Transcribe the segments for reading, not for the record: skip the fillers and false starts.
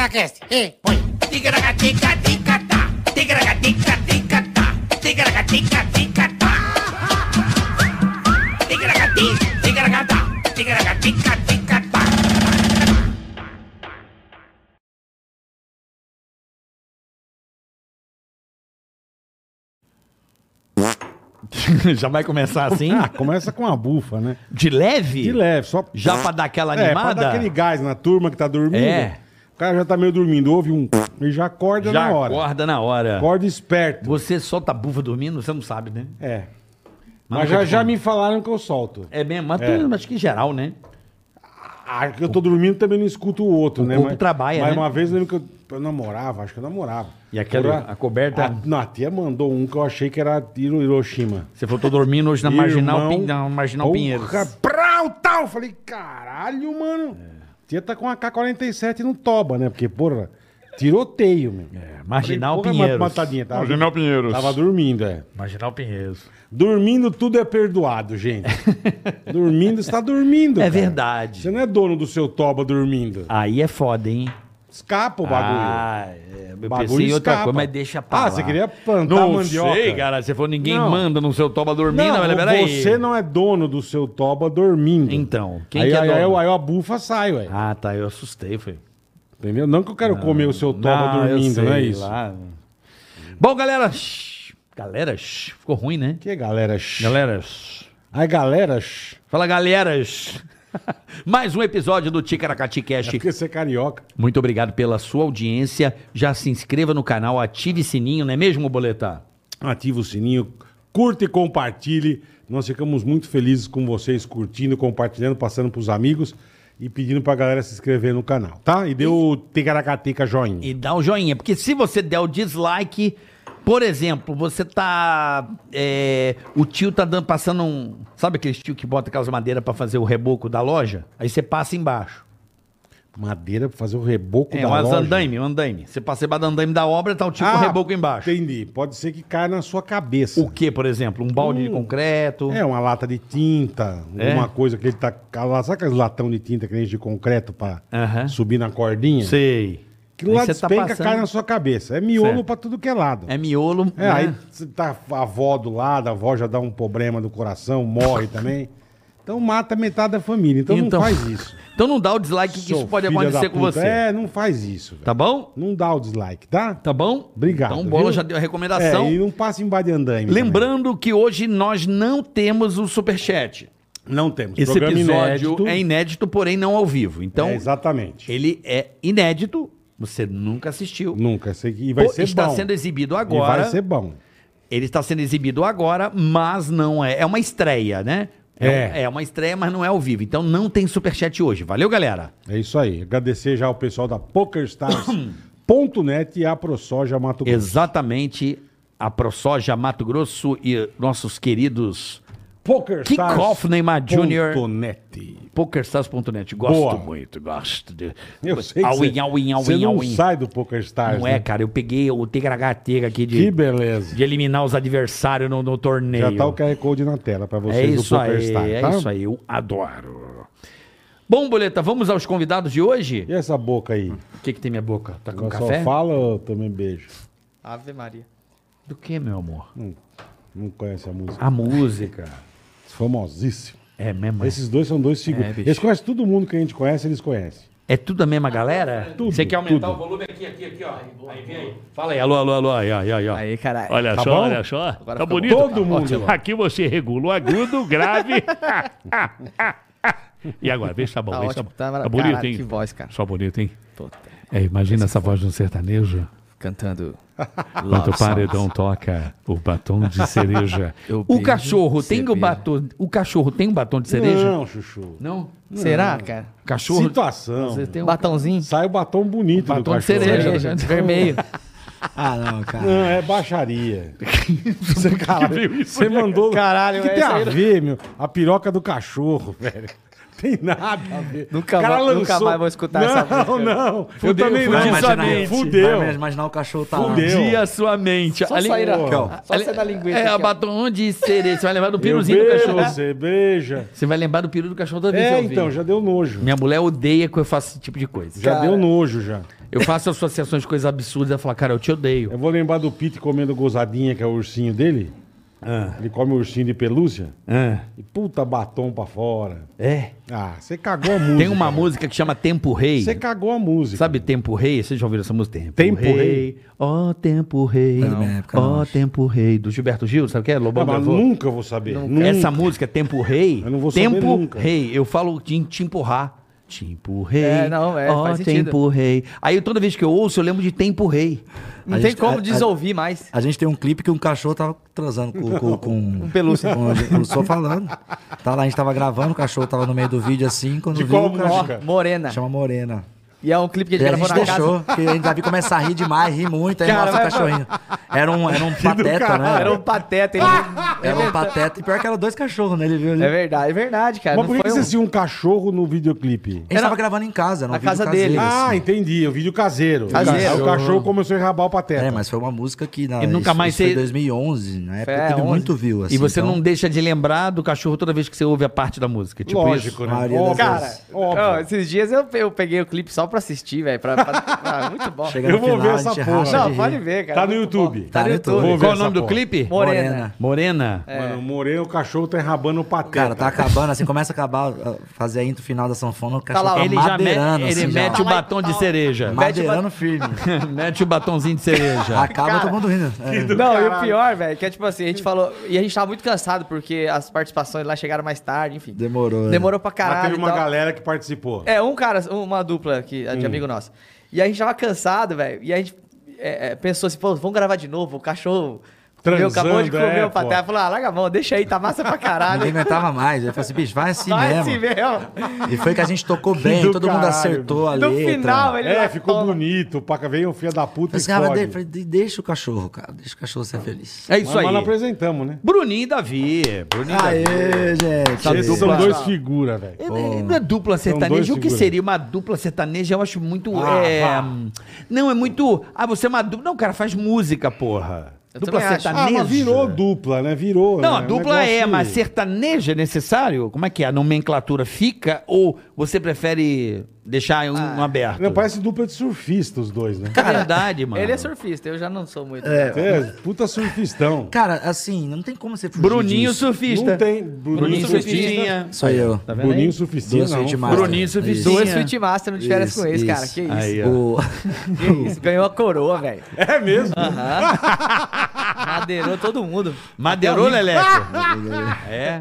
Ticaracast. Ei, põe. Ticaracatica-ticatá. Ticaracatica-ticatá. Ticaracatica-ticatá. Ticaracati, ticaracatá. Ticaracatica-ticatá. Já vai começar assim? Ah, começa com a bufa, né? De leve? De leve, só... Já pra dar aquela animada? pra dar aquele gás na turma que tá dormindo. É. O cara já tá meio dormindo, ouve um... e já acorda Já na hora. acorda na hora. Acorda esperto. Você solta a bufa dormindo? Você não sabe, né? É. Mas Mas já me falaram que eu solto. É mesmo? Mas tu, acho que em geral, né? Ah, que eu tô dormindo também não escuto o outro, O né? corpo trabalha, mas né? uma vez eu lembro que eu namorava, acho que eu namorava. E aquela, a coberta... Não, a tia mandou um que eu achei que era Hiroshima. Você falou, tô dormindo hoje na Marginal, Irmão, Marginal Pinheiros. Prau, tal. Eu falei, caralho, mano. Tia tá com a K-47 no toba, né? Porque, porra, tiroteio, meu. Marginal Falei, Pinheiros. Matadinha, tava, Marginal Pinheiros. Tava dormindo, é. Marginal Pinheiros. Dormindo, tudo é perdoado, gente. Dormindo, você tá dormindo, É cara. Verdade. Você não é dono do seu toba dormindo. Aí é foda, hein? Escapa o bagulho. Eu Bagulho pensei em outra escapa. coisa, mas deixa pra lá. Ah, você queria plantar Não mandioca? sei, cara. Você falou, ninguém Não. manda no seu toba dormindo. Não, Mas peraí. você não é dono do seu toba dormindo. Então, quem aí, que é aí, dono? aí a bufa sai, ué. Ah, tá. Eu assustei, foi. Entendeu? Não que eu quero comer o seu toba dormindo, não é isso? Lá. Bom, galera... Ficou ruim, né? Que galera? Galera... Ai, galera. Fala, galeras. Mais um episódio do Ticaracati É Cast. porque você é carioca. Muito obrigado pela sua audiência. Já se inscreva no canal, ative sininho, não é mesmo, Boletar? Ativa o sininho, curta e compartilhe. Nós ficamos muito felizes com vocês curtindo, compartilhando, passando pros amigos e pedindo pra galera se inscrever no canal, tá? E dê o ticaracateca joinha. E dá o joinha, porque se você der o dislike, por exemplo, você tá... o tio tá passando um... Sabe aquele tio que bota aquelas madeiras pra fazer o reboco da loja? Aí você passa embaixo. Madeira pra fazer o reboco da umas loja. andaime. Você passa embaixo do andaime da obra, tá o tipo reboco embaixo. Entendi. Pode ser que caia na sua cabeça. O que, por exemplo? Um balde de concreto? É, uma lata de tinta, É? alguma coisa que ele tá... Sabe aqueles latão de tinta que enche de concreto pra Aham. subir na cordinha? Sei. Aquilo lá Aí você tá despenca, passando- cai na sua cabeça. É miolo Certo. pra tudo que é lado. É miolo. É, né? aí você tá a avó do lado, a avó já dá um problema do coração, morre também. Então mata metade da família. Então não faz isso. Então não dá o dislike que Seu isso pode filho acontecer da com puta. você. É, não faz isso. Velho. Tá bom? Não dá o dislike, tá? Tá bom? Obrigado. Então o Bola viu? já deu a recomendação. E não passa em andaime. Lembrando que hoje nós não temos o superchat. também. Não temos. Esse Programa episódio é inédito, porém não ao vivo. Então, exatamente. ele é inédito. Você nunca assistiu. Nunca. E vai ser Está bom. sendo exibido E agora. vai ser bom. Ele está sendo exibido agora, mas não é. É uma estreia, né? É uma estreia, mas não é ao vivo. Então não tem superchat hoje. Valeu, galera. É isso aí. Agradecer já ao pessoal da PokerStars.net e a ProSoja Mato Grosso. Exatamente. A ProSoja Mato Grosso e nossos queridos PokerStars.net. Kickoff Neymar Jr. PokerStars.net. Gosto Boa. muito, gosto. Eu sei que Auim, você, auim, você auim, não auim. sai do PokerStars, Não né? é, cara. Eu peguei o Tegaragateira aqui Que beleza. de eliminar os adversários no torneio. Já tá o QR Code na tela pra É vocês do isso aí, PokerStars, é tá? isso aí. Eu adoro. Bom, Boleta, vamos aos convidados de hoje? E essa boca aí? O que tem minha boca? Tá com Ela café? só fala ou também beijo? Ave Maria. Do que, meu amor? Não conhece a música. A música. Famosíssimo. É mesmo? Esses dois são dois figuras. bicho. Eles conhecem todo mundo que a gente conhece, eles conhecem. É tudo a mesma galera? Tudo, Você quer aumentar tudo. o volume aqui, ó. Aí, vem aí. Fala aí, alô, aí. Aí, caralho. Olha Tá só, bom? olha só. Agora Tá ficou bonito? Todo mundo. Aqui você regula o agudo, o grave. E agora, vê se tá bom. Tá vê se ótimo. tá Tá bom. Tá bonito, caralho, hein? que voz, cara. Só bonito, hein? Puta. Imagina essa voz de um sertanejo. Cantando. Quando Love o paredão songs. toca o batom de cereja. Eu O beijo, cachorro você tem o beija. batom. O cachorro tem um batom de cereja? Não, Chuchu. Não? Será, cara? Cachorro. Situação. Você tem um Batãozinho? Sai o batom bonito Batom do de cachorro. cereja. Vermelho. Ah, não, cara. Não, é baixaria. Você, cara, você mandou... Caralho, O que velho, tem isso a aí- ver, meu? A piroca do cachorro, velho. Tem nada a ver. Nunca O cara mais- nunca mais vou escutar essa música. Não, Fudeu, eu também fudi não. sua mente. Fudeu. Vai imaginar o cachorro tá lá. Fudeu. Dia a sua mente. Só Ali- sair Aqui, ó. Só sair na linguiça. É, aqui, a ó. batom de cereja. Você vai lembrar do Eu piruzinho do beijo cachorro. você, beija. Você vai lembrar do peru do cachorro toda vez que É, eu ouvir. então, já deu nojo. Minha mulher odeia que eu faça esse tipo de coisa. Já Cara. deu nojo, já. Eu faço associações de coisas absurdas. Ela fala, cara, eu te odeio. Eu vou lembrar do Pete comendo gozadinha, que é o ursinho dele. Ele come o ursinho de pelúcia. E puta batom pra fora. É. Ah, você cagou a música. Tem uma velho. música que chama Tempo Rei. Você cagou a música. Sabe Tempo Rei? Vocês já ouviram essa música? Tempo Rei? Ó Tempo Rei. Não. minha época, Ó não. Tempo Rei. Do Gilberto Gil, sabe o que é? Lobão Ah, mas gravou. nunca eu vou saber. Nunca. Essa música, Tempo Rei. Eu não vou saber Tempo nunca. Rei. Eu falo de te empurrar. Te empurrei. É, não, é, ó, faz sentido. Tempo Rei. Aí toda vez que eu ouço, eu lembro de Tempo Rei. Não A tem gente- como a- desouvir mais. A gente tem um clipe que um cachorro tava transando com um pelúcia. Eu estou falando. Tá lá, a gente tava gravando, o cachorro tava no meio do vídeo assim, quando De viu qual o cachorro. música? Morena. Chama Morena. E é um clipe que a E gente a gravou gente na casa. deixou, porque a gente Davi começa a rir demais, ri muito, aí Cara, mostra o vai- cachorrinho. Era um pateta, né? Era um pateta. Ele... Era um pateta, e pior que eram 2 cachorros, né? Ele viu ali. É verdade, cara. Mas Não por que foi que você tinha um cachorro no videoclipe? A gente tava gravando em casa, Na casa dele. Ah, assim. entendi. O vídeo caseiro. Caseiro. Aí o cachorro começou a enrabar o pateta. É, mas foi uma música que... E nunca mais isso foi você- 2011, na época É, teve 11. muito view, assim. E você então, não deixa de lembrar do cachorro toda vez que você ouve a parte da música. Tipo Lógico, isso. né? Maria Óbvio. das Cara, Óbvio. ó, esses dias eu peguei o clipe só pra assistir, velho. Muito bom. Chega Eu no vou final, ver a essa gente porra. racha Não, de rir. pode ver, cara. Tá no muito YouTube. bom. Tá no YouTube. Vou ver Qual o essa nome do porra. clipe? Morena. Morena. Mano, o Moreno, o cachorro tá enrabando o pateta. Cara, tá acabando, assim, começa a acabar, fazer a intro final da sanfona, o cachorro lá, tá Ele já madeirando, ele assim, mete já. o batom de cereja. Madeirando firme. Mete o batonzinho de cereja. Acaba Cara, todo mundo rindo. É. Não, e o caralho. pior, velho, que é tipo assim, a gente falou. E a gente tava muito cansado, porque as participações lá chegaram mais tarde, enfim. Demorou. Demorou pra Mas caralho. teve e uma tal. galera que participou. É, um cara, uma dupla aqui, de amigo nosso. E a gente tava cansado, velho. E a gente pensou assim, pô, vamos gravar de novo, o cachorro. Acabou de Transando, comer é, o paté. Falou, larga a mão, deixa aí, tá massa pra caralho. Ninguém aguentava mais. Ele falou assim, bicho, vai assim Vai mesmo. assim mesmo. E foi que a gente tocou bem, do todo mundo caralho, acertou a No letra. final, ele É, lá, ficou toma. bonito. O Paca veio um filho da puta Falei assim, e cara, fode. falei, deixa o cachorro, cara. Deixa o cachorro ser feliz. É isso Mas aí. não apresentamos, né? Bruninho e Davi. Bruninho e Davi. Aê, gente. Sabe, Esses dupla- são dois figuras, velho. Não é dupla dois sertaneja. O que figuras. seria uma dupla sertaneja? Eu acho muito. Ah, vá. Não, é muito. Ah, você é uma dupla. Não, cara, faz música, porra. Eu Dupla também acho. sertaneja. Ah, mas virou dupla, né? Virou. Não, né? a Um dupla é, negócio- mas sertaneja é necessário? Como é que é? A nomenclatura fica ou você prefere deixar um aberto? Não, parece dupla de surfista os dois, né? É verdade, mano. Ele é surfista, eu já não sou muito. É, puta surfistão. Cara, assim, não tem como você fugir Bruninho disso. surfista. Não tem. Bruninho surfistinha. Sou eu. Tá vendo Bruninho aí? surfistinha, Duas não. Suíte Master. Bruninho surfistinha. Duas Sweet Master no de férias Isso, com ex, cara. isso. Que isso? Aí, ó. O... Que isso? Ganhou a coroa, velho. É mesmo? Madeirou todo mundo. Madeirou, Leleco? É.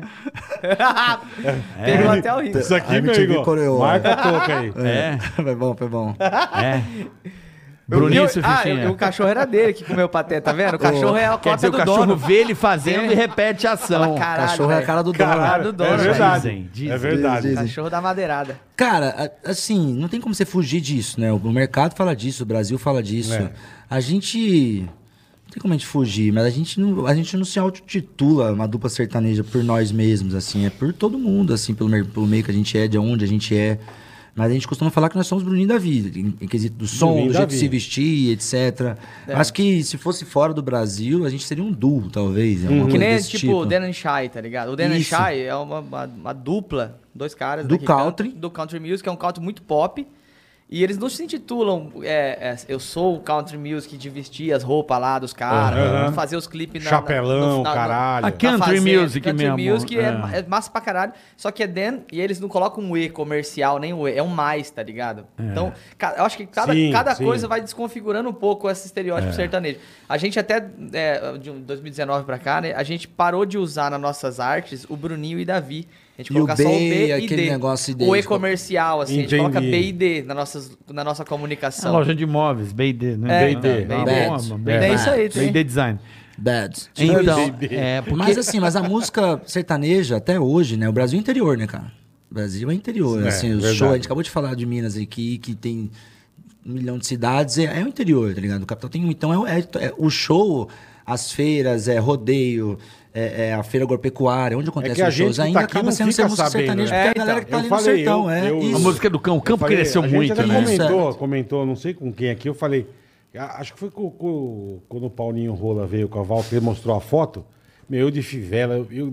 Pegou até o Rio. Isso aqui, A meu MTV amigo. coreou. Marca a toca aí. É. Foi bom, foi bom. É. Bruninho Ah, surfistinha. o cachorro era dele que comeu o patê, tá vendo? O cachorro é a Quer cota dizer, o do cachorro dono. vê ele fazendo É. e repete a ação. Fala, caralho, Cachorro é a velho. cara do dono. Caralho do dono, é velho. verdade. Dizem. É verdade. Dizem. Cachorro da madeirada. Cara, assim, não tem como você fugir disso, né? O mercado fala disso, o Brasil fala disso. É. A gente... Não tem como a gente fugir, mas a gente não se autotitula uma dupla sertaneja por nós mesmos, assim. É por todo mundo, assim, pelo meio que a gente é, de onde a gente é. Mas a gente costuma falar que nós somos Bruninho da vida, em quesito do som, Bruninho do da jeito de se vida. vestir, etc. Acho que se fosse fora do Brasil, a gente seria um duo, talvez. Alguma Que coisa nem, desse tipo, o Dan and Shy, tá ligado? O Dan and Isso. Shy é uma dupla, dois caras Do que country. cantam, do country music, é um country muito pop. E eles não se intitulam, eu sou o country music de vestir as roupas lá dos caras, Aham. fazer os clipes Chapelão, caralho. A country music country mesmo. music é massa pra caralho, só que é Dan e eles não colocam um E comercial, nem o E, é um mais, tá ligado? Então, eu acho que cada Sim. coisa vai desconfigurando um pouco esse estereótipo sertanejo. A gente até, de 2019 pra cá, né, a gente parou de usar nas nossas artes o Bruninho e Davi. A gente E o colocar só o B, B e aquele D. negócio O deles. E comercial, assim. A gente Entendi. coloca B e D na nossa É comunicação. loja de imóveis, B&D, né? É, B&D. então, Ah, B&D. boa, É isso aí, tem. B&D Design. Bad. Então, B&D. porque... Mas assim, mas a música sertaneja, até hoje, né? O Brasil é interior, né, cara? O Brasil é interior. É, assim, o verdade. show, a gente acabou de falar de Minas aqui, que tem 1 milhão de cidades, é o interior, tá ligado? O capital tem um. Então, o show, as feiras, rodeio, a feira agropecuária, onde É acontece que a os shows, gente que ainda tá aqui acaba não sendo fica música sabendo, sertaneja, né? porque a galera que tá Eu ali falei, no sertão, eu- isso. A música do cão. O campo falei, cresceu a gente muito, até né? comentou, não sei com quem aqui, eu falei, acho que foi quando o Paulinho Rola veio com a Walter, mostrou a foto, eu de fivela, eu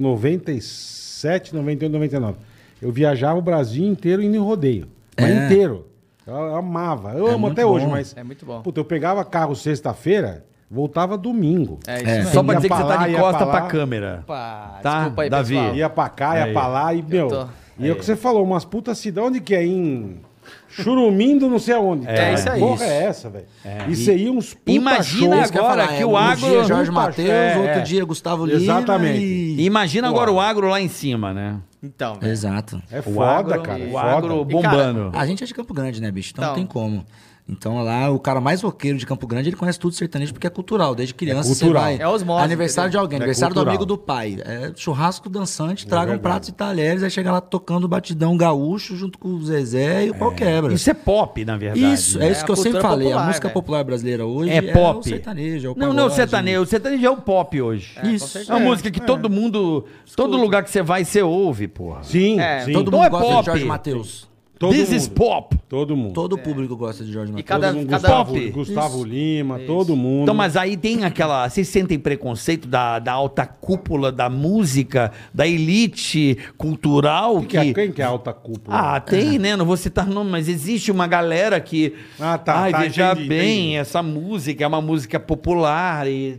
97, 98, 99, eu viajava o Brasil inteiro indo em rodeio, mas inteiro, eu amava, eu amo muito até hoje, bom. mas, É muito bom. puta, eu pegava carro sexta-feira, voltava domingo. É isso mesmo. Só pra Ia dizer que você pra tá lá, de ia costa pra lá. pra câmera. Opa, Tá, desculpa aí, Davi. pessoal. Ia pra cá, ia Aí. pra lá e, meu. tô. E é o que você falou, umas putas cidades. Onde que é? Em Churumindo, não sei aonde. É isso aí. Que porra é essa, velho? E você ia uns puta Imagina shows. Isso que eu ia agora falar, que o um agro- dia Jorge Puta Matheus, é, outro é. dia Gustavo Lima. Exatamente. e- Imagina agora o agro lá em cima, né? Então, velho. Exato. É O foda, agro, cara. o foda. agro bombando. A gente é de Campo Grande, né, bicho? Então não Então. tem como. Então lá, o cara mais roqueiro de Campo Grande, ele conhece tudo sertanejo porque é cultural. Desde criança cultural. você vai... É osmose, aniversário de entendeu? alguém, É aniversário do cultural. amigo do pai. É churrasco dançante, tragam verdade. pratos e talheres, aí chega lá tocando batidão gaúcho junto com o Zezé e o pau quebra. Isso é pop, na verdade. Isso, né? é isso É que a eu sempre cultura falei. popular, A música velho. popular brasileira hoje É pop. o sertanejo, é o Não, não, o pagode. sertanejo. O sertanejo é o pop hoje. Com Isso. certeza. É uma música que todo mundo, todo lugar que você vai, você ouve, porra. Sim, É, sim. Todo Então mundo é gosta pop. de Jorge Matheus. Todo This mundo. is pop. Todo mundo. Todo o público gosta de Jorge E Matheus. cada, Todo mundo. cada, Pop. Gustavo Lima, todo mundo. Então, mas aí tem aquela. Vocês sentem preconceito da alta cúpula da música, da elite cultural Quem que é a alta cúpula? Ah, tem, né? Não vou citar nome, mas existe uma galera que. Ah, tá, Ai, tá, veja entendi, bem, entendi. essa música é uma música popular e.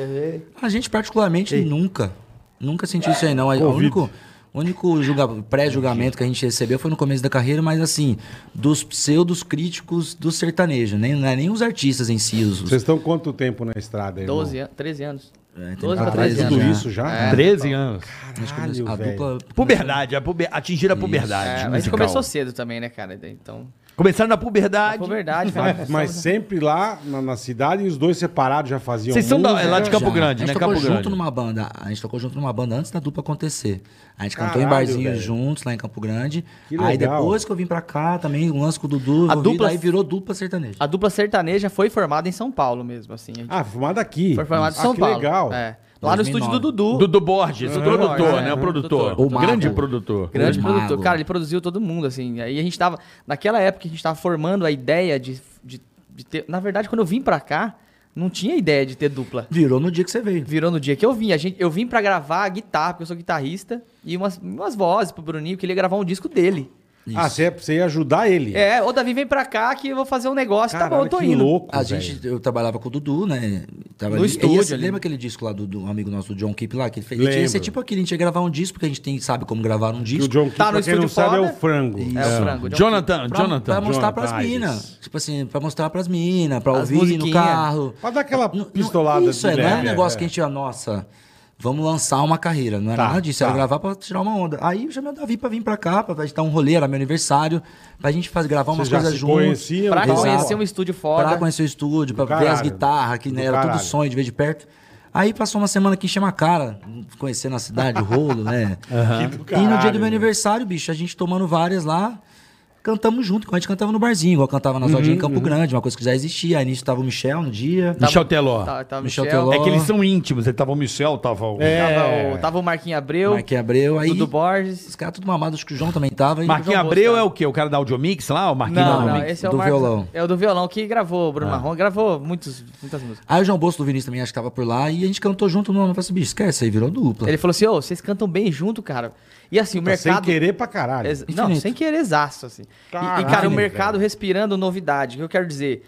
A gente particularmente nunca sentiu isso aí, não. O único pré-julgamento que a gente recebeu foi no começo da carreira, mas assim, dos pseudos críticos do sertanejo, não é nem os artistas em si. Vocês estão quanto tempo na estrada aí, 12 anos, 13 anos. tem 12 pra pra 13 13 Tudo anos. isso já? É. 13 anos. Caralho, a velho. dupla... Puberdade, atingir a puberdade. É, a gente musical. começou cedo também, né, cara? Então, Começaram na puberdade. foi verdade, Mas sempre lá na cidade e os dois separados já faziam Vocês são música. lá de Campo Já. Grande, A né? gente tocou Campo junto Grande. numa banda. A gente tocou junto numa banda antes da dupla acontecer. A gente cantou em Caralho, barzinhos velho. juntos lá em Campo Grande. Que Aí legal. depois que eu vim pra cá também, um lance com o Dudu, A dupla- aí virou dupla sertaneja. a dupla sertaneja foi formada em São Paulo mesmo, assim. A gente Ah, formado aqui. foi formada em São que Paulo. legal. É. Lá no 2009. estúdio do Dudu. Dudu Borges, o produtor, É, né? O produtor. O mago. Grande produtor. Grande O produtor. mago. Cara, ele produziu todo mundo, assim. Aí a gente tava. Naquela época a gente tava formando a ideia de ter. Na verdade, quando eu vim pra cá, não tinha ideia de ter dupla. Virou no dia que você veio. Virou no dia que eu vim. Eu vim pra gravar a guitarra, porque eu sou guitarrista, e umas vozes pro Bruninho, que ele ia gravar um disco dele. Ah, você ia ajudar ele. É, ô Davi, vem pra cá que eu vou fazer um negócio. Tá bom, eu tô que indo. louco, A velho. gente, eu trabalhava com o Dudu, né? Tava No ali. estúdio Esse, ali. lembra aquele disco lá do amigo nosso, do John Keep lá? Que ele fez? Lembro. Esse é tipo aquele, a gente ia gravar um disco, porque a gente sabe como gravar um Que o disco. John Keep, Tá no pra quem não estúdio sabe, é foda. o frango. É o frango. Jonathan. Pra mostrar pras Jonathan minas. Ives. Tipo assim, pra mostrar pras minas, pra As ouvir no musiquinhas. carro. Pra dar aquela Não- pistolada Isso, não é um leve, negócio que a gente ia, nossa, vamos lançar uma carreira. Não era Tá, nada disso, era tá. gravar pra tirar uma onda. Aí eu chamei o Davi pra vir pra cá, pra dar um rolê, era meu aniversário, pra gente gravar umas Vocês já coisas se juntos. conheciam? Pra Exato. conhecer um estúdio foda. Pra conhecer o estúdio, pra Do ver as caralho. guitarras, que Do né, era tudo caralho. sonho de ver de perto. Aí passou uma semana aqui, enchemos a cara, conhecendo a cidade, o rolo, né? Que do E no dia caralho, do meu meu. aniversário, bicho, a gente tomando várias lá, cantamos junto, a gente cantava no barzinho, igual cantava nas rodinhas em Campo Grande, uma coisa que já existia. Aí nisso tava o Michel no dia. Michel Teló. Tava Michel Michel, Teló. É que eles são íntimos. Ele tava o Michel, tava o... Tava o Marquinhos Abreu, Marquinhos Abreu, aí Dudu Borges. os caras tudo mamados, acho que o João também tava. E Marquinhos João Abreu Bosco, é o quê? O cara da Audiomix lá? O Marquinhos Não, da não, Audiomix? esse é do o Marcos. violão. É o do violão, que gravou o Bruno Marrom. Gravou muitas músicas. Aí o João Bosco do Vinícius também acho que tava por lá, e a gente cantou junto no nome. Eu falei assim, bicho, esquece, aí virou dupla. Ele falou assim, ô, vocês cantam bem junto, cara. E assim, o Tá sem mercado... querer pra caralho. Não, Infinito. sem querer exaço, assim. Caralho, e, cara, o mercado velho. respirando novidade. O que eu quero dizer?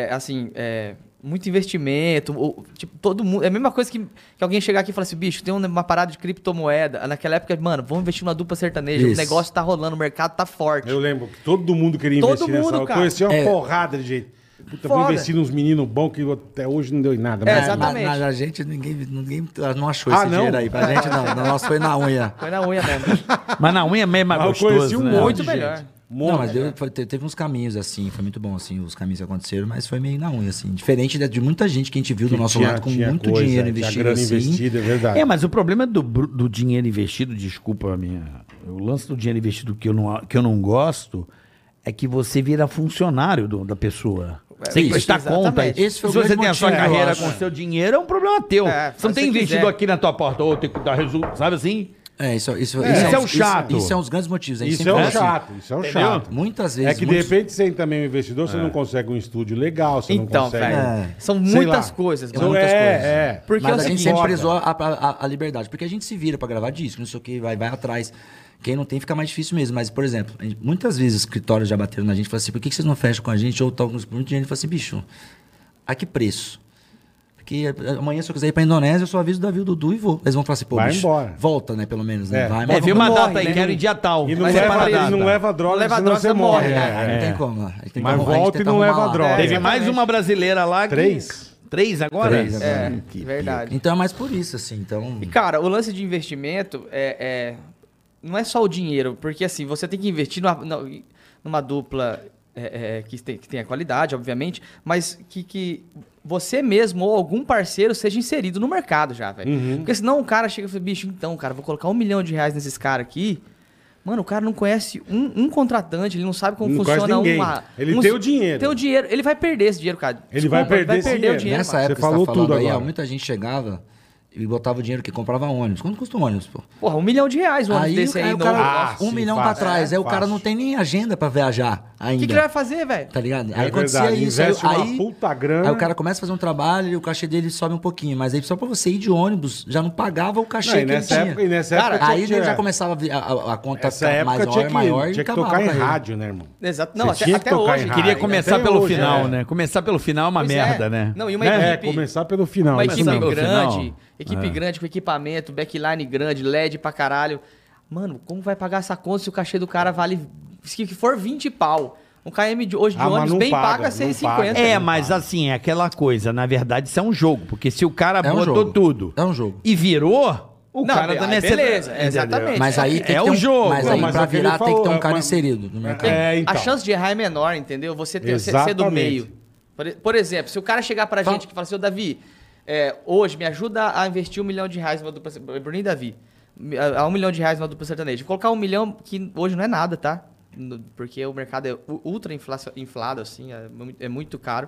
Muito investimento, tipo, todo mundo... É a mesma coisa que alguém chegar aqui e falar assim, bicho, tem uma parada de criptomoeda. Naquela época, mano, vamos investir numa dupla sertaneja. Isso. O negócio tá rolando, o mercado tá forte. Eu lembro que todo mundo queria Todo investir nessa. mundo, Eu cara. conheci uma É. porrada de jeito. Puta, vou Foda. investir nos meninos bons que até hoje não deu em nada. É, mas- exatamente. Mas a gente, ninguém não achou Ah, esse não? dinheiro aí. Pra gente não, o nosso foi na unha. Foi na unha mesmo. Mas na unha mesmo é Mas eu gostoso, conheci um né? monte Muito de melhor. gente. Não, mas teve uns caminhos assim, foi muito bom assim, os caminhos que aconteceram, mas foi meio na unha assim, diferente de muita gente que a gente viu do nosso lado com muito coisa, dinheiro tinha investido grana assim. investida, é verdade. É, mas o problema do dinheiro investido, desculpa a minha... O lance do dinheiro investido que eu não gosto é que você vira funcionário da pessoa. Você tem que prestar Exatamente. conta. Esse foi o Se você grande tem a sua motivo, eu carreira acho. com o seu dinheiro, é um problema teu. É, você não faz tem o que investido quiser. aqui na tua porta, ou tem que dar resultado, sabe assim? Isso é o chato. Isso é um dos grandes motivos. A gente Isso é sempre um fala assim, chato, isso é um chato. muitas vezes. É que de repente você também é um investidor, você não consegue um estúdio legal, você não Então, consegue... velho, É. são Sei muitas lá. coisas, Então, mano. Muitas coisas. é. Porque Mas é o a gente seguinte, sempre foda. prezou a liberdade. Porque a gente se vira pra gravar disco, não sei o que, vai atrás. Quem não tem fica mais difícil mesmo. Mas, por exemplo, muitas vezes escritórios já bateram na gente e falaram assim, por que vocês não fecham com a gente? Ou tal, muito dinheiro. E fala assim, bicho, a que preço? Porque amanhã, se eu quiser ir pra Indonésia, eu só aviso o Davi e o Dudu e vou. Eles vão falar assim, pô, Vai bicho, embora. volta, né, pelo menos, né? É. Vai, É, viu uma morre, data aí, né? quero em dia tal. E não, Mas leva, separa ele data. não leva droga, Não leva senão droga, você você morre. morre, Aí não tem como. Aí tem que Mas arrumar- a gente volta e tenta não arrumar leva lá. droga. Teve mais exatamente. uma brasileira lá. 3? 3 agora? 3 agora. É, verdade. Então é mais por isso, assim. Então, E, cara, o lance de investimento não é só o dinheiro, porque assim, você tem que investir numa dupla que tenha qualidade, obviamente, mas que você mesmo ou algum parceiro seja inserido no mercado já, velho. Porque senão o cara chega e fala, bicho, então, cara, vou colocar R$1 milhão nesses caras aqui. Mano, o cara não conhece um contratante, ele não sabe como Não funciona conhece ninguém. Ele tem o dinheiro. Tem o dinheiro, ele vai perder esse dinheiro, cara. Ele vai perder esse o dinheiro. dinheiro. nessa mano. época Você que falou você tá falando tudo aí, ó, agora. muita gente chegava e botava o dinheiro que comprava ônibus. Quanto custa um ônibus, pô? Porra, R$1 milhão um ônibus desse aí. o cara, Ah, 1 sim, milhão fácil. pra trás. Aí o cara Fácil. não tem nem agenda pra viajar ainda. O que ele vai fazer, velho? Tá ligado? É Aí acontecia verdade, isso. investe uma aí, puta grana. aí o cara começa a fazer um trabalho e o cachê dele sobe um pouquinho. Mas aí só pra você ir de ônibus, já não pagava o cachê Não, e que ele nessa tinha. época, e nessa Cara, época Aí tinha- ele já começava a conta Essa ficar época tinha maior e que acabava tocar em pra ele. rádio, né, irmão? Exato. Você Não, tinha até que tocar hoje. em cara. Queria rádio. começar Até pelo hoje, final, é. né? Começar pelo final é uma Pois é. merda, né? Não, e uma Né? equipe- Começar pelo final. Uma né? equipe Começando pelo grande, final. equipe grande com equipamento, backline grande, LED pra caralho. Mano, como vai pagar essa conta se o cachê do cara vale, se for 20 pau? Um KM hoje de Ah, mas ônibus não bem paga, paga não 6,50. É, mas assim, é aquela coisa. Na verdade, isso é um jogo. Porque se o cara É um botou jogo. tudo É um jogo. e virou, o Não, cara aí também beleza, entendeu? exatamente. Mas aí tem É que ter o jogo. Mas Não, aí mas pra é que ele virar tem que ter falou, um cara mas- inserido no mercado. Então. A chance de errar é menor, entendeu? Você ser do Exatamente. meio. Por exemplo, se o cara chegar pra gente e falar assim, ô Davi, hoje me ajuda a investir R$1 milhão numa dupla Bruninho e Davi. A R$1 milhão numa dupla sertaneja. Vou colocar 1 milhão, que hoje não é nada, tá? Porque o mercado é ultra inflado, assim, é muito caro.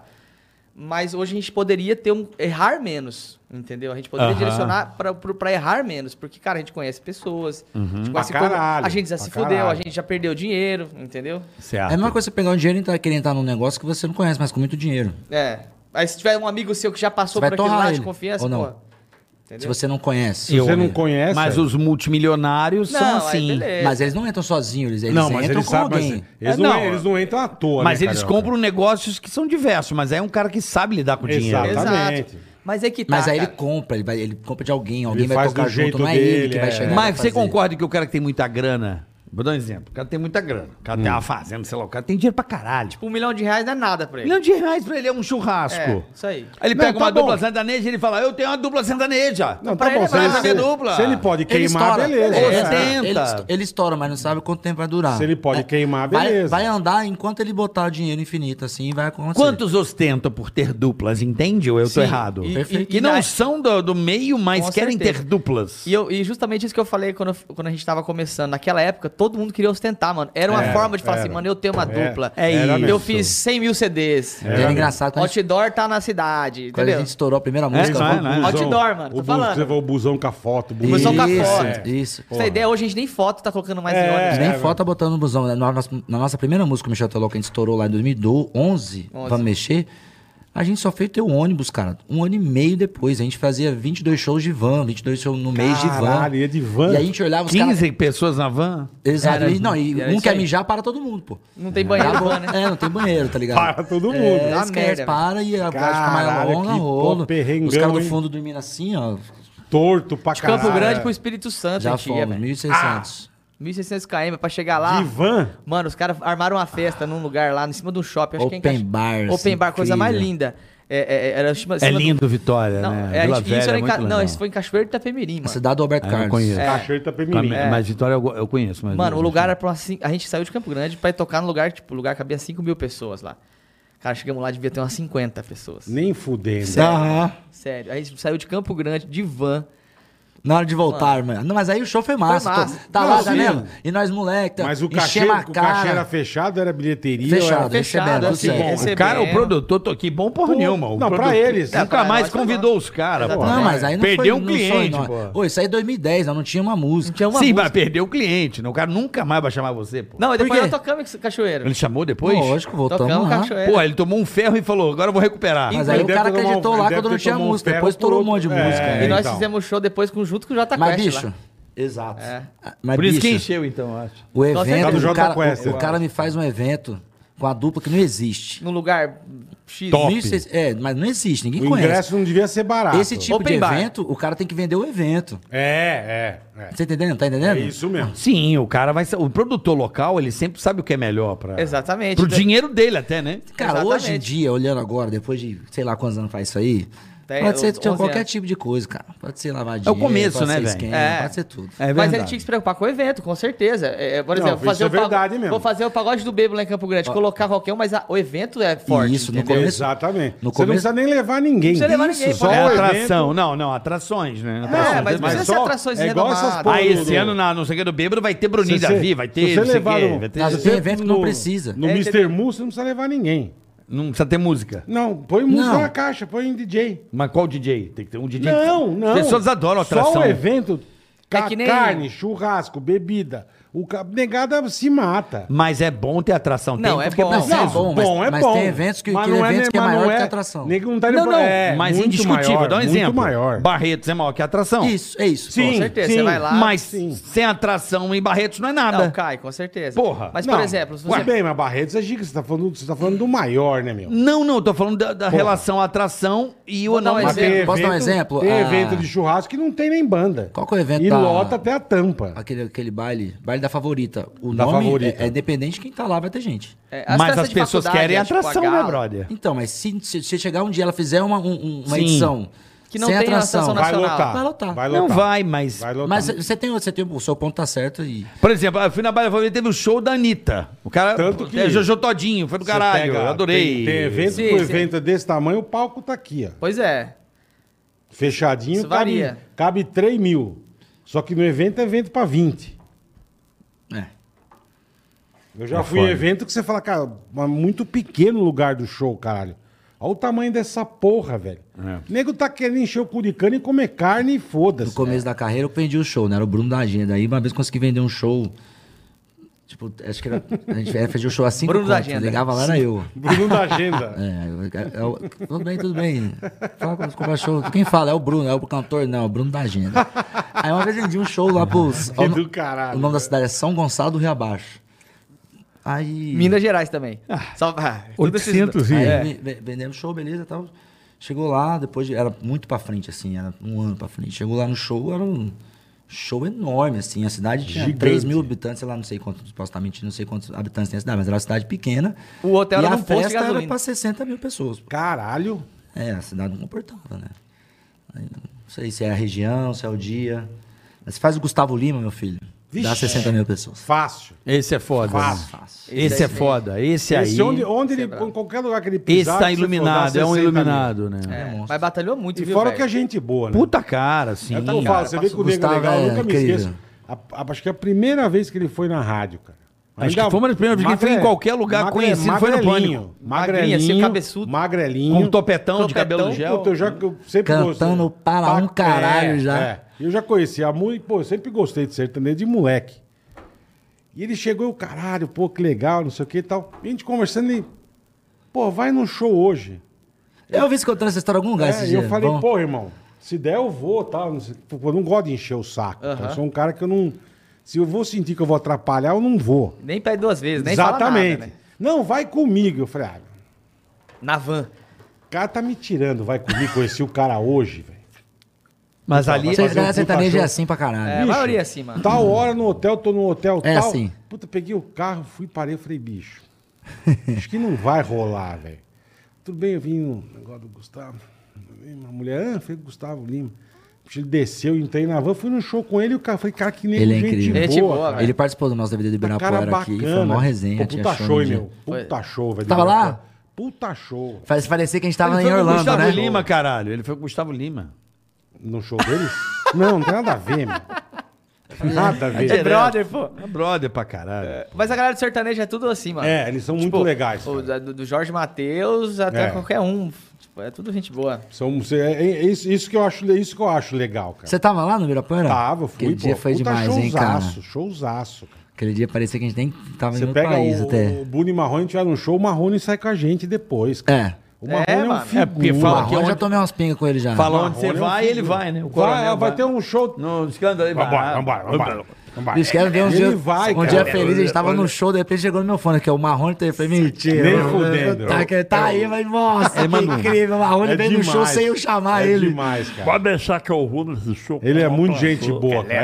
Mas hoje a gente poderia errar menos, entendeu? A gente poderia Aham. direcionar pra errar menos. Porque, cara, a gente conhece pessoas. A gente conhece Pra caralho, a gente já se pra fudeu, caralho. a gente já perdeu dinheiro, entendeu? Certo. É a mesma coisa você pegar um dinheiro e querer entrar num negócio que você não conhece, mas com muito dinheiro. É. Aí se tiver um amigo seu que já passou Você vai por aquilo torrar lá de ele, confiança, ou não? pô. Se Entendeu? você não conhece. Se você não conhece... Mas os multimilionários são Não, aí assim. beleza. Mas eles não entram sozinhos, eles Não, mas entram eles com sabem... alguém. Eles não entram à toa, Mas né, eles Carioca? compram negócios que são diversos, mas é um cara que sabe lidar com dinheiro. Exato. Exatamente. Mas é que tá, Mas aí ele cara. compra, ele compra de alguém vai faz tocar do jeito junto, não é dele, ele que vai é. chegar. e Mas vai você fazer. concorda que o cara que tem muita grana... Vou dar um exemplo. O cara tem muita grana. O cara tem uma fazenda, sei lá. O cara tem dinheiro pra caralho. R$1 milhão não é nada pra R$1 ele. milhão pra ele é um churrasco. É, isso aí. Aí ele Não, pega tá uma bom. dupla sertaneja e ele fala, eu tenho uma dupla sertaneja. Não, Pra tá bom. ele Se vai ele, fazer dupla. se ele pode Ele queimar, estoura. beleza. Ele É. tenta. Ele estoura, mas não sabe quanto tempo vai durar. Se ele pode queimar, beleza. Vai andar enquanto ele botar o dinheiro infinito, assim, vai acontecer. Quantos ostentam por ter duplas, entende? Ou eu tô Sim, errado? e- Que não são do meio, mas Com querem certeza. ter duplas. E justamente isso que eu falei quando a gente tava começando. Naquela época, todo mundo queria ostentar, mano. Era uma forma de falar assim, mano, eu tenho uma dupla. É Era isso. Eu mesmo. fiz 100 mil CDs. Era engraçado quando, Outdoor tá na cidade, quando a entendeu? gente estourou a primeira música. não é, vamos- não é. Outdoor, mano, tô falando. Você falou o busão com a foto. Busão com a foto. Isso. Pra você ideia, hoje a gente nem foto tá colocando mais É. em ônibus. Nem velho. foto tá botando no busão. Na nossa primeira música, o Michel Teló, que a gente estourou lá em 2011, Vamos Mexer, a gente só fez ter o ônibus, cara. 1 ano e meio depois. A gente fazia 22 shows de van, 22 shows no mês de van. Caralho, ia de van. E a gente olhava os caras... 15 pessoas na van? Exato. Era- E era um isso quer aí. mijar para todo mundo, pô. Não tem banheiro, Acabou. van, né? É, não tem banheiro, tá ligado? Para todo mundo. É, Dá esquece, merda, para e a viagem fica mais Caralho, longa, que rolo. perrengão, Os caras do hein? fundo dormindo assim, ó. Torto pra caralho. Campo Grande pro Espírito Santo, Já a gente ia, fomos, velho. 1.600. 1.600 km pra chegar lá. De van? Mano, os caras armaram uma festa num lugar lá, em cima de um shopping. Acho que é em Open Caxi- bar, Open assim, bar, coisa mais incrível. linda. Era cima É lindo, Vitória, Não, né? a Vila gente, Velha isso era é em muito Não, legal. isso foi em Cachoeiro de Itapemirim, A mano. cidade do Alberto Ah, eu Carlos. conheço. Cachoeira Itapemirim. Mas Vitória eu conheço. Mas Mano, o lugar era pra assim. A gente saiu de Campo Grande pra ir tocar no lugar, tipo, o lugar cabia 5 mil pessoas lá. Cara, chegamos lá, devia ter umas 50 pessoas. Nem fudendo. Aham. Sério. Aí a gente saiu de Campo Grande, de van, Na hora de voltar, mano. Não, mas aí o show foi massa. Foi massa. Pô. Tá Não, lá, sim. tá vendo? E nós, moleque, Mas o cachê, enchemos a o cachê era cara. fechado, era bilheteria? Fechado, Fechado, recebendo, assim, tudo certo. recebendo. O cara, o produtor, que bom porra Pô, nenhuma. O não, pra produtor eles. Nunca pra mais nós foi convidou os caras, pô. Exatamente. Não, mas aí não Perdeu foi, um não foi cliente, nós. pô. Pô, isso aí é 2010, nós não tinha uma música. Tinha uma Sim, música. mas perdeu o cliente, né? O cara nunca mais vai chamar você, pô. Não, e depois Por quê? nós tocamos em Cachoeiro. Ele chamou depois? Lógico, voltamos Tocamos lá. Cachoeiro. Pô, ele tomou um ferro e falou, agora eu vou recuperar. Mas Ele aí o deve cara ter tomado- acreditou ele lá deve quando não ter tinha tomado um música. ferro Depois por estourou um outro- monte de música. É, E nós então. fizemos show depois com junto com o Jota Mas, Quest bicho, lá. exato. É. Mas, Por isso que bicho, encheu, então, eu acho. o certeza. evento, Do o Jota cara, Quest, o cara me faz um evento com a dupla que não existe. Num lugar X. Top. 1.600 mas não existe, ninguém O conhece. ingresso não devia ser barato. Esse tipo Open de bar. evento, o cara tem que vender o evento. É. Você entendendo? Tá entendendo? É isso mesmo. Sim, o cara vai... O produtor local, ele sempre sabe o que é melhor pra... Exatamente. Pro dinheiro dele até, né? Cara, Exatamente. hoje em dia, olhando agora, depois de sei lá quantos anos faz isso aí, Tem pode ser 11 qualquer anos. tipo de coisa, cara. Pode ser lavadinha. É o começo, pode né, ser velho? esquema, É. pode ser tudo. É Mas verdade. ele tinha que se preocupar com o evento, com certeza. Por Não, exemplo, isso é verdade mesmo. vou fazer o pagode do Bebo lá em Campo Grande, colocar qualquer um, mas o evento é forte. Isso, no entendeu? começo- Exatamente. no Você não começo- precisa nem levar ninguém. Não precisa levar ninguém, Só pode- É o atração. evento. Não, atrações, né? É, Atrações, mas né? precisa ser atrações é igual essas renomadas. porra Ah, do- esse ano, na não sei o que do bêbado, vai ter Bruninho Se Davi, vai ter se não você sei o levar quê, no- vai ter... Mas tem evento que não precisa. No É, Mr. entendeu? Mu, você não precisa levar ninguém. Não precisa ter música. Não, põe música Não. na caixa, põe em DJ. Mas qual DJ? Tem que ter um DJ. Não. As pessoas adoram atração. Só o evento, É que nem- carne, churrasco, bebida. Negada se mata. Mas é bom ter atração. Não, tem, é porque bom. precisa. Não, é bom, mas tem eventos que- Mas que não eventos que é mas maior não que a atração. Nego não tá Não, não, é, mas muito indiscutível. maior, Dá um muito exemplo. maior. Barretos é maior que a atração. Isso, é isso. Sim. Com certeza, você vai lá. Mas sim. sem atração em Barretos não é nada. Não, cai, com certeza. Porra. Mas, Não, por exemplo, se Ué, você... bem, mas Barretos é giga. Você tá falando do maior, né, meu? Não, tô falando da relação à atração e o Vou dar um não. Mas exemplo. Posso dar um exemplo? Tem Ah. evento de churrasco que não tem nem banda. Qual que é o evento E da- lota até a tampa. Aquele baile da favorita. O Da nome Favorita. é independente de quem tá lá, vai ter gente. Mas festas as de pessoas faculdade, querem tipo, a atração, né, gala, brother? Então, mas se chegar um dia ela fizer uma Sim. edição Que não sem tem atração, atração Vai nacional. lotar. Vai lotar. Vai Não lotar. vai, mas... Vai lotar. mas você tem o seu ponto tá certo e Por exemplo, eu fui na Baile Favorita, teve o show da Anitta. O cara... Tanto que- É Jojo Todinho, foi do Você caralho, pega- eu adorei. Tem evento, Sim, que o sim. evento é desse tamanho, o palco tá aqui, ó. Pois é. Fechadinho, Isso varia. cabe 3 mil. Só que no evento é evento pra 20. é. Eu já fui em evento que você fala, cara, mas muito pequeno o lugar do show, caralho. Olha o tamanho dessa porra, velho. É. O nego tá querendo encher o cu de cana e comer carne e foda-se. No começo da carreira eu vendi o show, né? Era o Bruno da Agenda. Aí uma vez consegui vender um show. Tipo, acho que era. A gente fez o show a 5 Bruno da contos. Agenda. Ligava lá, era eu. Bruno da agenda. Tudo bem, tudo bem. Fala com comprar show. Quem fala? É o Bruno, é o cantor? Não, é o Bruno da Agenda. Aí uma vez vendi um show lá pros. Que do caralho. O nome da cidade é São Gonçalo do Rio Abaixo. Aí. Minas Gerais também. Só, tudo esses- 800 Aí e... vendemos show, beleza e tal. Chegou lá, era muito pra frente, assim, era um ano pra frente. Chegou lá no show, era um show enorme, assim. A cidade tinha Gigante. 3 mil habitantes, sei lá, não sei quantos, supostamente não sei quantos habitantes tem a cidade, mas era uma cidade pequena. O hotel e era a num posto de festa era gasolina. pra 60 mil pessoas. Caralho. É, a cidade não comportava, né? Aí, não sei se é a região, se é o dia. Mas você faz o Gustavo Lima, meu filho. Dá Vixe. 60 mil pessoas. Fácil. Esse é foda. Fácil. né? Esse é foda. Esse aí... Esse onde ele, em qualquer lugar que ele Esse pisar... tá que você for iluminado, dar é um 60 mil. iluminado, né? É, mas batalhou muito, E viu, fora velho? que é gente boa, né? Puta cara, sim. É o que eu cara. falo, você vê que o nego é Gustavo legal, eu é nunca me incrível. esqueço. Acho que é a primeira vez que ele foi na rádio, cara. Acho que foi uma das primeiras vezes que ele foi em qualquer lugar conhecido, foi no Pânico. Magrinho, assim, cabeçudo. Magrelinho. Com um topetão de Topetão, cabelo gel. Puta, eu sempre Cantando para um caralho já. É. Eu já conhecia muito, pô, eu sempre gostei de sertanejo de moleque. E ele chegou e o caralho, pô, que legal, não sei o que e tal. E a gente conversando e, pô, vai no show hoje. Eu ouvi você contando essa história em algum lugar esse É, e dia. eu falei, Bom. pô, irmão, se der eu vou, tal. Não sei, pô, eu não gosto de encher o saco. Eu sou um cara que eu não... Se eu vou sentir que eu vou atrapalhar, eu não vou. Nem pede duas vezes, nem Exatamente. fala nada, né? Não, vai comigo. Eu falei, Na van. o cara tá me tirando, vai comigo. Conheci o cara hoje, velho. Mas ali... fazer um puta Sertanejo show. é assim pra caralho. É, a maioria é assim, mano. Tal hora no hotel, tô no hotel É tal. assim. Puta, peguei o carro, fui, parei, eu falei, bicho, acho que não vai rolar, velho. Tudo bem, eu vim no negócio do Gustavo. Uma mulher, foi o Gustavo Lima. Ele desceu, entrei na van, fui no show com ele e o cara, falei, cara, que nem Ele é gente incrível. Gente boa, boa, velho. Ele participou do nosso DVD de cara Ibirapuera aqui. Foi uma resenha. Pô, tinha puta show show, no hein, dia. meu. Puta show, velho. Tava lá? Puta show. Faz parecer que a gente tava Ele em foi com o Orlando, Gustavo né? Lima, caralho. Ele foi com o Gustavo Lima. No show deles? Não tem nada a ver, meu. Nada a ver. É brother, pô. É brother pra caralho. Mas a galera do sertanejo é tudo assim, mano. É, eles são muito legais. O cara. do Jorge Mateus até É. qualquer um. Tipo, é tudo gente boa. Isso que eu acho legal, cara. Você tava lá no Ibirapuera? Tava, eu fui, Aquele dia foi demais, hein, cara? Showzaço, cara. Aquele dia parecia que a gente nem tava Você indo no pega país o até. Bruno e Marrone, a gente vai no show, o Marrone sai com a gente depois, cara. É. O Marrone é um mano. figura. É, porque fala Fala que eu já onde- tomei umas pingas com ele já. Fala onde você Marrone é um vai, ele figura. vai, né? O coronel Vai ter um show... no escândalo, ele Vambora. Eles querem ver uns Ele dias. vai, Um cara. dia feliz, a gente tava no show, de repente chegou no meu fone, que é o Marrone, eu falei, mentira. Nem mano, fudendo. Tá aí, mas nossa, que mano, incrível. O Marrone veio no show sem eu chamar é ele. demais, cara. Pode deixar que eu vou nesse show. Ele é muito gente boa, cara.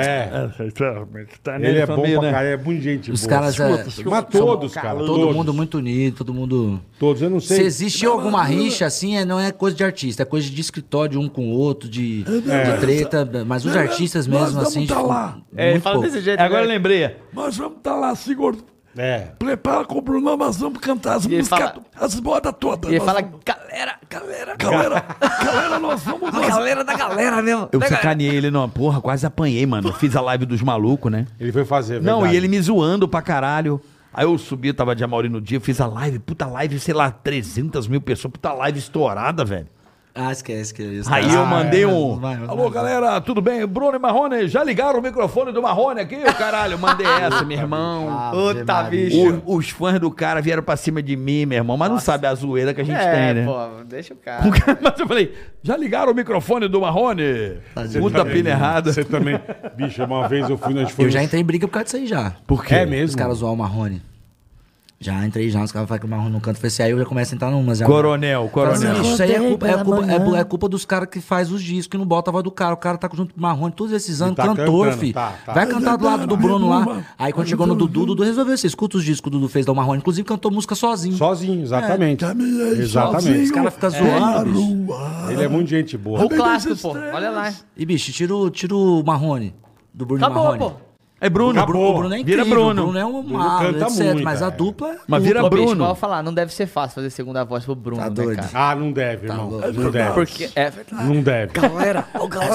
Ele é bom família, pra né? caralho, é muito gente Os boa. caras, Mas todos, cara. todo todos. mundo muito unido, todo mundo... Todos, eu não sei. Se existe alguma rixa, assim, não é coisa de artista, é coisa de escritório um com o outro, de treta, mas os artistas mesmo, vamos assim, tá tipo, lá. É, ele muito fala pouco. desse jeito. Agora eu né? lembrei. Nós vamos estar lá, Sigurd. É. Prepara com o Bruno, nós vamos cantar as E ele músicas, fala- as modas todas. E ele Nós fala, vamos- galera, Galera, nós vamos... a galera da galera mesmo. Eu Da galera. sacaneei ele, não. Porra, quase apanhei, mano. Eu fiz a live dos malucos, né? Ele foi fazer, Não, verdade. e ele me zoando pra caralho. Aí eu subi, eu tava de Amauri no dia, eu fiz a live, puta live, sei lá, 300 mil pessoas, puta live estourada, velho. Ah, esquece que é isso. Aí eu mandei um. vai. Alô, galera, tudo bem? Bruno e Marrone, já ligaram o microfone do Marrone aqui? O caralho, eu mandei essa, meu irmão. Puta, bicho. Os fãs do cara vieram pra cima de mim, meu irmão, mas não sabe a zoeira que a gente tem, né? pô, deixa o cara. Mas eu falei, já ligaram o microfone do Marrone? Puta pilha errada. Você também. Bicho, uma vez eu fui... Nós Eu fomos... já entrei em briga por causa disso aí já. Por quê? É mesmo? Os caras zoam o Marrone. Já entrei já, os caras falam que o Marrone não canta. Eu falei assim, aí eu já começo a entrar numas. Já. Coronel. Fala assim, bicho, isso aí é culpa dos caras que faz os discos, que não bota a voz do cara. O cara tá junto com o Marrone todos esses anos, tá cantor, cantando, filho. tá. Vai cantar do lado do Bruno lá. Aí quando chegou no Dudu, o Dudu resolveu, você escuta os discos que o Dudu fez da Marrone. Inclusive cantou música sozinho. Sozinho, exatamente. Os Exatamente. caras ficam zoando, bicho. Ele é muito gente boa. O clássico, pô. Olha lá. E, bicho, tira o Marrone. Do Bruno Acabou, Marrone. pô. É Bruno. Acabou. O Bruno é Vira incrível, Bruno. O Bruno é um Bruno mal, canta etc. muito, mas é. a dupla... Mas vira Ô, bicho, Bruno. igual eu falar, não deve ser fácil fazer segunda voz pro Bruno, Tá né, doido. cara? Ah, não deve, irmão. Não deve. Porque, é verdade. Não deve. Galera,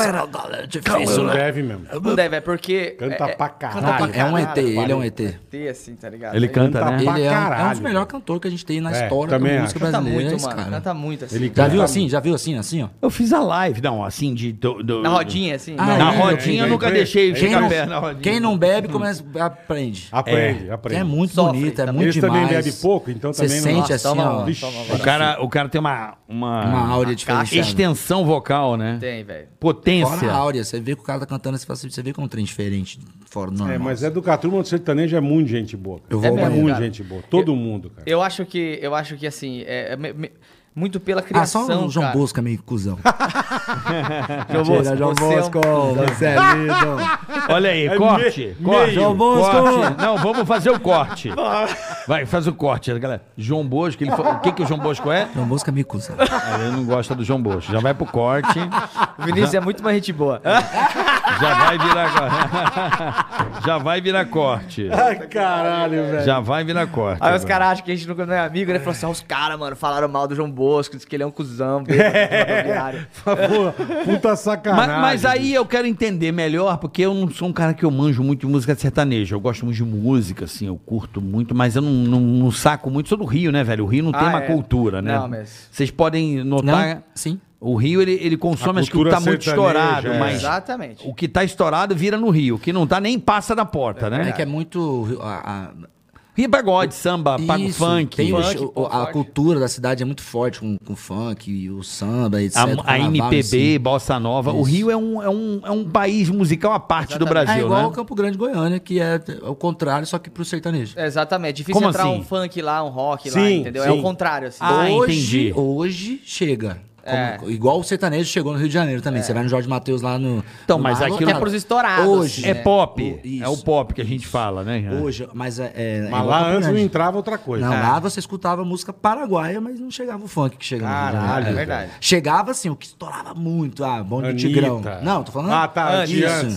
Não deve mesmo. Não deve, é porque... Canta pra caralho. É um ET, ele é um ET. Ter, assim, tá ligado? Ele Aí canta, canta né? pra Ele é um caralho. dos melhores cantores que a gente tem na É, história da também música acho. Canta brasileira. muito, esse mano. cara. Canta muito, assim. Ele Já canta viu muito. assim? Já viu assim? Assim, ó. Eu fiz a live, não, assim, Na rodinha, assim. Ah, Na é, rodinha eu é, nunca é, deixei Quem ficar não, perto na rodinha. quem não bebe, começa, aprende. Aprende, É aprende. muito Sofre bonito, é também. muito Eles também demais. bebem pouco, então Você também não... sente Nossa, assim, toma ó, uma, Vixe. toma uma. O cara tem uma uma áurea diferenciada. extensão vocal, né? Tem, velho. Potência. Fora a áurea, você vê que o cara tá cantando, você vê que é um trem diferente, fora do normal. É, mas é do Caturma do Sertanejo, é muito gente boa. Cara. Eu vou é mesmo, muito cara. gente boa. Todo mundo, cara. Eu acho que assim, muito pela Ah, só criação, o João cara. Bosco é meio cuzão. Mentira, João você é um Bosco, você é lindo. Olha aí, É corte. meio. corte. João Bosco. Corte. Não, vamos fazer o corte. Vai, faz o corte, galera. João Bosco, o que o João Bosco é? João Bosco é meio cuzão. Ah, ele não gosta do João Bosco. Já vai pro corte. O Vinícius é muito mais gente boa. Já vai virar. Já vai virar corte. Ai, caralho, velho. Já vai virar corte. Aí os agora. caras acham que a gente nunca não é amigo, né? Falou assim, ó, os caras, mano, falaram mal do João Bosco, disse que ele é um cuzão, rodoviário. Puta sacanagem. Mas aí eu quero entender melhor, porque eu não sou um cara que eu manjo muito de música sertaneja. Eu gosto muito de música, assim, eu curto muito, mas eu não saco muito. Sou do Rio, né, velho? O Rio não tem Ah, uma é. cultura, né? Não, mas- Vocês podem notar. Não? Sim. O Rio, ele consome, A acho que o que cultura tá muito sertaneja, estourado, é. mas Exatamente. o que tá estourado vira no Rio. O que não tá nem passa da porta, né? É que é muito... Rio é pagode, samba, pago Isso, funk. tem Funk, a forte. cultura da cidade é muito forte com funk, e o samba, etc. A carnaval, MPB, assim. Bossa Nova. O Isso. Rio é um país musical à parte do Exatamente. Brasil, É igual né? o Campo Grande, Goiânia, que é o contrário, só que pro sertanejo. Exatamente. Difícil Como entrar assim? um funk lá, um rock lá, Sim, entendeu? sim. É o contrário, assim. Ah, entendi. Hoje chega. É. Igual o sertanejo chegou no Rio de Janeiro também. Você vai no Jorge Mateus lá no... Então, no mas Mar, aquilo- que é pros estourados. Hoje. É né? pop. Isso. É o pop que a gente fala, né? Hoje, mas é Mas igual lá Campo antes não Grande. entrava outra coisa. Não, lá você escutava música paraguaia, mas não chegava o funk que chega no Rio de Caralho, Janeiro. É verdade. Chegava assim, o que estourava muito. Ah, Bonde do Anitta. Tigrão. Não, tô falando... Ah, tá, Isso. antes.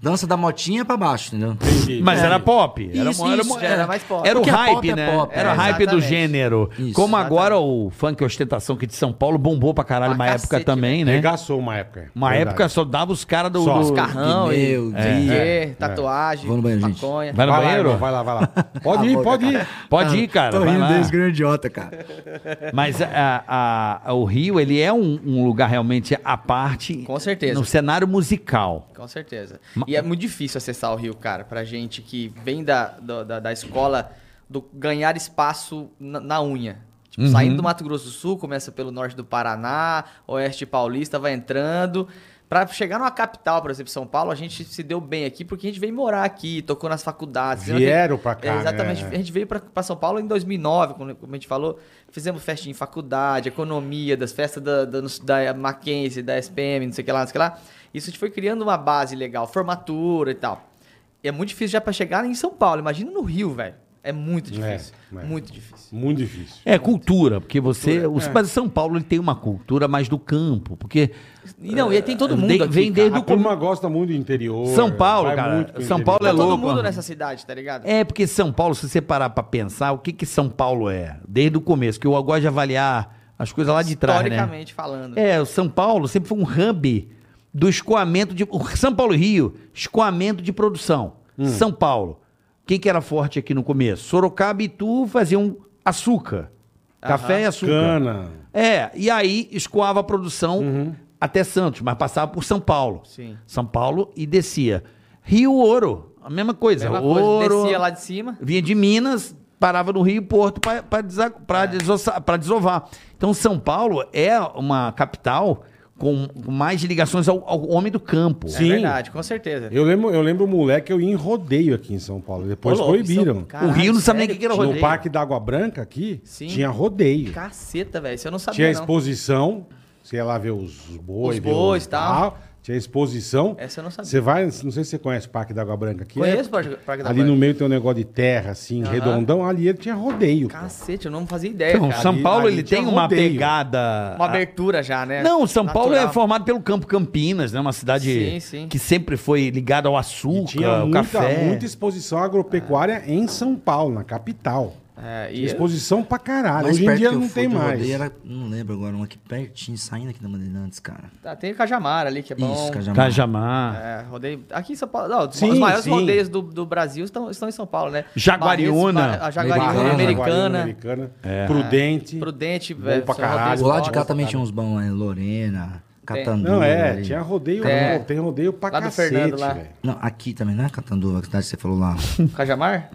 Dança da motinha pra baixo, entendeu? Entendi. Mas era pop. Isso, já era mais pop. Era o Porque hype, pop é né? pop, Era o hype do exatamente. gênero. Isso, Como exatamente. agora o funk ostentação aqui de São Paulo bombou pra caralho Pra uma época cacete, também, né? Regaçou uma época. Uma Verdade. época só dava os caras do... Só. do- Carrão Meu e tatuagem, Vou no banheiro, gente. maconha. Vai no Vai lá, banheiro? irmão, vai lá. Pode ir, pode ir. Pode ir, cara. Tô vai rindo lá. deles, grande idiota, cara. Mas o Rio, ele é um lugar realmente à parte. Com certeza. No cenário musical. Com certeza. E é muito difícil acessar o Rio, cara, pra gente que vem da escola do ganhar espaço na unha. Tipo, saindo do Mato Grosso do Sul, começa pelo norte do Paraná, oeste paulista, vai entrando. Pra chegar numa capital, por exemplo, São Paulo, a gente se deu bem aqui porque a gente veio morar aqui, tocou nas faculdades. Vieram pra cá, Exatamente. né? A gente veio pra São Paulo em 2009, como a gente falou. Fizemos festa em faculdade, economia, das festas da Mackenzie, da SPM, não sei o que lá, não sei o que lá. Isso a gente foi criando uma base legal, formatura e tal. E é muito difícil já pra chegar em São Paulo. Imagina no Rio, velho. É muito difícil. É. Muito difícil. Muito difícil. É cultura, porque você... Mas São Paulo ele tem uma cultura mais do campo, porque... E não, e aí tem todo mundo Vem- aqui, vem cara. desde A turma gosta muito do interior. São Paulo, vai cara, muito pro São interior. Paulo é Tá todo louco, mundo mano. nessa cidade, tá ligado? É, porque São Paulo, se você parar pra pensar, o que que São Paulo é? Desde o começo, que eu gosto de avaliar as coisas lá de trás, né? Historicamente falando. É, o São Paulo sempre foi um hub do escoamento de... O São Paulo e Rio, escoamento de produção. São Paulo. Quem que era forte aqui no começo? Sorocaba e Itu faziam açúcar. Café e açúcar. Cana. É, e aí escoava a produção até Santos, mas passava por São Paulo. Sim. São Paulo e descia. Rio, Ouro, a mesma coisa. Mesma coisa, Ouro, descia lá de cima. vinha de Minas, parava no Rio e Porto para desovar. Então, São Paulo é uma capital com mais ligações ao homem do campo. Sim. É verdade, com certeza. Eu lembro moleque, eu ia em rodeio aqui em São Paulo. Depois Ô, louco, proibiram. Caralho, o Rio não sabe nem o sério? que era No rodeio. Parque da Água Branca aqui, Sim. tinha rodeio. Caceta, velho. Isso eu não sabia, Tinha não. exposição, você ia lá ver os bois. Os ver bois e tal. Tinha exposição. Essa eu não sabia. Você vai, não sei se você conhece o Parque da Água Branca aqui. Conheço o Parque da Ali Água no meio tem um negócio de terra, assim, redondão. Ali tinha rodeio. pô. Cacete, eu não fazia ideia, Então, cara. São Paulo ali ele tinha tem uma rodeio. pegada... Uma abertura já, né? Não, São Paulo é Natural. formado pelo Campo Campinas, né? Uma cidade Sim, sim. que sempre foi ligada ao E açúcar, tinha ao café. muita exposição agropecuária em São Paulo, na capital. É, Tinha e exposição pra caralho. Mais Hoje em perto dia que eu não fui tem de mais. rodeio era- não lembro agora, um aqui pertinho, saindo aqui da Bandeirantes, cara. tem o Cajamar ali, que é bom. Isso, Cajamar. Cajamar. É, rodeio. Aqui em São Paulo. Não, Sim, os maiores sim. rodeios do Brasil estão em São Paulo, né? Jaguariúna. Barretos, a Jaguariúna, Americana. Americana. Prudente. Prudente, Bom velho. pra são caralho. rodeios O lado de fodas. cá também tinha uns bons, né? Lorena, Catanduva. Não, ali. tinha rodeio. É. Pô, tem rodeio pra Lá do cacete, Fernando, lá. velho. Não, aqui também, não é Catanduva, que cidade que você falou lá. Cajamar?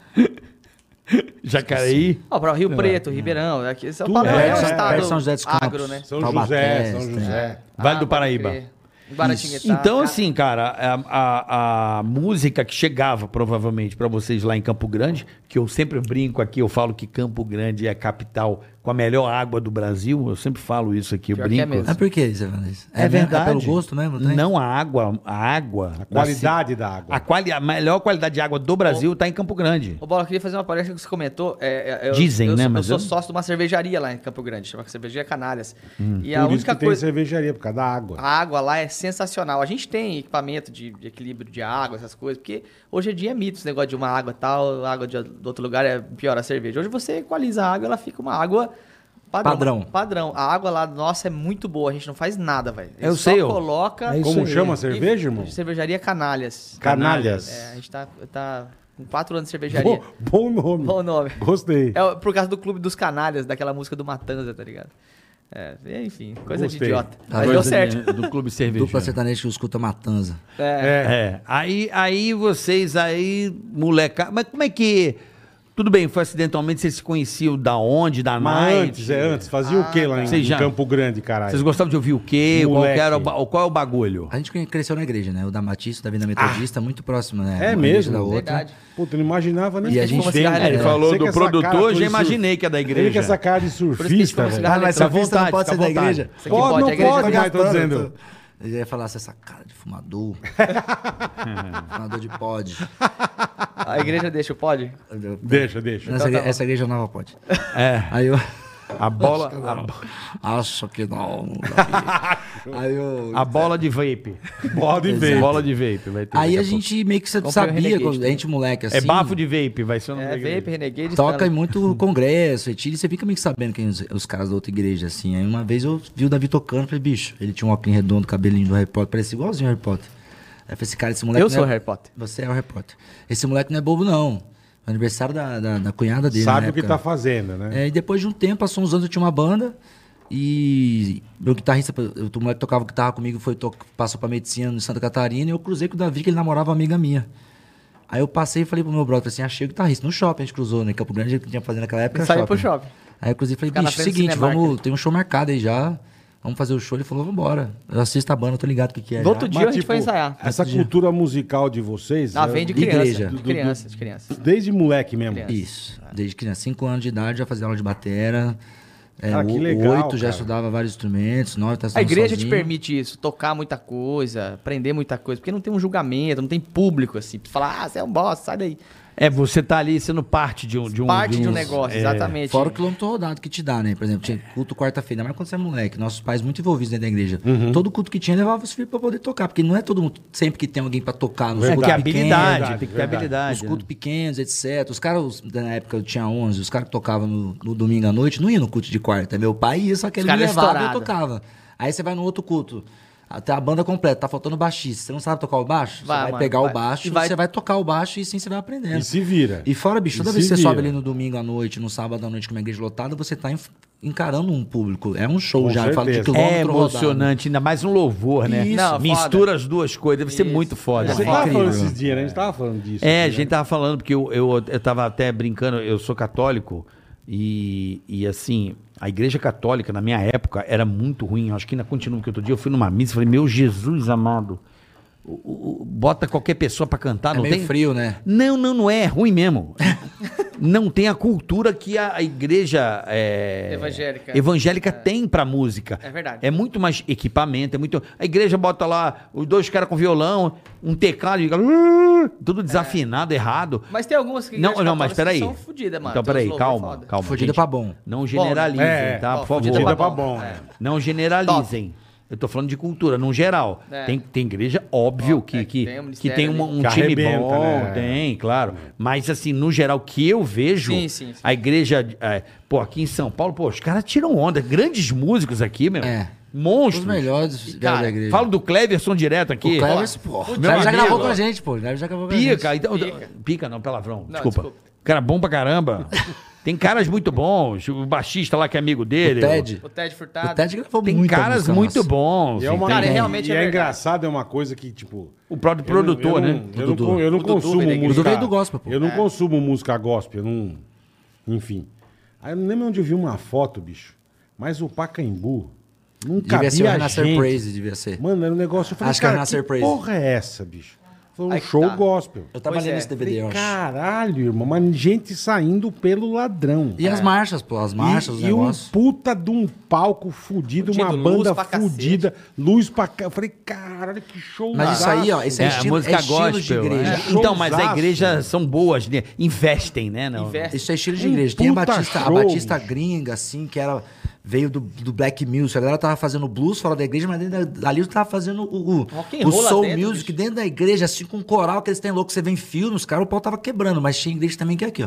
Jacareí. Ó, pra Rio Preto, Ribeirão. Aqui, São Tudo Paulo é, é um é, estado perto de São José dos Campos. agro, né? São Taubaté, José, São tem. José. Vale do pode Paraíba. crer. Guaratinguetá. Então, cara. assim, cara, a música que chegava provavelmente pra vocês lá em Campo Grande, que eu sempre brinco aqui, eu falo que Campo Grande é a capital com a melhor água do Brasil, eu sempre falo isso aqui, eu Pior que é brinco. mesmo. Mas por que você fala isso? É verdade. É pelo gosto mesmo? Né? Não, a água. A qualidade da água. A melhor qualidade de água do Brasil tá em Campo Grande. Ô, Bola, eu queria fazer uma palestra que você comentou. Dizem, eu, né, Eu mas sou eu- sócio de uma cervejaria lá em Campo Grande, chama Cervejaria Canalhas. E a Por isso única que tem coisa. cervejaria, por causa da água. A água lá é sensacional. A gente tem equipamento de equilíbrio de água, essas coisas, porque hoje em dia é mito esse negócio de uma água tal, água do outro lugar é pior a cerveja. Hoje você equaliza a água, ela fica uma água Padrão. Padrão. A água lá, nossa, é muito boa. A gente não faz nada, velho. Eu Só sei, ó. coloca... É isso Como aí. chama a cerveja, irmão? Cervejaria Canalhas. Canalhas. É, a gente tá com 4 anos de cervejaria. Bom nome. Bom nome. Gostei. É por causa do Clube dos Canalhas, daquela música do Matanza, tá ligado? Enfim, coisa de Gostei. idiota. Tá Mas doido, deu certo. Do Clube Cervejeiro. Dupla sertaneja que escuta Matanza. É. Aí vocês moleca... Mas como é que... Tudo bem, foi acidentalmente, vocês se conheciam da onde, da Mas night? antes, fazia o que lá em, Vocês já- Campo Grande, caralho? Vocês gostavam de ouvir o quê? Moleque. Qual é o bagulho? A gente cresceu na igreja, né? O da Batista, da Vida Metodista, muito próximo, né? É Uma igreja mesmo? da outra. Verdade. Puta, eu não imaginava nem E a que gente fosse tem- dentro, ele né? falou Você do com essa produtor, cara eu já toda de imaginei que é da Ele igreja. com essa cara de isso que surfista, eles velho. falam Ah, mas Fica à surfista não vontade, pode ser fica à da vontade. igreja. Isso aqui Pode, pode, não a igreja pode, tá mas tô gastando, dizendo. Ele ia falar assim, essa cara de fumador. Fumador de pod. A igreja deixa o pod? Deixa. Essa igreja nova pode. É. Aí eu... A bola. Acho que não. Davi. Aí eu... A bola de vape. Bola de vez. Bola de vape. Vai ter Aí daqui a a pouco. gente meio que Comprei o sabia, Renegade a gente moleque assim... É bafo de vape, vai ser o nome da É, igreja. Vape, Renegade. Toca em Stanley. muito congresso, retiro, e você fica meio que sabendo quem os caras da outra igreja, assim. Aí uma vez eu vi o Davi tocando, falei, bicho, ele tinha um óculos redondo, cabelinho do Harry Potter, parecia igualzinho ao Harry Potter. Aí eu falei, esse cara, esse moleque Eu não sou é... o Harry Potter. Você é o Harry Potter. Esse moleque não é bobo, não. É aniversário da cunhada dele, Sabe na o que época. tá fazendo, né? E depois de um tempo, passou uns anos, eu tinha uma banda e meu guitarrista, o moleque que tocava guitarra comigo, passou pra medicina em Santa Catarina e eu cruzei com o Davi, que ele namorava uma amiga minha. Aí eu passei e falei pro meu brother, assim, achei o guitarrista no shopping, a gente cruzou, né? Em Campo Grande, a gente tinha fazendo naquela época. Saiu pro shopping. Aí eu cruzei e falei, Ficar na bicho, frente do seguinte, Cinemark, vamos, né? tem um show marcado aí já, vamos fazer o show. Ele falou, vambora. Eu assisto a banda, tô ligado o que é. No outro já. dia a gente foi ensaiar. Essa cultura musical de vocês... Ah, é vem de de criança. igreja. De criança. Desde moleque mesmo. Criança. Isso, desde criança, 5 anos de idade, já fazia aula de batera. Que legal, 8 já cara. estudava vários instrumentos, 9 tá A estudando igreja te sozinho. permite isso, tocar muita coisa, aprender muita coisa, porque não tem um julgamento, não tem público, assim, pra falar, você é um bosta, sai daí. É, você tá ali sendo parte de um... Parte de um negócio, exatamente. Fora o quilômetro rodado que te dá, né? Por exemplo, tinha culto quarta-feira, mas quando você é moleque, nossos pais muito envolvidos dentro da igreja. Todo culto que tinha levava os filhos pra poder tocar, porque não é todo mundo sempre que tem alguém pra tocar nos É, cultos que é pequenos, habilidade, tem que ter verdade. habilidade. nos cultos pequenos, etc. Os caras, na época eu tinha 11, os caras que tocavam no domingo à noite, não iam no culto de quarta. Meu pai ia, só que ele me caras levava e eu estourado. tocava. Aí você vai no outro culto. Até a banda completa, tá faltando baixista. Você não sabe tocar o baixo? Vai, você vai mano, pegar vai. o baixo, E vai- você vai tocar o baixo e sim você vai aprendendo. E se vira. E fora, bicho, toda E vez se que você sobe vira. ali no domingo à noite, no sábado à noite com uma igreja lotada, você tá encarando um público. É um show Com já, eu falo de certeza. quilômetro É emocionante, ainda mais um louvor, né? Isso. Não, Mistura as duas coisas, deve ser Isso. muito foda. Você É tava incrível. falando esses dias, né? A gente tava falando disso. É, a né? gente tava falando, porque eu tava até brincando, eu sou católico e assim, a igreja católica, na minha época, era muito ruim. Acho que ainda continua, porque outro dia eu fui numa missa e falei, meu Jesus amado, bota qualquer pessoa pra cantar, É não meio tem? frio, né? Não é ruim mesmo. Não tem a cultura que a igreja evangélica tem pra música. É verdade. É muito mais equipamento, é muito. A igreja bota lá os dois caras com violão, um teclado, e fica, tudo desafinado, errado. Mas tem algumas que Não, mas peraí. são fodidas, mano. Então, Tem uns peraí, louvor calma, foda. calma. Fodida gente. pra bom. Não generalizem, É, tá? Por fodida favor. Fodida pra pra bom, é. Não generalizem. Eu tô falando de cultura, no geral. É. Tem igreja, óbvio, que que tem, tem um ministério tem ali. um Que time arrebenta, bom, né? tem, claro. Mas, assim, no geral, que eu vejo, Sim. a igreja, aqui em São Paulo, os caras tiram onda. Grandes músicos aqui, meu. É. Monstros. Os melhores Cara, da igreja. falo do Cleverson direto aqui. O Cleverson, pô. O meu Cleverson já amigo, gravou ó. com a gente, pô. O Cleverson já gravou com a gente. Pica, então, pica não, palavrão, Não, desculpa. desculpa. Cara bom pra caramba. Tem caras muito bons, o baixista lá que é amigo dele. O Ted. O Ted Furtado. O Ted gravou Tem muita caras música muito nossa. bons. E é uma, Cara, entende? realmente e é é verdade. engraçado, é uma coisa que, tipo... O próprio produtor, eu não- né? Eu não, eu não O Dudu consumo veio da igreja. música... O Dudu veio do gospel, pô. Eu não consumo música gospel, eu não... Enfim. Aí eu não lembro onde eu vi uma foto, bicho. Mas o Pacaembu nunca Devia ser o havia Renascer gente. Praise, devia ser. Mano, era um negócio... Eu falei, Acho que é cara, Renascer que Praise. porra é essa, bicho? Foi um Aí que show tá. gospel. Eu trabalhei Pois é. nesse DVD, eu Falei, acho. caralho, irmão, mas gente saindo pelo ladrão. E as marchas, pô. As marchas, os E um negócios. puta de um palco fudido, uma Fudido, luz banda pra cacete. fudida, luz pra cá. Eu falei, caralho, que show. Mas isso aí, ó, esse É, estilo, a música estilo gospel. de igreja. É. Então, mas a Showzaço. igreja são boas, né? Investem, né? Não. Investe. Isso é estilo de igreja. Tem a puta Batista, show, a Batista bicho. gringa, assim, que era... Veio do Black Music. A galera tava fazendo blues fora da igreja, mas dentro ali tava fazendo Rock and o roll lá soul dentro, music bicho. dentro da igreja, assim, com coral que eles têm louco. Você vê em filmes, os caras, o pau tava quebrando. Mas tinha igreja também que é aqui, ó.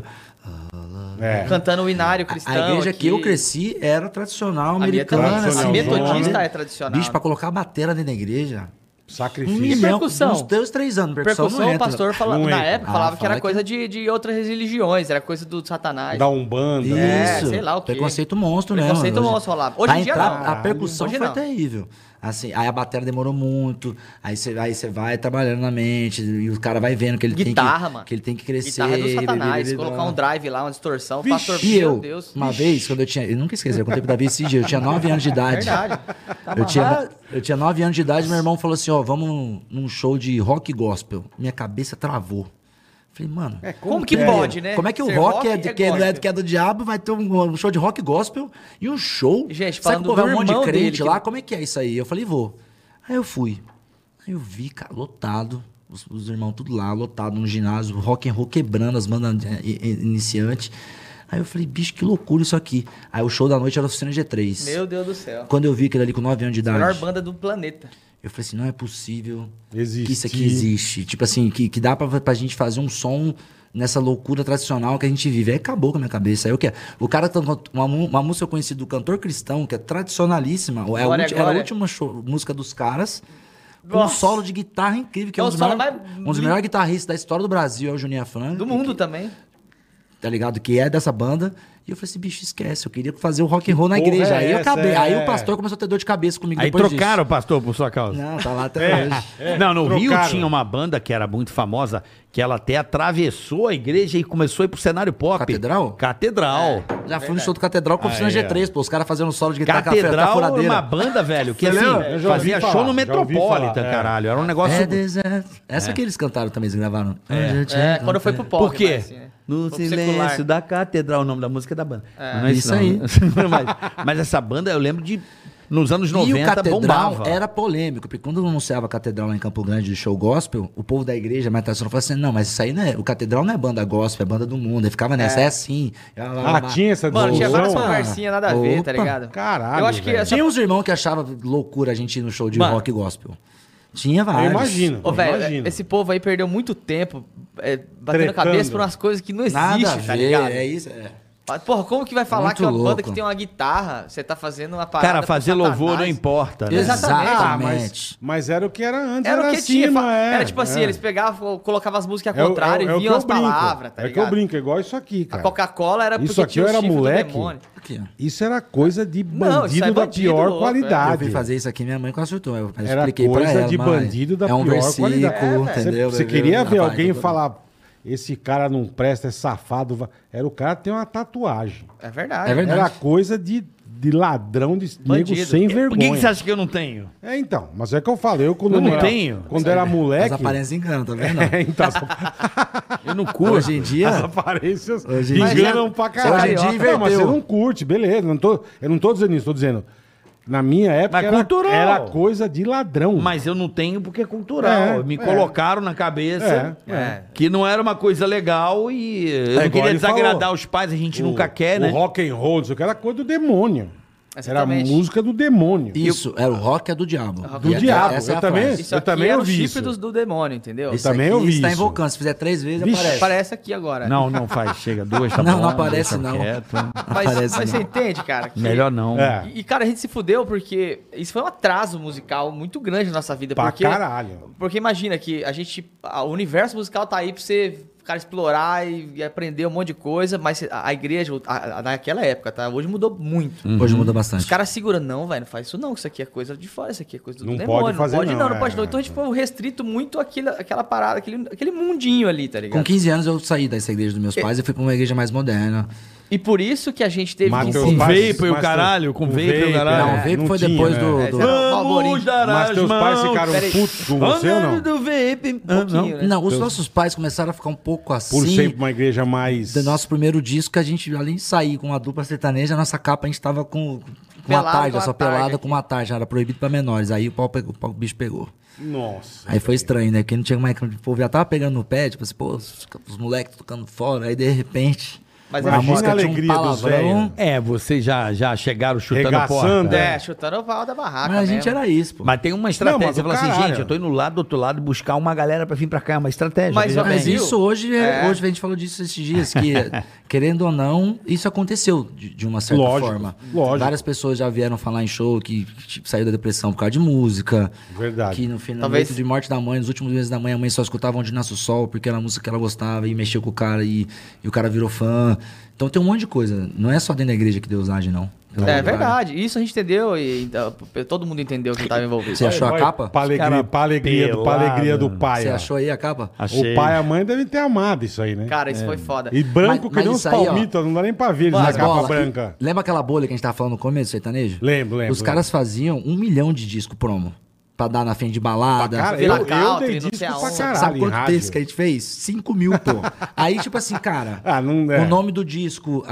É. Cantando o inário cristão. A igreja aqui. que eu cresci era tradicional, A americana. tradicional, assim, metodista né? é tradicional. Bicho, pra colocar a batera dentro da igreja... Sacrifício. 1 milhão, percussão. uns 2, 3 anos. Percussão, Percussão, não o entra. pastor Não na entra. época falava que era fala coisa de outras religiões, era coisa do Satanás. Da Umbanda. Isso, né? sei lá o quê. preconceito monstro, né? Preconceito mano? monstro rolava. Hoje em dia não. A percussão Hoje foi não. terrível. Assim, aí a bateria demorou muito, aí você vai trabalhando na mente, e o cara vai vendo que ele Guitarra, tem que, mano. que ele tem que crescer. Guitarra do Satanás, blá, blá, blá, colocar blá. um drive lá, uma distorção. Vixe, Pastor, E eu, meu Deus. uma vez, quando eu tinha... Eu nunca esqueci, eu contei pro Davi esse dia, eu tinha 9 anos de idade. Verdade. Tá Eu tinha 9 anos de idade, meu irmão falou assim, ó, vamos num show de rock gospel. Minha cabeça travou. Falei, mano... Como que pode, né? Como é que o Ser rock, rock que é do diabo vai ter um show de rock gospel e um show? Gente, Sabe falando que o povo é do um monte de irmão crente dele, que- lá? Como é que é isso aí? Eu falei, vou. Aí eu fui. Aí eu vi, cara, lotado. Os irmãos tudo lá, lotado num ginásio, rock and roll quebrando as bandas iniciantes. Aí eu falei, bicho, que loucura isso aqui. Aí o show da noite era a Oficina G3. Meu Deus do céu. Quando eu vi aquele ali com 9 anos de idade, Melhor banda do planeta. eu falei assim, não é possível Existir. que isso aqui existe. Tipo assim, que dá pra gente fazer um som nessa loucura tradicional que a gente vive. Aí acabou com a minha cabeça. Aí o que? O cara tá com uma música conhecida do cantor cristão, que é tradicionalíssima. Glória, Era a glória. última música dos caras. Com um Nossa. solo de guitarra incrível, que é É um o dos, solo maiores, mais um dos melhores guitarristas da história do Brasil, é o Juninho Afran. Do mundo também. Tá ligado? Que é dessa banda. E eu falei assim, bicho, esquece. Eu queria fazer o rock and roll na porra igreja. é Aí eu essa? acabei. Aí É. o pastor começou a ter dor de cabeça comigo Aí depois trocaram o pastor por sua causa. disso. Não, tá lá até hoje. Não, no Rio trocaram. tinha uma banda que era muito famosa, que ela até atravessou a igreja e começou a ir pro cenário pop. Catedral? Catedral. Já fui no show do Catedral com a Oficina Aí, G3, pô. Os caras fazendo solo de guitarra com a Catedral era furadeira. uma banda, velho, que Você assim, lembra? Eu já ouvi fazia falar, show no já ouvi Metropolitan, falar, caralho. Era um negócio... É deserto. Essa que eles cantaram também, eles gravaram. É, quando foi pro pop. Por quê? mas, assim, né? No Foi pro silêncio secular. da catedral, o nome da música é da banda. Não Isso não. aí. mas essa banda, eu lembro de, nos anos E o 90, Catedral bombava. era polêmico, porque quando anunciava a Catedral lá em Campo Grande de show gospel, o povo da igreja mais tradicional falava assim, não, mas isso aí não é, o Catedral não é banda gospel, é banda do mundo. Aí ficava nessa, é assim. Ah, tinha essa Mano, tinha várias discussão? conversinhas nada a ver, tá Opa, ligado? caralho, Eu acho que velho. essa... Tinha uns irmãos que achavam loucura a gente ir no show de Mano. rock gospel. Tinha vários. Eu imagino. Ô, velho, imagino. esse povo aí perdeu muito tempo batendo Tretando. a cabeça por umas coisas que não Nada existem, a tá ver, ligado? é isso. É. Porra, como que vai falar Muito que uma banda louco. que tem uma guitarra, você tá fazendo uma parada Cara, pro fazer louvor não Satanás? importa, né? Exatamente. Ah, mas, Exatamente. mas era o que era antes, Era o que assim, tinha. não é? Era tipo assim, É. eles pegavam, colocavam as músicas É ao o- contrário é o e que viam eu as brinco. palavras, tá É que ligado? eu brinco, é igual isso aqui, A cara. Coca-Cola era Isso porque aqui tinha eu o era chifre moleque. do demônio. Aqui, ó. Isso era coisa de Não, isso bandido é da bandido pior louco, qualidade. Eu fui fazer isso aqui, minha mãe quase surtou. Eu Era expliquei pra coisa ela. de mãe, bandido da é um pior versículo, qualidade. entendeu? Você bebê? queria ver Ah, alguém então- falar, esse cara não presta, é safado. Era o cara que tem uma tatuagem. É verdade. É verdade. Era coisa de ladrão, de nego Bandido. sem Por vergonha. que você acha que eu não tenho? É, então, mas é que eu falo, eu quando Eu não era, tenho. quando era As moleque... aparências enganam, tá vendo? É, então, Eu não curto. Hoje em dia... as aparências Hoje em enganam dia- pra caralho. Hoje em dia Não, mas você inverteu. não curte, beleza. Eu não tô dizendo isso, tô dizendo... Na minha época Mas cultural. era coisa de ladrão. Mas eu não tenho porque é cultural. Me colocaram na cabeça que não era uma coisa legal e eu não igual queria ele desagradar falou. os pais, a gente nunca quer, O né? rock and roll, isso aqui era coisa do demônio. Exatamente. Era música do demônio. Isso, era o rock é do diabo. Do E diabo, essa é eu a também- frase. Isso Eu aqui também era o ouvi chifre isso. do demônio, entendeu? Isso também aqui ouvi está isso. invocando. Se fizer 3 vezes, Vixe. aparece. Aparece aqui agora. Não, não faz. Chega, duas tá Não, bom. não aparece, deixa não. quieto. Mas Aparece você não. entende, cara? que- Melhor não. É. E, cara, a gente se fudeu porque isso foi um atraso musical muito grande na nossa vida. Pra porque, caralho. Porque imagina que o universo musical tá aí pra você, cara, explorar e aprender um monte de coisa, mas a igreja, naquela época, tá? Hoje mudou muito. Hoje muda bastante. Os caras seguram, não, velho, não faz isso não, que isso aqui é coisa de fora, isso aqui é coisa do Não demônio. pode fazer não, não pode não. é. Então a gente foi restrito muito aquela parada, aquele mundinho ali, tá ligado? Com 15 anos eu saí dessa igreja dos meus pais e fui pra uma igreja mais moderna. E por isso que a gente teve Mas que teus Com pais- vape e o mas caralho, com o vape e o caralho. Não, é, o vape não foi tinha, depois né? do... Vamos dar Mas as teus pais mãos. ficaram Peraí. putos com você ou não? Do vape. pouquinho, né? Não, os nossos pais começaram a ficar um pouco assim... Por sempre uma igreja mais... Do nosso primeiro disco, que a gente, além de sair com uma dupla sertaneja, a nossa capa a gente tava com uma Pelado tarja, com a só tarja pelada aqui. com uma tarja, era proibido pra menores. Aí o bicho pegou. Nossa. Aí foi estranho, né? Porque não tinha mais. O povo já tava pegando no pé, tipo assim, pô, os moleques tocando fora, aí de repente. Mas a imagina música a tinha um alegria dos palavrão. velhos. É, vocês já chegaram chutando a Regaçando, porta. É, chutando o pau da barraca. Mas a gente mesmo. era isso, pô. Mas tem uma estratégia. Não, mas Você o fala assim, caralho. gente, eu tô indo lá do outro lado buscar uma galera pra vir pra cá. É uma estratégia. Mas, veja ó, bem. Mas viu? isso hoje, É. hoje a gente falou disso esses dias, que querendo ou não, isso aconteceu de uma certa Lógico, forma. lógico. Várias pessoas já vieram falar em show que tipo, saiu da depressão por causa de música. Verdade. Que no final Talvez- de morte da mãe, nos últimos meses da mãe, a mãe só escutava Onde Nasce o Sol, porque era a música que ela gostava e mexeu com o cara e o cara virou fã. Então tem um monte de coisa. Não é só dentro da igreja que Deus age, não. Pelo É contrário. verdade. Isso a gente entendeu e então, todo mundo entendeu que tava envolvido. Você achou a capa? Pra alegria, Cara pra alegria, pra pelado. alegria do pai. Você ó. achou aí a capa? Achei. O pai e a mãe devem ter amado isso aí, né? Cara, isso foi foda. E branco Mas que nem uns isso aí, ó. palmitas, não dá nem pra ver eles na Mas, capa bola, branca. Lembra aquela bolha que a gente tava falando no começo do sertanejo? Lembro. Os caras faziam 1 milhão de disco promo. Pra dar na frente de balada. Cara, Vila eu Country, dei não sei disco pra aonde. caralho Sabe em quanto rádio. desse que a gente fez? 5 mil, pô. Aí, tipo assim, cara, Ah, não é. o nome do disco,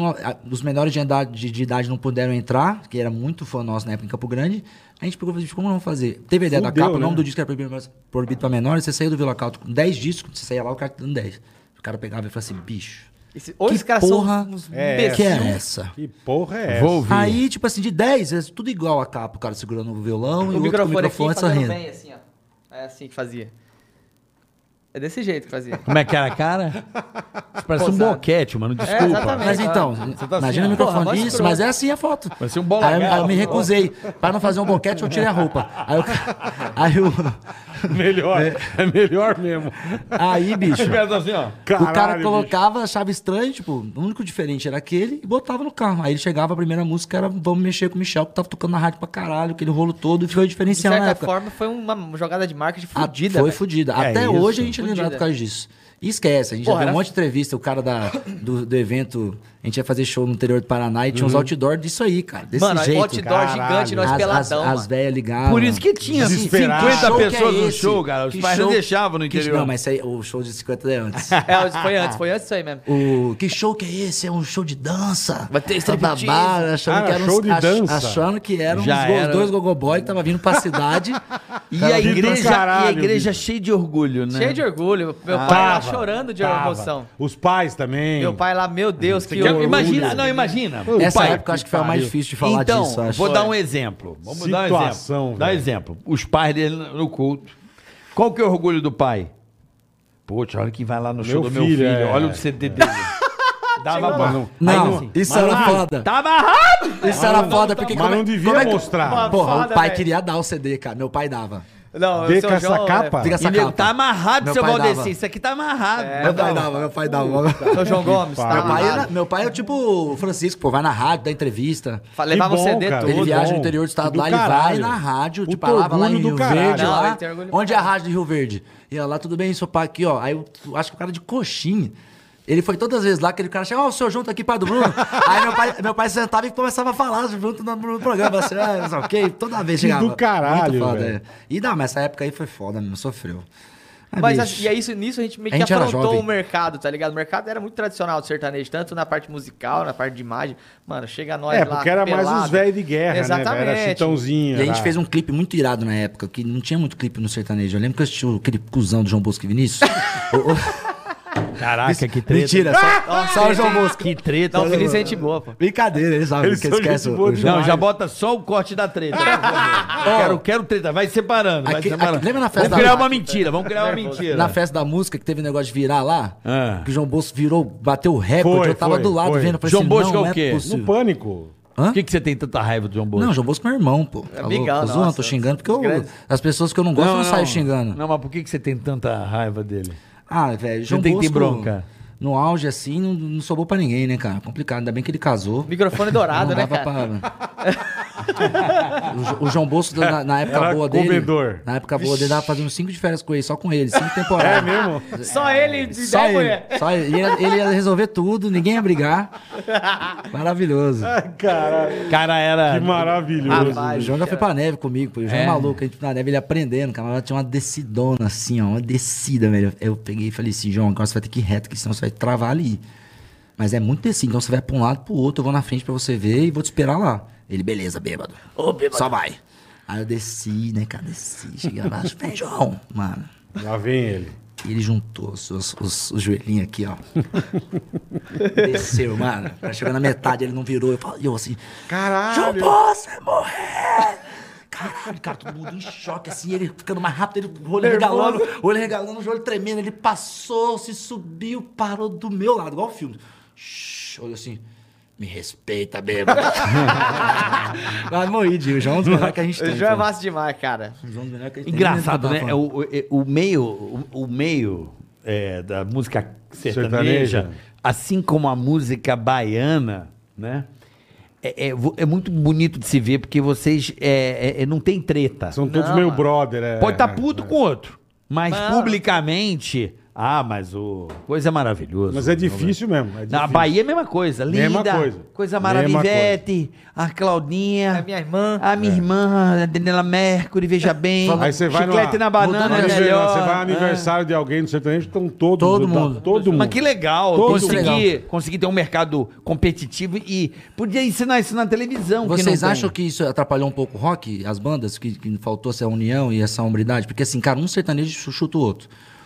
os menores de idade não puderam entrar, que era muito fã nosso na época em Campo Grande. A gente pegou e falou, como vamos fazer? Teve a ideia da Fudeu, capa, o nome né? do disco era proibido pra menores, você saiu do Vila Country com 10 discos, você saía lá, o cara te dando 10. O cara pegava e falava assim, bicho, Ou Que esses caras porra são uns é que é imbecil. essa? Que porra é essa? Vou ouvir. Aí, tipo assim, de 10, é tudo igual a capa. O cara segurando o violão e O o outro com o microfone aqui microfone fazendo sorrindo. bem, assim, ó. É assim que fazia. É desse jeito que fazia. Como é que era a cara? Isso parece um Posado. boquete, mano. Desculpa. exatamente. Mas então, tá imagina assim, o microfone. Porra, Isso, escroto. mas é assim a foto. Parece um bola Aí eu me gato. recusei. Para não fazer um boquete, eu tirei a roupa. Aí eu. Melhor, é melhor mesmo. Aí, bicho. assim, ó. O cara Caralho, colocava, achava estranho, tipo, o único diferente era aquele e botava no carro. Aí ele chegava, a primeira música era Vamos Mexer com o Michel, que tava tocando na rádio pra caralho, aquele rolo todo, e foi o De diferencial na certa época. forma, foi uma jogada de marketing Ah, fodida. foi velho. fudida. É Até isso. hoje a gente é Fudida. lembrado por causa disso. E esquece, a gente Porra, já viu um era- monte de entrevista, o cara do evento, a gente ia fazer show no interior do Paraná e tinha uns outdoor disso aí, cara, desse Mano, jeito. outdoor Caralho. gigante, nós peladão, As mano. velhas ligavam. Por isso que tinha Desesperado. 50 show que pessoas é no esse? show, cara. Os Que pais não show- deixavam no que- interior. Não, mas isso aí, o show de 50 é antes. Foi antes isso aí mesmo. Que show que é esse? É um show de dança. Vai ter striptease. Babá, achando Cara, que era show de dança. achando que eram Já era. dois gogoboy que tava vindo pra cidade. E Cara, a vida igreja, caralho, e a igreja cheia de orgulho, né? Cheio de orgulho. Meu pai lá Tava, chorando de tava. emoção. Os pais também. Meu pai lá, meu Deus, que Já orgulho. imagina, não, imagina. Pô, Essa pai, época eu acho que foi a mais pariu. difícil de falar então, disso, acho. vou dar um exemplo. Vamos dar um Situação, exemplo. Dá velho. exemplo. Os pais dele no culto. Qual que é o orgulho do pai? Poxa, olha quem vai lá no show Meu do meu filho, filho. é. Olha o CD dele. Dava bom. Não, Aí, isso era foda. Tava errado! Isso era foda, porque Mas não devia mostrar. Porra, Foda, o pai velho. queria dar o CD, cara. Meu pai dava. Não, Vê seu com essa João, capa. Fica essa E nego, capa. tá amarrado, Meu seu pai Valdeci. dava. Isso aqui tá amarrado. Meu pai dava. Seu João Gomes, Meu tá Meu pai, amarrado. meu pai é tipo o Francisco, pô, vai na rádio, dá entrevista. Levava o bom, CD cara. todo. Ele viaja bom. no interior do estado Do lá, ele vai caralho. na rádio, Puta tipo, lá em orgulho do Rio caralho. Verde, Não, lá. ele tem orgulho Onde é a rádio de Rio Verde? Ia lá, tudo bem, seu pai aqui, ó. Aí eu acho que o cara de coxinha. Ele foi todas as vezes lá, aquele cara chegava, ó, o senhor junto aqui, pai do Bruno. Aí meu pai sentava e começava a falar junto no programa, assim, ok? Toda vez Que chegava. do caralho, Muito foda, velho. é. E não, mas essa época aí foi foda mesmo, sofreu. Mas bicho, assim, e é isso, nisso a gente meio A que gente era afrontou jovem. o mercado, tá ligado? O mercado era muito tradicional do sertanejo, tanto na parte musical, na parte de imagem. Mano, chega nós lá. Porque era mais pelado. os velhos de guerra, Exatamente. né? Era Chitãozinho. E a gente era- fez um clipe muito irado na época, que não tinha muito clipe no sertanejo. Eu lembro que eu assisti aquele cuzão do João Bosco e Vinícius. Caraca, que treta. Mentira, só o João Bosco. Que treta. Não, Feliz é gente boa, pô. Brincadeira, eles sabem Eles que são esquece gente boa o João. Não, já bota só o corte da treta. por favor. quero treta. Vai separando. Vai separando. lembra na festa Vamos criar da- uma mentira. Vamos criar uma mentira. Na festa da música que teve negócio de virar lá, Ah. que o João Bosco virou, bateu o recorde, Foi, eu tava foi, do lado foi. vendo, eu falei João assim, Bosco não é o quê? possível. No pânico. Por que você tem tanta raiva do João Bosco? Não, João Bosco é meu irmão, pô. Tá Amigão, louco? Tô zoando, nossa, tô xingando, porque os grandes. as pessoas que eu não gosto não saio xingando. Não, mas por que você tem tanta raiva dele? Ah, velho, Você João tem que ter Bosco, bronca. no auge, assim, não sobrou pra ninguém, né, cara? Complicado, ainda bem que ele casou. Microfone dourado, Não né, dava cara? O João Bosco, na época Era boa dele. comedor. Na época boa dele, dava pra fazer uns 5 de férias com ele, só com ele, 5 temporadas. É mesmo? Só ele e Só 10 ele. mulher. Só ele. Ele ia resolver tudo, ninguém ia brigar. Maravilhoso. Caralho. Cara, era. Que maravilhoso. O João já foi pra neve comigo, pô. O João é maluco, a gente na neve, ele aprendendo, cara. Mas tinha uma descidona assim, ó, uma descida, velho. Eu peguei e falei assim, João, agora você vai ter que ir reto, que senão você vai travar ali. Mas é muito descido, então você vai pra um lado, pro outro, eu vou na frente pra você ver e vou te esperar lá. Ele, beleza, bêbado. Ô, bêbado. Só vai. Aí eu desci, né, cara, desci. Cheguei lá embaixo, vem, João. Mano, Lá vem ele. ele juntou os joelhinhos aqui, ó. Desceu, mano. Aí chegou na metade, ele não virou. Eu assim, Caralho. João Bosco vai morrer! Caralho, cara, todo mundo em choque, assim, ele ficando mais rápido, ele o olho regalando, o joelho tremendo, ele passou, se subiu, parou do meu lado, igual o filme. Shhh, olhou assim, me respeita, bêbado. Mas morri, Dio, o João é um dos melhores que a gente O tem. João é pô. massa demais, cara. O João é um dos melhores que a gente tem. Engraçado, Nem né? lembro que eu tava falando. O meio da música sertaneja, Sertaneja. assim como a música baiana, né? É muito bonito de se ver, porque vocês não tem treta. São todos Não, meio mano. brother. Pode estar puto com o outro, mas Não. publicamente... Ah, mas o... Coisa maravilhosa. Mas é difícil mesmo. É Na difícil. Bahia é a mesma coisa. Mesma Linda, coisa. coisa Mesma maravilhete, a Claudinha, A minha irmã. a minha irmã, a Daniela Mercury, veja bem. Aí você vai Chiclete numa- na banana Mas é melhor. Você vai no aniversário de alguém no sertanejo, estão todos. Todo mundo. Todo mundo. Mas que legal, Todo conseguir ter um mercado competitivo e podia ensinar isso na televisão. que Vocês não tem. acham que isso atrapalhou um pouco o rock, as bandas, que faltou essa união e essa hombridade? Porque assim, cara, um sertanejo chuta o outro.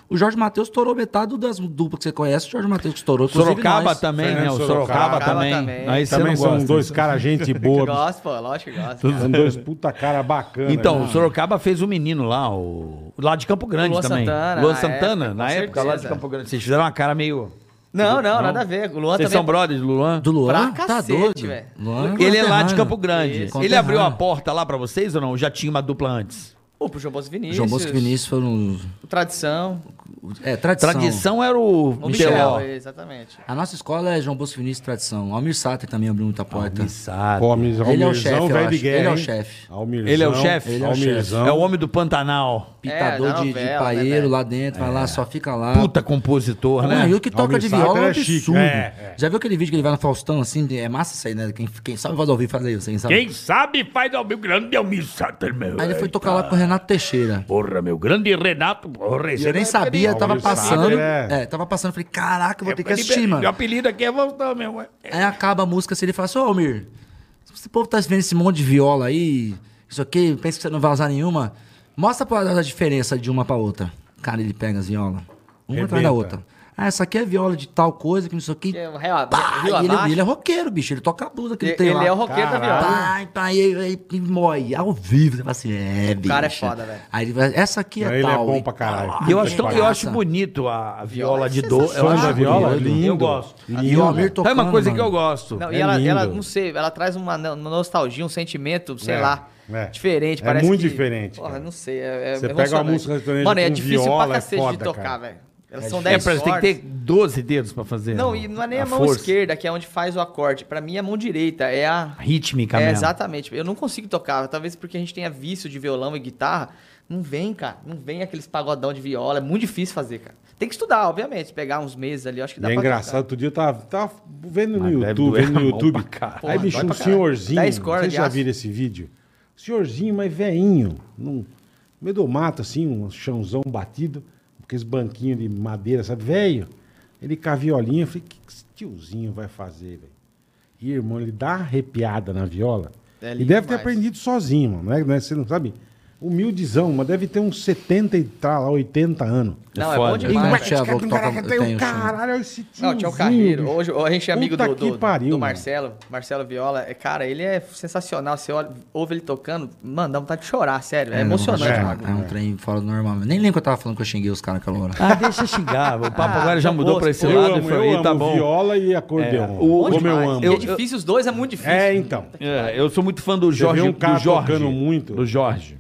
O Jorge Mateus estourou metade das duplas que você conhece. O Jorge Mateus que estourou. inclusive Sorocaba nós. também, né? O Fernando Sorocaba Sorocaba também. também. Aí você Também não são gosta. dois caras, gente boa. Gosto, pô, lógico que gosto. São dois puta cara bacana. Então, né? o Sorocaba fez um menino lá, lá de Campo Grande Luan também. Santana, Luan na Santana, época, na com época, lá de certeza. Campo Grande. Vocês fizeram uma cara meio... Não, nada a ver. O Luan Vocês também. são brothers do Luan? Do Luan? Pra Tá cacete, doido. velho. Luan Ele é lá de conterrâneo. Campo Grande. Isso. Ele abriu a Conterrâneo. porta lá pra vocês ou não? Já tinha uma dupla antes? Pô, pro João Bosco Vinícius. João Bosco e Vinícius foram... Tradição. Tradição. Tradição era o O Micheló. Michel, exatamente. A nossa escola é João Bosco e Vinícius Tradição. Almir Sater também abriu muita porta. Pô, Ele é o chefe, eu velho de acho. guerra. Ele é o hein? chefe. Almirzão, Ele é o chefe? Ele é o chefe. Almirzão. É o homem do Pantanal. Pitador da de novela, paeiro né, velho? lá dentro, vai lá, só fica lá. Puta compositor, Pô, né? e o que toca Almir de viola é um Sater é chique. absurdo. É. Já viu aquele vídeo que ele vai no Faustão, assim? É massa isso aí, né? Quem sabe vai ouvir, faz aí, você sabe. Quem sabe faz ao meu grande Almir Sater, meu. Aí ele foi tocar lá com o Renato Teixeira. Porra, meu grande Renato. Porra, E eu nem sabia, tava Almir passando. Sater é- Tava passando, falei, caraca, eu vou ter que assistir, mano. Meu apelido aqui é Faustão, meu. Aí acaba a música assim, ele fala assim, ô Almir, se esse povo tá vendo esse monte de viola aí, isso aqui, pensa que você não vai usar nenhuma, mostra pra a diferença de uma pra outra. Cara, ele pega as violas, uma atrás da Rebenta. outra. Ah, essa aqui é viola de tal coisa, que não sei o que. Que é o Real, Pá, Rio e Abaixo. ele é roqueiro, bicho, ele toca a blusa que ele tem Ele lá. é o roqueiro da viola. Pai, pai, e mói, ao vivo. Você fala assim, bicho. cara é foda, velho. Aí ele vai, essa aqui é Ele tal. é bom e pra caralho. tal. E eu acho, Puta eu acho massa. bonito a viola é de dor. sensacional. Eu acho Da viola, bonito. lindo. Eu gosto. E o Almir tocando, Sabe uma coisa que mano. eu gosto? Não, É e ela, lindo. não sei, ela traz uma nostalgia, um sentimento, sei É, lá, é. diferente. É Muito muito diferente, Porra, cara. não sei, Você é pega uma emocionante. música sertaneja Mano, é com difícil viola, pra é cacete foda, de tocar, cara. velho. Elas são É, 10 parece que tem que cordas. ter 12 dedos pra fazer. Não, e não é nem a mão força. esquerda, que é onde faz o acorde. Pra mim, é a mão direita, é a... Rítmica É, mesmo. exatamente. Eu não consigo tocar, talvez porque a gente tenha vício de violão e guitarra. Não vem, cara. Não vem aqueles pagodão de viola. É muito difícil fazer, cara. Tem que estudar, obviamente. Pegar uns meses ali, eu acho que E dá é pra engraçado, outro dia eu tava vendo no Mas deve YouTube, doer vendo no a mão YouTube. pra caralho. Porra, Aí, bicho, dói um pra caralho. senhorzinho. 10 cordas Vocês de já aço. viram esse vídeo? Senhorzinho, mas velhinho. No meio do mato, assim, um chãozão batido, aqueles banquinhos de madeira, sabe? Velho. Ele com a violinha, eu falei, o que esse tiozinho vai fazer, velho? E, irmão, ele dá uma arrepiada na viola. É E lindo deve ter demais. aprendido sozinho, mano. Não é, você não sabe? Humildizão, mas deve ter uns 70 e tá lá, 80 anos. Não, é foda. bom Tem demais. um avô que toca, Tem tem um o caralho, esse tiozinho. Não, tinha o Carreiro. bicho. Hoje a gente é amigo Puta do que pariu, mano. Marcelo Viola. Cara, ele é sensacional. Você ouve ele tocando, mano, dá vontade de chorar, sério. É, não, emocionante. é. o bagulho. É um trem fora do normal. Nem lembro que eu tava falando que eu xinguei os caras aquela hora. Ah, deixa xingar. O papo agora já tá mudou bom, pra esse pô. Eu lado. amo, e foi, tá bom. viola e acordeon. o- Como eu demais. amo. E é difícil, os dois é muito difícil. É, então. Eu sou muito fã do Jorge. vê um cara do Jorge, tocando muito. Do Jorge.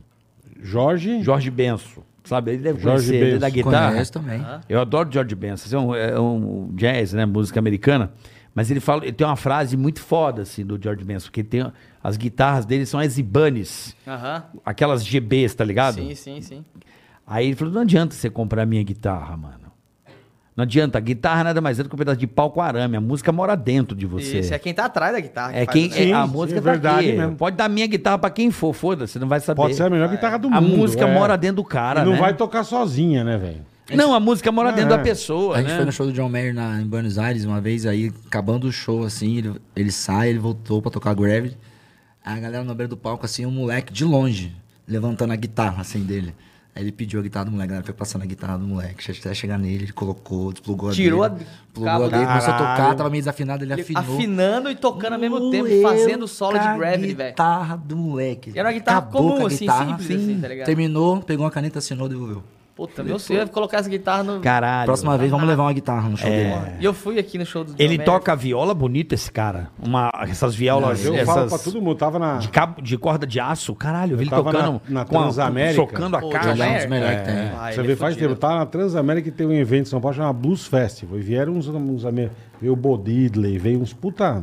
Jorge Benço. Sabe? Ele deve Jorge conhecer. Ele é da Benço. guitarra. Conheço também. Eu adoro George Benson. É um jazz, né? Música americana. Mas ele tem uma frase muito foda, assim, do George Benson. Porque as guitarras dele são as Ibanez. Aham. Aquelas GBs, tá ligado? Sim. Aí ele falou, não adianta você comprar a minha guitarra, mano. Não adianta. A guitarra nada mais é do que um pedaço de pau com arame. A música mora dentro de você. Isso, é quem tá atrás da guitarra. É faz quem, o Sim, a sim, música é tá verdade aqui. mesmo. Pode dar minha guitarra pra quem for, foda-se, você não vai saber. Pode ser a melhor guitarra do A mundo. música é. mora dentro do cara, E não né? vai tocar sozinha, né, velho? Não, a música mora dentro da pessoa, A gente né? foi no show do John Mayer em Buenos Aires uma vez, aí acabando o show, assim, ele sai, ele voltou pra tocar Gravity. Aí a galera na beira do palco, assim, um moleque de longe, levantando a guitarra, assim, dele. Aí ele pediu a guitarra do moleque, a galera foi passando a guitarra do moleque. Até chegar nele, ele colocou, desplugou a Tirou dele. a Plugou cabo a dele, começou a Caralho. tocar, tava meio desafinado, ele afinou. Afinando e tocando ao mesmo tempo, Doeu fazendo o solo de com a Gravity, velho. guitarra do moleque. E era uma guitarra Acabou comum, com a assim, guitarra, simples, assim, tá ligado? Terminou, pegou uma caneta, assinou, devolveu. Puta, meu sonho é colocar essa guitarra no... Caralho. Próxima vez, vamos levar uma guitarra no show dele. E eu fui aqui no show do John Ele Mayer. toca viola bonita, esse cara. Essas violas, Eu essas falo pra todo mundo, tava na... de corda de aço. Caralho, eu vi ele tava tocando na com Transamérica. socando a Pô, caixa. Ele é um dos Mayer? melhores que tem. Ah, Você ele vê, é faz fudido. tempo, tá na Transamérica que tem um evento em São Paulo chamado Blues Festival. E vieram uns amigos, veio o Bo Diddley, veio uns puta...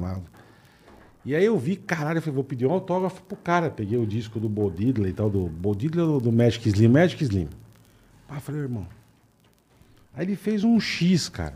E aí eu vi, caralho, eu falei, vou pedir um autógrafo pro cara. Peguei o disco do Bo Diddley e tal, do Bo Diddley ou do Magic Slim? Magic Slim. Ah, falei, irmão... Aí ele fez um X, cara.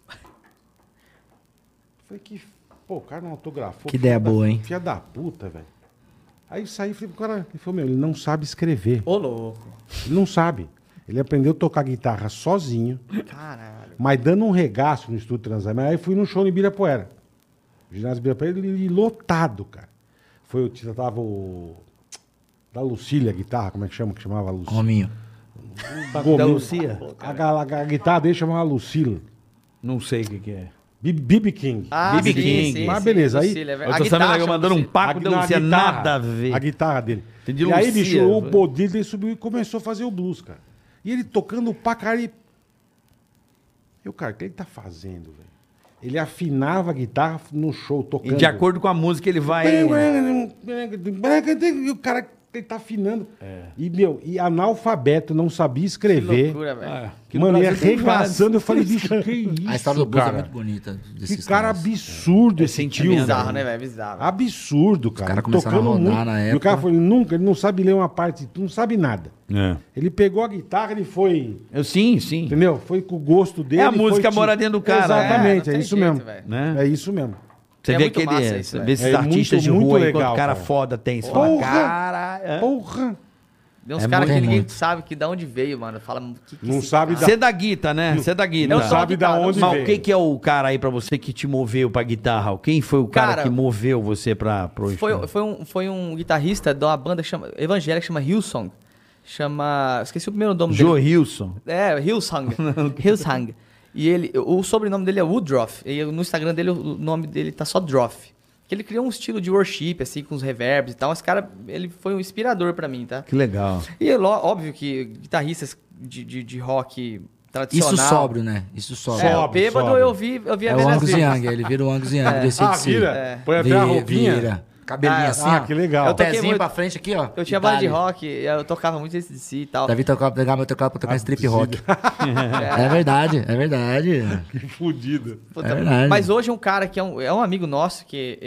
Foi que... Pô, o cara não autografou. Que ideia boa, hein? Filha da puta, velho. Aí eu saí e falei pro cara... Ele falou, meu, ele não sabe escrever. Ô, louco. Ele não sabe. Ele aprendeu a tocar guitarra sozinho, Caralho. mas dando um regaço no Estúdio Transamérica. Aí fui no show no Ibirapuera. Ginásio Ibirapuera, ele lotado, cara. Tava o... Da Lucília, a guitarra, como é que chama? Que chamava a Lucília? Rominho. Tá Da comendo. Lucia? A guitarra dele chamava Lucille. Não sei o que é. B.B. King. B.B. King. Mas beleza, aí- Eu tô sabendo mandando um paco da Lucia, nada a ver. A guitarra dele. Entendi, E aí, Lucia, bicho, o foi. Bodilho ele subiu e começou a fazer o blues, cara. E ele tocando pra cara e... Eu, cara, o que ele tá fazendo, velho? Ele afinava a guitarra no show, tocando. E de acordo com a música, ele vai. E o cara, ele tá afinando. E, meu, e analfabeto, não sabia escrever. Loucura, velho. Que no Mano, ia Brasil tem arregaçando. Eu falei, bicho, que isso, A história do blues cara? é muito bonita. Que desses cara caras. absurdo esse tio. sentimental. Bizarro, velho. né, velho? Bizarro. Absurdo, cara. caras começaram a rodar na E o época. cara falou, ele não sabe ler uma parte, não sabe nada. É. Ele pegou a guitarra, ele foi, Sim, sim. entendeu? Foi com o gosto dele. É, a foi música ti- mora dentro do cara, Exatamente, não é tem isso jeito, mesmo. velho. Né? É isso mesmo. Você É vê muito aquele. massa isso, Você velho. vê esses É artistas de muito rua aí, legal, quanto cara cara. foda tem. Você fala, Porra! cara. é. Porra! Tem uns É caras que muito ninguém muito. sabe que da onde veio, mano. Fala, que Não esse sabe cara- da- Você da guita, né? Você da guita. Não toco sabe da guitarra, onde Mas veio. o que é o cara aí pra você que te moveu pra guitarra? Quem foi o cara, Cara, que moveu você pro instrumento? Foi um guitarrista de uma banda que chama, evangélica que chama Hillsong. Chama. Esqueci o primeiro nome Joe dele. Hilson. É, Hillsong. Hillsong. E ele, o sobrenome dele é Woodruff. E no Instagram dele, o nome dele tá só Droff. Que ele criou um estilo de worship, assim, com os reverbs e tal. Esse cara, ele foi um inspirador pra mim, tá? Que legal. E é óbvio que guitarristas de rock tradicional... Isso sóbrio, né? Isso sóbrio. É, o Sóbrio, bêbado sóbrio. eu vi É a o ver nas Angus vezes. Young, ele vira o Angus Young desse Ah, DC. vira? Põe até a roupinha. Vira. Cabelinho assim, ó. que legal. Eu toquei Pezinho muito- pra frente aqui, ó. Eu tinha banda de rock, eu tocava muito esse DC e tal. Davi pegar meu teclado pra tocar strip rock. É verdade, é verdade. Que fudido. Puta, É verdade. mas hoje um cara que é um amigo nosso, que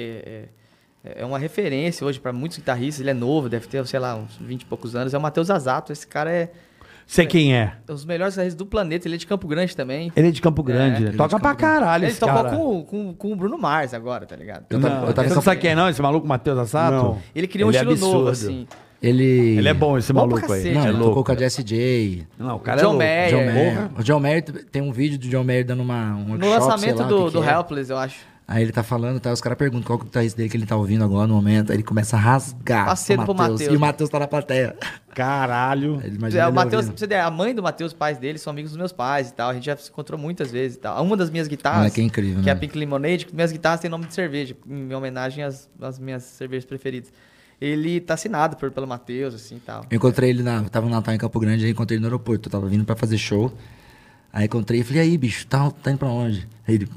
é uma referência hoje pra muitos guitarristas, ele é novo, deve ter, sei lá, uns 20 e poucos anos, é o Matheus Azato. Esse cara é Sei quem é. um dos melhores guitarristas do planeta, ele é de Campo Grande também. Ele é de Campo Grande. né? Toca pra caralho Ele esse tocou cara. com o Bruno Mars agora, tá ligado? Eu Não, tava você em não Campo- sabe quem é não, esse maluco Matheus Assato? Não. Ele criou um Ele é estilo novo, absurdo. assim. Ele... Ele é bom, esse Bom pra maluco aí. cacete. Não, é ele louco. tocou com a Jessie J. Não, o cara John é louco. Mayer. John É. Mayer. O John Mayer, tem um vídeo do John Mayer dando um No workshop, sei lançamento lá, o do que que é. Helpless, eu acho. Aí ele tá falando, tá? Os caras perguntam qual que é o guitarrista dele que ele tá ouvindo agora no momento. Aí ele começa a rasgar Parceiro pro Matheus. E o Matheus tá na plateia. Caralho. Ele imagina É, o ele Matheus, ouvindo. pra você ter, a mãe do Matheus, os pais dele, são amigos dos meus pais e tal. A gente já se encontrou muitas vezes e tal. Uma das minhas guitarras, Moleque, é incrível, que é a né? Pink Lemonade, minhas guitarras têm nome de cerveja, em homenagem às minhas cervejas preferidas. Ele tá assinado pelo Matheus, assim e tal. Eu encontrei ele tava no Natal em Campo Grande, aí encontrei ele no aeroporto. Eu tava vindo pra fazer show. Aí encontrei e falei, e aí, bicho, tá indo pra onde? Aí ele,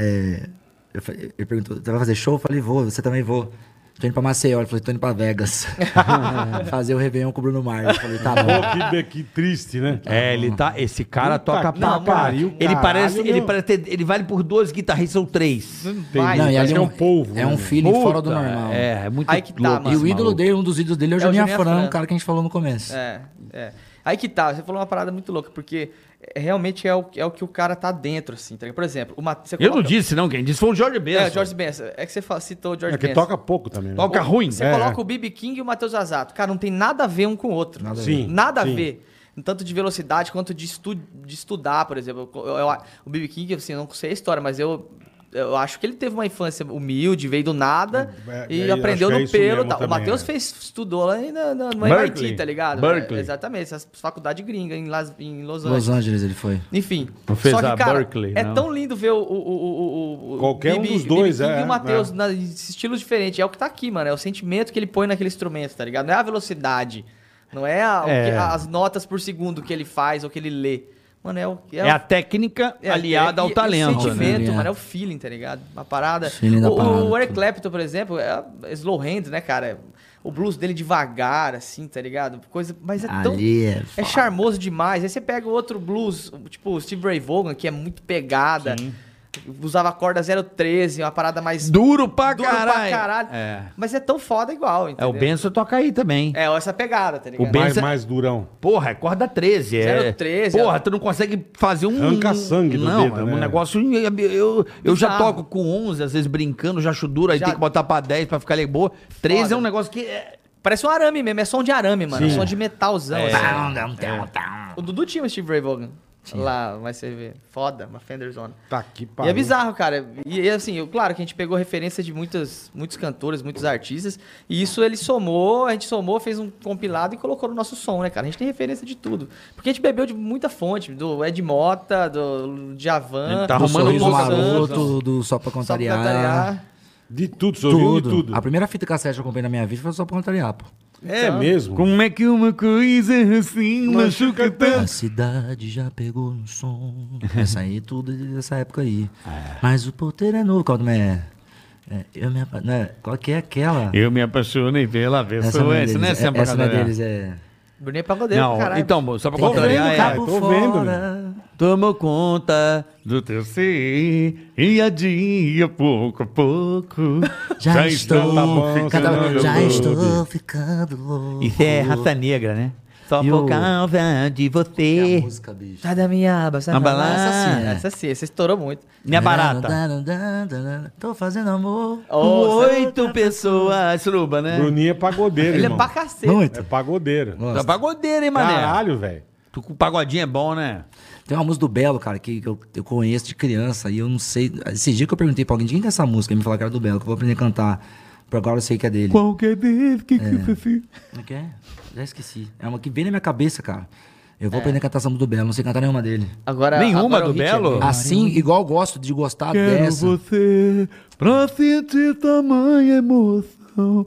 ele perguntou, você vai fazer show? Eu falei, vou, você também vou. Tô indo pra Maceió. Ele falou, tô indo pra Vegas. Fazer o Réveillon com o Bruno Mars. Eu falei, tá bom. Pô, que triste, né? É, ele tá. Esse cara Puta toca que pra pariu, Ele caralho, parece. Ele meu. parece ele vale por 2 guitarristas ou 3. Vai. Não, e Parece ali que é um polvo, é um né? feeling fora do normal. É muito Aí que tá, louco. mano. E esse o ídolo maluco. dele, um dos ídolos dele é o Juninho Juninho Afran, Afran. o cara que a gente falou no começo. É. Aí que tá, você falou uma parada muito louca, porque realmente é o que o cara tá dentro, assim, tá ligado? Por exemplo, você Eu não coloca- disse, não. Quem disse foi o George Benson. É, o George Benson. É que você citou o George É que Benson. toca pouco também, né? Toca ruim. Você É, coloca o B.B. King e o Matheus Azato. Cara, não tem nada a ver um com o outro. Nada a ver. Sim, Nada sim. a ver. Tanto de velocidade quanto de estudar, por exemplo. O B.B. King, assim, eu não sei a história, mas eu acho que ele teve uma infância humilde, veio do nada e aprendeu acho que é no isso pelo. mesmo Tal. O também, Matheus é. estudou lá no Berkeley. MIT, tá ligado? Berkeley. É, exatamente, essas faculdades gringas em Los Angeles. Los Angeles ele foi. Enfim. Não fez só que, a cara, Berkeley, é não. tão lindo ver o Qualquer um B.B. dos dois, King é, e o Matheus é. nesses estilos diferentes. É o que tá aqui, mano. É o sentimento que ele põe naquele instrumento, tá ligado? Não é a velocidade. Não é, as notas por segundo que ele faz ou que ele lê. Mano, É a técnica aliada ao talento. O sentimento, né? mano, é o feeling, tá ligado? A parada. Feeling da parada, O Eric tudo. Clapton, por exemplo, é slow hand, né, cara? O blues dele devagar, assim, tá ligado? Coisa, mas é tão... Ali É charmoso demais. Aí você pega o outro blues, tipo o Steve Ray Vaughan, que é muito pegada. Usava a corda 013, uma parada mais Duro pra dura caralho. pra caralho. É. Mas é tão foda igual, É, entendeu? o Benson toca aí também. É, essa pegada, tá ligado? O Ben- Mais durão. Porra, é corda 13. 013, Porra, tu não consegue fazer um... Arranca sangue do Não, dedo, é um né? negócio... Eu já Bizarro. toco com 11, às vezes brincando, já acho duro, aí Já- tem que botar pra 10 pra ficar boa. 13 Foda. é um negócio que... Parece um arame mesmo, é som de arame, mano. Sim. É som de metalzão, assim. Tá. O Dudu tinha o Steve Ray Vaughan. Lá, mas você vê. Foda, uma Fender Zona. Tá aqui, E pariu. é bizarro, cara. E assim, claro que a gente pegou referência de muitos cantores, muitos artistas. E isso ele somou, a gente somou, fez um compilado e colocou no nosso som, né, cara? A gente tem referência de tudo. Porque a gente bebeu de muita fonte. Do Ed Mota, do Djavan, Ele tá Do arrumando Sorriso poucas Maroto, do Só Pra Só pra Contrariar. Contrariar. De tudo, você ouviu de tudo. A primeira fita cassete que eu comprei na minha vida foi Só Pra Contrariar, pô. É mesmo? Como é que uma coisa assim machuca tanto? A cidade já pegou no som. Essa aí, tudo dessa época aí. Mas o porteiro é novo, qual é? Eu me né? Qual que é aquela? Eu me apaixonei pela Essa não pessoa. é Essa não é deles, sempre essa não é deles, Bruninho é pagodeiro, Não, caralho. então, só pra Tô contrariar, vendo, é... cabo tô vendo, fora. Tomou conta do teu ser e a dia, pouco a pouco, Já estou, tá bom, cantava, senão eu já vou. estou ficando louco. Isso é raça negra, né? Só E por o- causa de É a você. música, bicho. Sai da minha aba, sai Uma da minha balada. aba. Essa sim, essa sim, essa estourou muito. Minha barata. Tô fazendo amor. Oh, Oito pessoas, suruba, né? Bruninho é pagodeiro, ele é irmão. pra cacete. Muito. É pagodeiro. Tá pagodeiro, hein, mané? Caralho, velho. Tu com pagodinho é bom, né? Tem uma música do Belo, cara, que eu conheço de criança e eu não sei. Esse dia que eu perguntei pra alguém de quem que é essa música, ele me falou que era do Belo, que eu vou aprender a cantar. Por agora eu sei que é dele. Qualquer vez que você... Como é que é? Já esqueci. É uma que vem na minha cabeça, cara. Eu vou aprender a cantar essa música do Belo, não sei cantar nenhuma dele. Agora, Nenhuma agora do o hit é Belo? dele. Assim, igual eu gosto de gostar Quero dessa. você pra sentir tamanha emoção.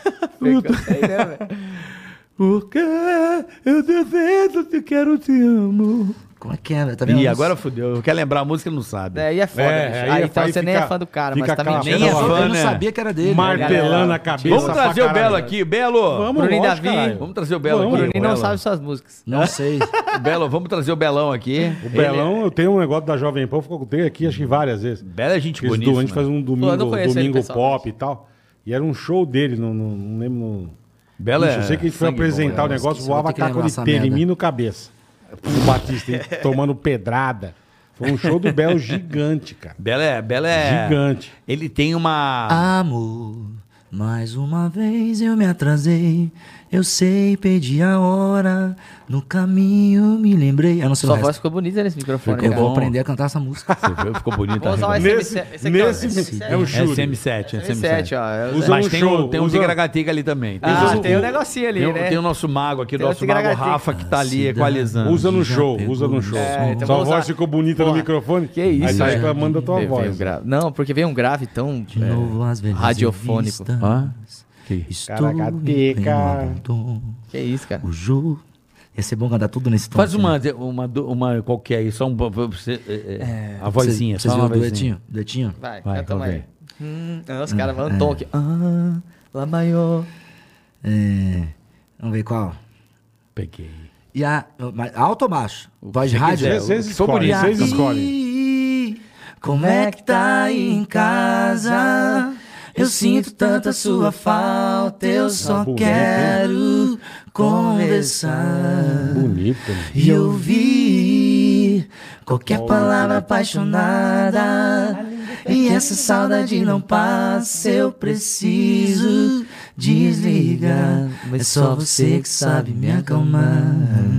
Sei, né, velho? Porque eu desejo, te quero, te amo. Como é que é, velho? Tá vendo? Ih, agora fudeu. Quer lembrar a música, não sabe. É, aí é foda, É, bicho. aí Aí, é- então aí você nem é fica- fã do cara, fica mas tá aquela mentindo. Nem é eu, fã, eu não né? sabia que era dele. Martelando a cabeça. Vamos trazer pra o Belo caralho. aqui. Belo! Vamos, Bruninho lógico, Davi. caralho. Vamos trazer o Belo Vamos. aqui. O Bruninho não Belo. sabe suas músicas. Não sei. Belo, vamos trazer o Belão aqui. O Belão, eu tenho um negócio da Jovem Pan, eu tenho aqui acho que várias vezes. Belo é gente Eles bonita. a gente faz um Pô, eu não domingo, conheço ele domingo pessoalmente. pop e tal. E era um show dele, não lembro. Belo Bicho, é eu sei que a gente foi sangue apresentar bom, o negócio, esqueci, vou voava ter que caco lembrar de essa telha em merda. mim no cabeça. O Batista hein, tomando pedrada. Foi um show do Belo gigante, cara. Belo é... Gigante. Ele tem uma... Amor, mais uma vez eu me atrasei. Eu sei, perdi a hora. No caminho me lembrei. Eu não sei o Sua resto. voz ficou bonita nesse microfone, Eu cara. vou aprender a cantar essa música. Você viu? Ficou bonita. Vamos usar um Nesse, SM7. Esse aqui, ó, nesse SM7. é o É Shuri. SM7, é SM7, ó. é o Usa Zé. Mas um tem show, tem um usa- Tigragatica ali também. Tem, Ah, o- tem um negocinho ali, tem, né? tem o nosso mago aqui, o Tem o nosso mago Tigragatica. Rafa, que tá ali Cidade. equalizando. Usa no Já show, pegou usa no no show. É, então Sua vamos voz usar- ficou bonita no Porra, microfone. que isso, Aí sai velho. pra manda a tua Veio um voz. grave. Não, porque veio um grave tão De novo as velhas radiofônico. revistas. Hã? Que? Estou Caracateca. em pleno abandono. Que isso, cara. O jogo. Ia ser bom cantar tudo nesse tom. Faz assim, uma qualquer aí, só a vozinha, Vocês só viram uma o vozinha. duetinho? Vai, Vai, canta qual mais. vem? Os caras vão um tom aqui. Lá maior. Vamos ver qual. Peguei. E alto ou baixo? Voz de você rádio? quiser. Vocês Ficou escolhem, bonito. vocês E escolhem. aí, como é que tá aí em casa? Eu sinto tanta sua falta, eu só bonito, quero conversar. Bonito, né? E ouvir qualquer palavra apaixonada. E essa saudade não passa, eu preciso desligar. É só você que sabe me acalmar.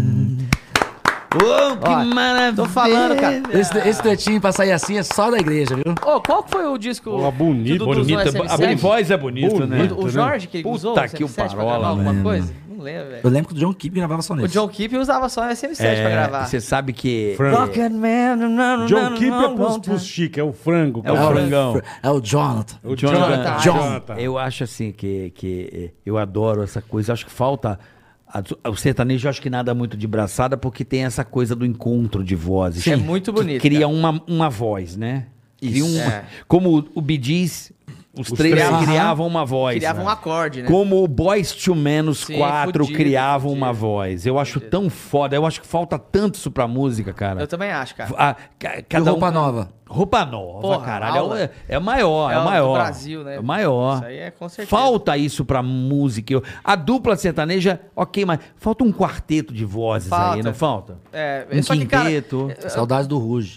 Oh, que Ó, maravilha! tô falando, cara. Esse duetinho pra sair assim é só da igreja, viu? Ô, qual que foi o disco Ó, bonito, que o Dudu usou Bonita, SM7? a voz é bonita, né? Bonito. O Jorge que Puta usou que o SM7 pra parola, gravar alguma mano. coisa? Não lembro, velho. Eu lembro que o John Keep gravava só O nesse. John Keep usava só SM7 pra gravar. Você sabe que... Frango. Rocketman, John Keep é pros chiques, é o frango. É o cara. frangão. É o Jonathan. O Jonathan. Jonathan. Eu acho assim que eu adoro essa coisa. Acho que falta. O sertanejo, eu acho que nada muito de braçada, porque tem essa coisa do encontro de vozes. Sim. É muito que bonito, Cria cara. uma voz, né? Cria Isso. uma- É. Como o Bee Gees, os três três. criavam uma voz. Criava um acorde, né? Como o Boyz II Men, os Sim, quatro fudido, criavam fudido. uma voz. Eu acho tão foda. Eu acho que falta tanto isso pra música, cara. Eu também acho, cara. E Cada roupa nova. Roupa nova, Porra, caralho. aula. É o maior, é o do maior. Brasil, né? É o maior. Isso aí é com certeza. Falta isso pra música. A dupla sertaneja, ok, mas falta um quarteto de vozes aí, Falta. não falta? É, Um só que, cara, quinteto. Saudades do Ruge.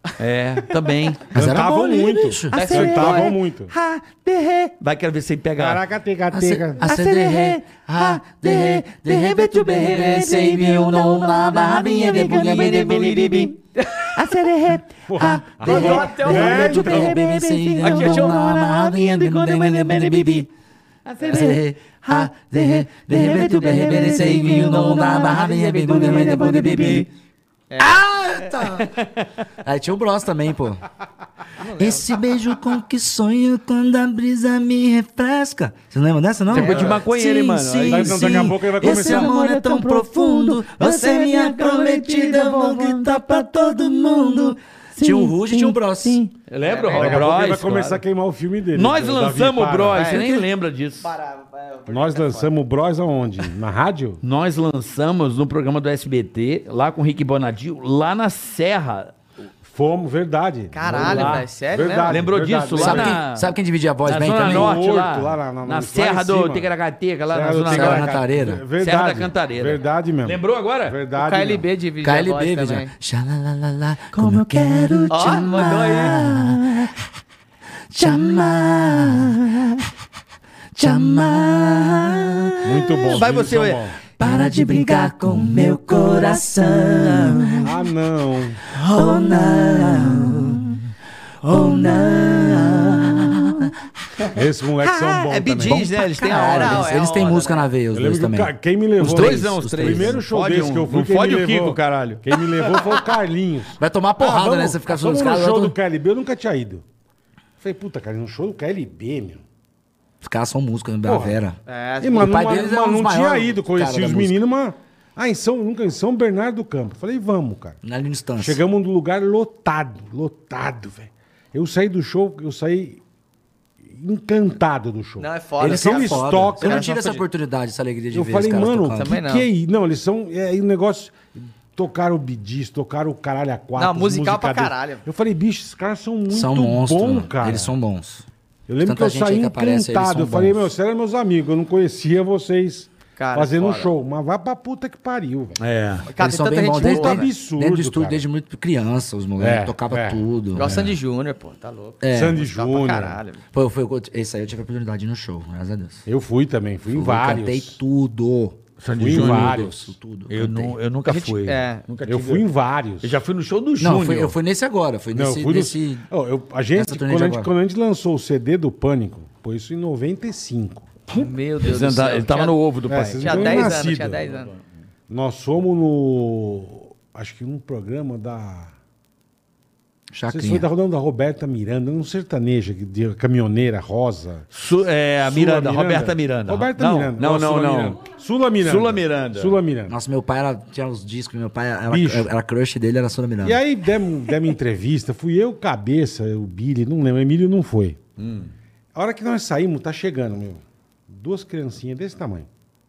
Também. Mas era Cantavam bom ali, muito. bicho. Cantavam muito. Vai, quero ver sem pegar. Caracatecateca. ACDR, ADR, derrebetu berre, sei meu não na barrinha de buga de bilibim. ACDR, Mandou até o derrebetu berre, sei meu Aqui, deixa eu- não na barrinha de buga de bilibim. ACDR, ADR, derrebetu berre, sei meu não na barrinha de buga de bilibim. Ah, tá. Aí tinha o Bros também, pô. Esse beijo com que sonho quando a brisa me refresca. Você não lembra dessa, não? Você ficou de maconheiro, hein, mano? Sim, Aí, daqui a pouco ele vai Esse começar. amor é tão profundo. Você é minha prometida, eu vou gritar pra todo mundo. Tinha um Ruge e tinha um Bros. Eu lembro, Daqui a pouco ele vai Bros, começar a claro. queimar o filme dele. Nós Davi, lançamos o para. Bros, você nem lembra disso. Nós lançamos o Bros aonde? Na rádio? Nós lançamos no programa do SBT, lá com o Rick Bonadio, lá na Serra. Fomos, verdade. Caralho, Lá. velho. Sério, Verdade. né? Lembrou verdade. disso? Lá Sabe, na... sabe quem dividia a voz na bem Zona também? Norte, Horto, lá, lá na lá Serra em do cima. Ticaracateca, lá na Serra do Zona Serra Norte. da Cantareira. Verdade. Serra da Cantareira. Verdade mesmo. Lembrou agora? Verdade. O KLB dividiu a voz KLB, também. veja. Xalalalala, como eu quero te Ó, mandou aí. amar. Te amar. Te amar. Muito bom. Vai os vídeos você, são ué. bons. Para de brincar com meu coração. Ah, não. Oh não. Oh não. Esses moleques são bons É Bee também. Gees, né? Eles têm a Cara, hora. Não, é eles têm onda, música né? na veia, os Eu dois lembro que também. quem me levou... Os dois não, os os três. O primeiro show Fode desse que eu fui, Não quem fode me o levou... Kiko, caralho. Quem me levou foi o Carlinhos. Vai tomar porrada, vamos, né? Você ficar vamos os no caras. show do KLB, eu nunca tinha ido. Falei, puta, cara, no show do KLB, meu. Os caras são músicos, da Porra. Vera. É, E, mano, o pai mas deles é mas um dos não tinha maiores ido, caras conheci da os música. meninos, mas... Ah, em São Bernardo do Campo. Falei, vamos, cara. Na linha de distância. Chegamos num lugar lotado, velho. Eu saí do show, eu saí encantado do show. Não, é foda. Eles são Eles foda. tocam- Eu não Eles tive são essa fodidos. oportunidade, essa alegria de Eu ver falei, os caras mano, tocando. Também não. que é isso? Não, eles são... É um negócio... Tocaram o Bidis, tocaram o caralho a quatro. Não, musical pra música caralho. Eu falei, bicho, esses caras são muito São monstros, bons, mano. cara. Eles são bons. Eu lembro que Tanta eu gente aí saí que aparece, eles encantado. são Eu falei, bons. meu, você eram meus amigos, eu não conhecia vocês Cara, fazendo foda. show. Mas vai pra puta que pariu, velho. É. Cara, Eles tem são tanta bem gente bons. Desde, boa, Puta velho. absurdo, dentro do estúdio, cara. desde muito criança, os moleques. É, Tocava é. tudo. Igual o Sandy Júnior, pô. Tá louco. É. Sandy Musical pra Júnior. caralho. Pô, esse aí eu tive a oportunidade de ir no show, graças a Deus. Eu fui também, fui em Eu vários. cantei tudo. Sandy Fui em Júnior. vários. Tudo. Eu, cantei. não, eu nunca A gente- fui. é. Nunca Eu tive- fui em vários. Eu já fui no show do Não, Júnior. eu fui nesse agora. Foi Não, nesse. eu fui nesse... a gente, nessa turnê quando de a gente, agora. quando a gente lançou o CD do Pânico, foi isso em 95. Meu Deus do céu. Ele tava Tinha- no ovo do pai. vocês Tinha não 10 tinham anos, nascido. tinha 10 anos. Nós fomos no... Acho que num programa da... Vocês foi Chacrinha. da rodando da Roberta Miranda, num sertanejo de caminhoneira rosa. A Miranda, Roberta Miranda. Roberta não, Miranda. Não, Ó, não, Sula não. Miranda. Sula Miranda. Sula Miranda. Sula Miranda. Nossa, meu pai tinha os discos, meu pai Bicho. era crush dele, era Sônia Miranda. E aí demos entrevista, fui eu, Cabeça, o Billy, não lembro, o Emílio não foi. A hora que nós saímos, tá chegando, meu. 2 criancinhas desse tamanho.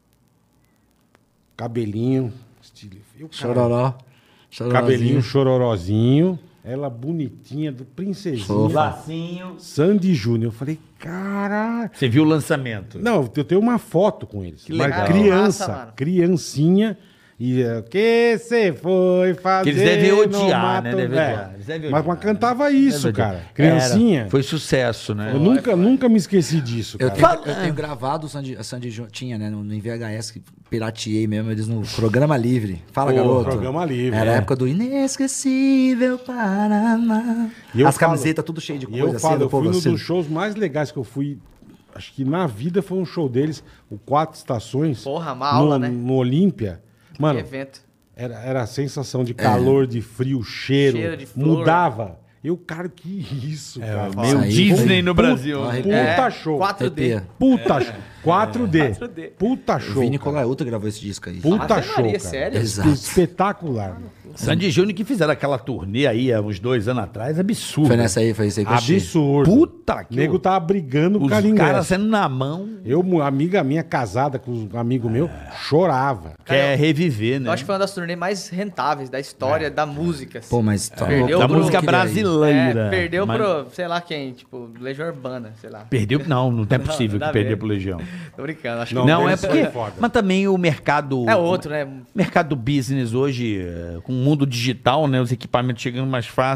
Cabelinho, estilo... eu, cara, Chororó. cabelinho chororozinho, ela bonitinha, do princesinha. Fofa. Lacinho. Sandy Júnior. Eu falei, caralho. Você viu o lançamento? Não, eu tenho uma foto com eles. Uma legal. criança, Massa, mano. criancinha. E o que você foi fazer? Que eles devem no odiar, Mato né? Devem Velho? odiar. Eles devem Mas odiar. cantava isso, Devem cara. odiar. Criancinha. Era. Foi sucesso, né? Eu nunca me esqueci disso, Eu cara. tenho gravado a Sandy tinha, né? No VHS que pirateei mesmo, eles no Programa Livre. Fala, Pô, garoto. Programa Livre, Era é. a época do Inesquecível Paraná. E eu As falo- camisetas tudo cheio de E coisa, eu falo, assim, eu do povo fui um assim. dos shows mais legais que eu fui. Acho que na vida foi um show deles, o 4 Estações. Porra, uma aula, no, né? No Olímpia. Mano, Que evento. era a sensação de calor, de frio, cheiro. Cheiro de flor. Mudava. Eu, cara, que isso, cara. Meu Aí Disney foi- no Brasil. Puta show. 4D. Arrepia. Puta show. 4D. 4D. Puta O show. Vini cara. Colaiuta gravou esse disco aí. Puta Ave show, Maria, cara. sério? Exato. Espetacular. Sandy Júnior que fizeram aquela turnê aí há uns 2 anos atrás, absurdo. Foi nessa aí, foi isso aí que eu assisti. Absurdo. Puta que... O nego tava brigando com o Os cara caras sendo na mão, Amiga minha casada com um amigo meu, chorava. quer reviver, né? Eu acho que foi uma das turnês mais rentáveis da história da música. assim. Pô, mas... tá Perdeu louco. Da pro- música Queria ir. brasileira. Perdeu Mas- pro, sei lá quem, tipo, Legião Urbana, sei lá. Perdeu? Não é possível Não, que dá perdeu bem. pro Legião. Tô brincando, acho Não, que Não, é deles foi porque... foda. Mas também o mercado... é outro, né? O mercado do business hoje, com o mundo digital, né? Os equipamentos chegando mais fácil.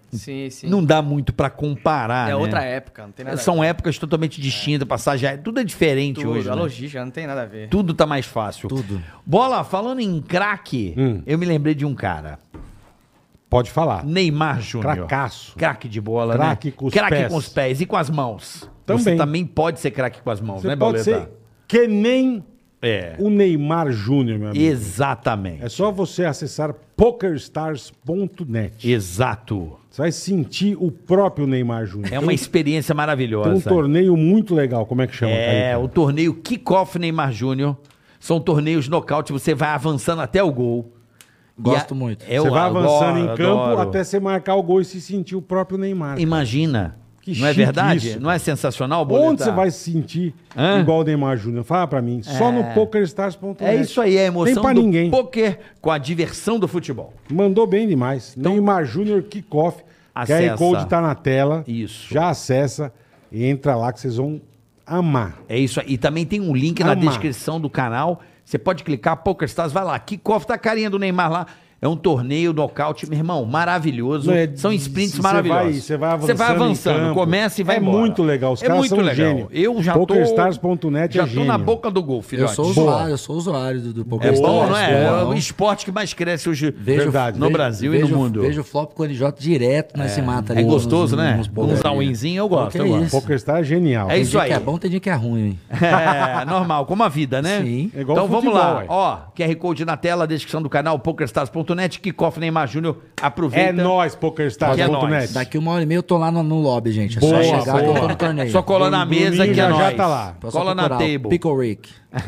Sim, sim. Não dá muito pra comparar, É né? outra época, não tem nada a São ver. épocas totalmente distintas, passagem, tudo é diferente Tudo, hoje, a né? logística não tem nada a ver. Tudo tá mais fácil. Tudo. Bola, falando em craque, eu me lembrei de um cara. Pode falar. Neymar Júnior. Cracaço. Craque de bola, Craque né? com os Craque pés. com os pés e com as mãos. Também. Você também pode ser craque com as mãos, Você né, pode Boleta? ser que nem É. o Neymar Júnior, meu amigo. Exatamente. É só você acessar pokerstars.net. Exato. Você vai sentir o próprio Neymar Júnior. É uma experiência Tem um maravilhosa. torneio muito legal. Como é que chama? É, Carica? o torneio Kickoff Neymar Júnior. São torneios nocaute, você vai avançando até o gol. Gosto E muito. eu Você vai avançando adoro, em campo adoro. até você marcar o gol e se sentir o próprio Neymar. Imagina. Que não é chique verdade? isso, Não é sensacional, Boleta? Onde você vai se sentir Hã? igual o Neymar Júnior? Fala pra mim. Só no pokerstars.net. É isso aí, é a emoção Tem pra do ninguém. poker com a diversão do futebol. Mandou bem demais. Neymar Júnior Kickoff. Acessa. QR Code tá na tela. Isso. Já acessa e entra lá que vocês vão amar. É isso aí. E também tem um link na Amar. descrição do canal. Você pode clicar, PokerStars, vai lá. Kickoff tá a carinha do Neymar lá. É um torneio nocaute, meu irmão, maravilhoso. Não, é- São sprints você maravilhosos. Você vai avançando em campo. começa e vai É embora. muito legal, os é caras muito são legal. gênio. Eu já PokerStars.net já é tô gênio. na boca do gol, Eu filhote. sou usuário do É PokerStars. bom, não é? É Bom. o esporte que mais cresce hoje Vejo- no Brasil e no mundo. Vejo o flop com o NJ direto nesse mata ali. É gostoso, nos- né? nos Um poker. zawinzinho eu gosto. Que Eu é gosto. isso? PokerStars é genial. É Tem isso dia aí. que é bom, tem dia que é ruim, hein? É, normal, como a vida, né? Sim. É igual Então vamos futebol, lá. ué. Ó, QR Code na tela, descrição do canal, PokerStars.net, Kickoff Neymar Júnior. Aproveita. É nóis, Que é PokerStars.net. nóis. Daqui 1h30 eu tô lá no lobby, gente. É Boa, só chegar que eu boa. tô no torneio. Só cola na Bruninho mesa que é já nóis. tá lá. Só Cola na procurar o table. Pickle Rick.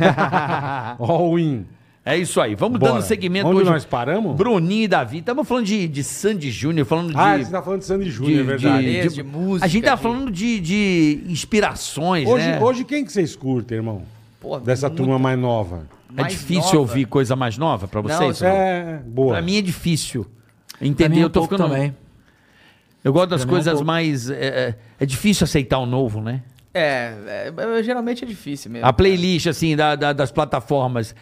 All in. É isso aí. Vamos Bora. dando segmento Onde hoje. nós paramos? Bruninho e Davi. Estamos falando de Sandy Júnior, falando de... Ah, você tá falando de Sandy Júnior, é verdade. de música, A gente tá de- falando de inspirações, Hoje, né? hoje quem que vocês curtem, irmão? Pô, Dessa muito- turma mais nova. É mais difícil nova. ouvir coisa mais nova pra vocês? Não, Boa. Pra mim é difícil. Pra Entendeu? mim é um Eu tô pouco ficando... também. Eu gosto das Pra mim é um coisas pouco. mais... É difícil aceitar o novo, né? Geralmente é difícil mesmo. A playlist, assim, das plataformas.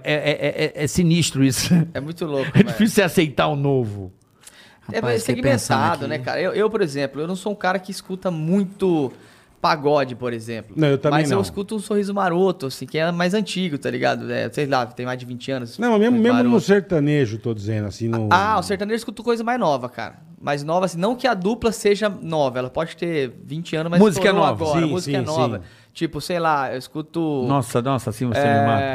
É sinistro isso. É muito louco. É mas- difícil você aceitar o novo. Rapaz, fiquei segmentado, pensando né, aqui. cara? Eu, por exemplo, eu não sou um cara que escuta muito pagode, por exemplo. Não, eu também Mas não. eu escuto um Sorriso Maroto, assim, que é mais antigo, tá ligado? Sei lá, tem mais de 20 anos. Não, mesmo, Sorriso mesmo no Maroto. sertanejo, tô dizendo, assim, no... Ah, o sertanejo eu escuto coisa mais nova, cara. Mais nova, assim, não que a dupla seja nova, ela pode ter 20 anos, mas Música estourou nova. agora, Sim, música sim, nova. sim. Tipo, sei lá, eu escuto... Nossa, assim você me mata.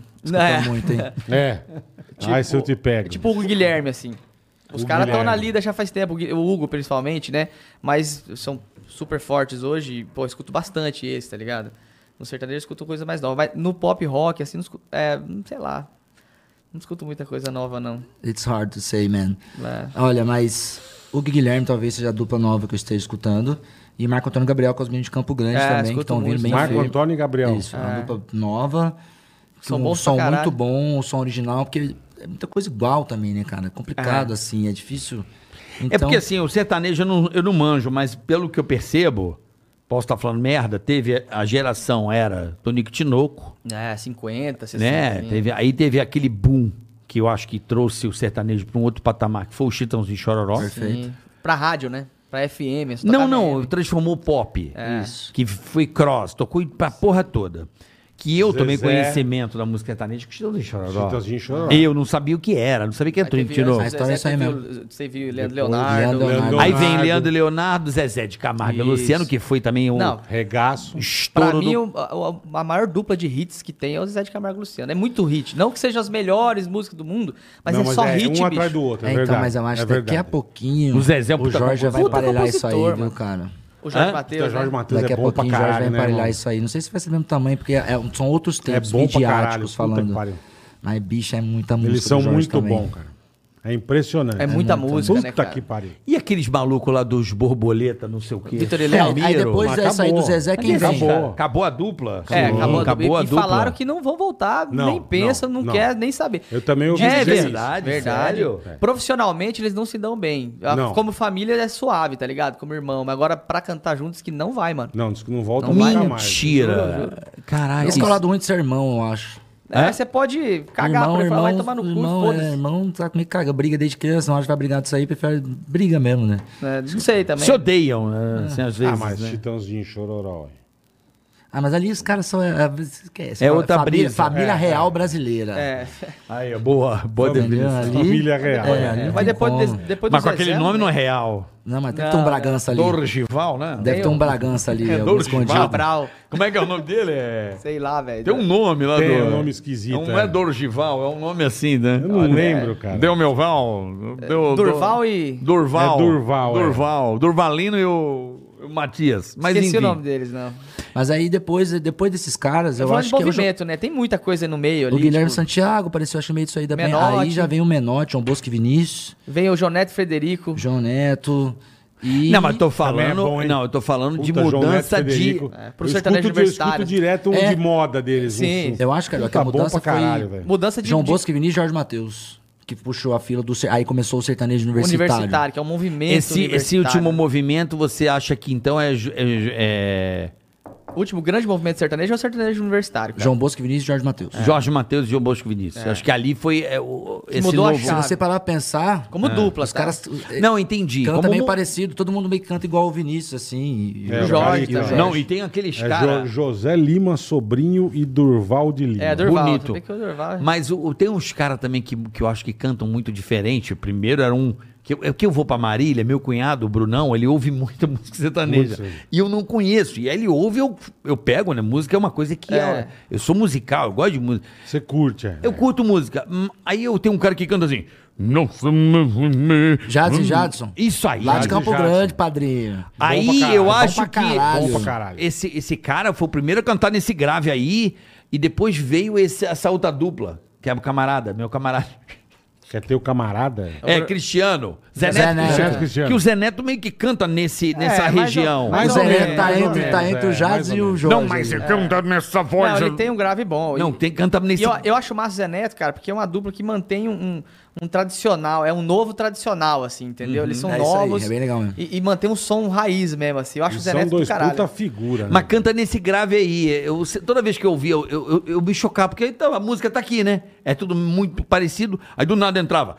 né? Muito, hein? É. Ai, se eu te pego. É tipo o Hugo Guilherme, assim. Os O caras estão na Guilherme. lida já faz tempo, o Hugo principalmente, né? Mas são super fortes hoje, e, pô, eu escuto bastante esse, tá ligado? No sertanejo eu escuto coisa mais nova. Mas no pop rock, assim, não escuto, sei lá. Não escuto muita coisa nova, não. It's hard to say, man. É. Olha, mas o Guilherme talvez seja a dupla nova que eu esteja escutando. E Marco Antônio Gabriel com os meninos de Campo Grande É, também, que escuto estão vindo muito bem Marco firme. Antônio e Gabriel. Isso, é uma dupla nova. São um bons pra som caralho. muito bom, um som original, porque é muita coisa igual também, né, cara? É complicado, assim, é difícil. É Então, porque assim, o sertanejo eu não manjo, mas pelo que eu percebo, posso estar falando merda, teve a geração, era Tonico Tinoco, 50, 60. né? Aí teve aquele boom que eu acho que trouxe o sertanejo para um outro patamar, que foi o Chitãozinho Chororó. Perfeito. Pra rádio, né? Pra FM. só Não, tocava não, FM. transformou pop. Isso. Que foi cross, tocou pra porra toda. Que eu tomei Zezé. conhecimento da música sertaneja com o Chitãozinho Chororó. Chitãozinho Chororó. Eu não sabia o que era, não sabia que era Aí Tonico teve Tinoco. A história é isso aí mesmo. Você viu Leandro Depois, Leonardo. Leandro Aí vem Leonardo. Leandro Leonardo, Zezé de Camargo e Isso. Luciano, que foi também um Não, Regaço. Pra estouro mim, do... a maior dupla de hits que tem é o Zezé de Camargo e Luciano. É muito hit. Não que sejam as melhores músicas do mundo, mas Não, é só hit, um bicho. atrás do outro, é, É, verdade. então, mas eu acho é que daqui a verdade. pouquinho O Zezé é um o puta Jorge já vai compositor, emparelhar isso aí, compositor, viu, mano. cara? O Jorge Hã? Mateus, Então, Jorge né? Mateus Daqui é a bom pra pouquinho o Jorge vai caralho, né, emparelhar irmão? isso aí. Não sei se vai ser mesmo tamanho, porque são outros É tempos, bom pra caralho. midiáticos Puta que falando. pariu. Mas, bicho, é muita música Eles são do Jorge muito também. bons, cara. É impressionante. É muita música, Puta né, cara? que pariu. E aqueles malucos lá dos borboleta, não sei o quê? Vitor e É, Léo. aí depois Mas dessa aí do acabou. Zezé, quem vem? Acabou. Acabou a dupla? Acabou a a E dupla. falaram que não vão voltar, Não, nem pensa, não, não, não. quer nem saber. Eu também ouvi É dizer isso. verdade, Verdade. sério? Profissionalmente, eles não se dão bem. Não. Como família, é suave, tá ligado? Como irmão. Mas agora, pra cantar juntos, que não vai, mano. Não, diz que não volta Não nunca vai. mais. Mentira. Caralho. Eles falaram muito de ser irmão, eu acho. É, você pode cagar por ele, falar, vai tomar no cu, foda-se. Irmão, tá comigo, caga, briga desde criança, não acha que vai brigar disso aí, prefere briga mesmo, né? É, não sei também. Se odeiam, né? Assim, às vezes, mas né? Chitãozinho Chororó. Ah, mas ali os caras são... esquece. É outra brisa. Família real brasileira. É. Aí, boa Entendeu? definição. Ali- Família real. ali Mas tem depois, como. depois Mas do com aquele Zezé, nome não é né? real. Não, mas deve ter um Bragança ali. Dorgival, né? Deve ter um Bragança ali, algum Dorival. escondido. Cabral. Como é que é o nome dele? É... Sei lá, velho. Tem um nome lá Tem do... um nome esquisito. Não é Dorgival, é um nome assim, né? Eu não lembro, cara. Deu meu Val. Deu, Durval e... Durval. É Durval, é. Durval. Durvalino e o Matias. Mas Esqueci enfim. o nome deles, não. Mas aí depois desses caras, Eu eu falando acho de que... movimento, né? Tem muita coisa no meio ali. O Guilherme tipo, Santiago apareceu, acho que no meio disso aí também. Menotti. Aí já vem o Menotti, João Bosco e Vinícius, Vem o Joneto Frederico. João Neto e... Não, mas tô Também é falando... bom, hein? não, eu tô falando de Puta, João Neto mudança de... Federico. pro Eu sertanejo escuto- Eu universitário. escuto direto um É. de moda deles. Sim. Eu acho, cara, que Puta, a bom mudança pra caralho, foi... velho. Mudança de... João de- Bosco e Vinícius e Jorge Matheus, que puxou a fila do... Aí começou o sertanejo universitário. universitário, que é um movimento Esse universitário. último movimento, você acha que então é O último grande movimento sertanejo é o sertanejo universitário, cara. João Bosco e Vinícius e Jorge Matheus. Jorge Matheus e João Bosco Vinícius? Acho que ali foi esse mudou a novo... Se chave. você parar pra pensar... Como dupla, Os tá? caras... Não, entendi. Canta Como meio mu- parecido, todo mundo meio que canta igual o Vinícius, assim. E É, o Jorge Jorge, também. Não, e tem aqueles É caras... José Lima, Sobrinho e Durval de Lima. É, Durval. bonito. Sabia que o Durval... Mas tem uns caras também que eu acho que cantam muito diferente. O primeiro era um... Que eu vou pra Marília, meu cunhado, o Brunão, ele ouve muita música sertaneja. Muito. E eu não conheço. E aí ele ouve, eu pego, né? Música é uma coisa que... eu sou musical, eu gosto de música. Você curte, é. Eu curto música. Aí eu tenho um cara que canta assim... Jadson e Jadson. Isso aí. Lá de Jadson. Campo Grande, padrinho. Aí Bom pra caralho, eu bom acho pra que caralho. Bom pra caralho. esse cara foi o primeiro a cantar nesse grave aí. E depois veio essa outra dupla, que é o camarada, meu camarada. Quer ter o camarada? É, Cristiano. Zé Zé Neto, Neto. Cristiano. Cristiano. Que o Zé Neto meio que canta nessa mais região. ou- O mais Zé ou Neto menos, tá mais ou entre, menos, tá entre o é, Jadson mais ou e o menos. Jorge. Não, mas ele canta nessa voz. Não, ele tem um grave bom. Não, canta nesse... Eu acho massa o Zé Neto, cara, porque é uma dupla que mantém um tradicional, é um novo tradicional, assim, entendeu? Eles são É isso aí, novos é bem legal mesmo. e mantém um som raiz mesmo, assim. Eu acho o Zé São Neto do dois caralho. puta figura, né? Mas canta nesse grave aí. Toda vez que eu ouvia, eu me chocava, porque então, a música tá aqui, né? É tudo muito parecido. Aí do nada entrava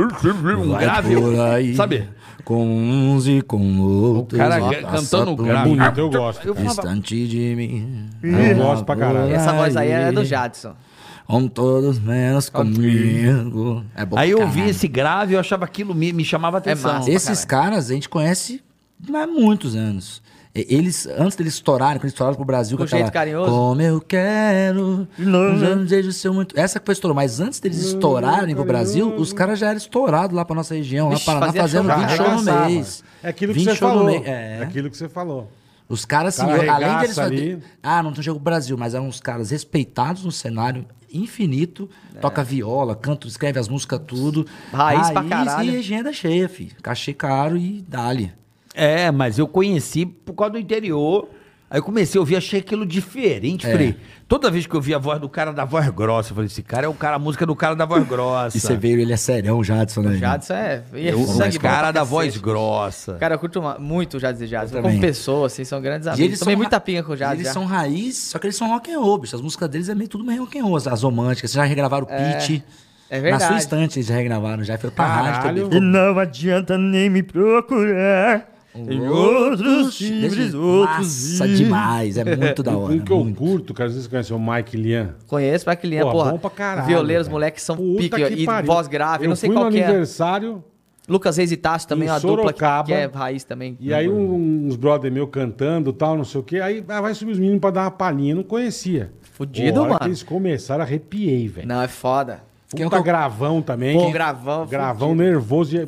um Vai grave. por aí, Sabe? com uns e com outros. cara ó, cantando passa por grave. mim, Bonito, eu gosto. Eu falava, Distante de mim. Eu gosto pra caralho. Essa voz aí é do Jadson. Com todos menos comigo. É bom aí eu pra ouvi caralho. esse grave, eu achava aquilo, me chamava atenção. massa. Esses caras a gente conhece há muitos anos. Eles, antes deles estourarem, quando eles estouraram pro Brasil, Com com aquela, jeito carinhoso. Como eu quero, um desejo seu muito... Essa que foi estourou, mas antes deles estourarem pro Brasil, os caras já eram estourados lá pra nossa região, lá Vixe, para lá fazia fazendo show, 20 shows no Arregaçava. mês. É aquilo que 20 você shows no falou. mês. É aquilo que você falou. Os caras, assim, Cara além arregaça deles ali. fazer... Ah, não chegou pro Brasil, mas eram uns caras respeitados no cenário infinito, toca viola, canta, escreve as músicas, tudo. Raiz pra caralho. E agenda cheia, filho. Cachê caro e dá-lhe. É, mas eu conheci por causa do interior. Aí eu comecei a ouvir, achei aquilo diferente. É. Falei, toda vez que eu ouvia a voz do cara da voz grossa, eu falei, esse cara é o cara, a música do cara da voz grossa. E você veio, ele é serião, Jadson, né? Jadson é... O cara da pra voz cacete. grossa. Cara, eu curto muito o Jadson e Jadson. Eu Como também. pessoa, assim, são grandes E amigos. eles Tomei são muita pinga com o Jadson. Eles já. são raiz, só que eles são rock and roll, bicho. As músicas deles é meio tudo meio rock and roll. As românticas, vocês já regravaram o Pitch. É Na verdade. sua estante eles já regravaram, já foi pra Caralho. rádio E também. não adianta nem me procurar. Tem outros livres, outros Massa demais, é muito da hora. Um que eu muito. curto, que às vezes você conhece, é o Mike Lian. Conheço, pra que linha, Pô, porra. bom pra caralho, Violeiros, velho. moleques são Puta pique. que E pariu. voz grave, Eu não sei fui qual no que é. aniversário, Lucas Reis e Tasso também em é uma dupla Sorocaba. que é raiz também. e aí uns brother meu cantando e tal, não sei o quê. Aí vai subir os meninos pra dar uma palhinha. Eu não conhecia. Fudido, Pô, a hora mano. que eles começaram, arrepiei, velho. Não, é foda. Puta gravão também. Pô, gravão. Gravão fudido. nervoso.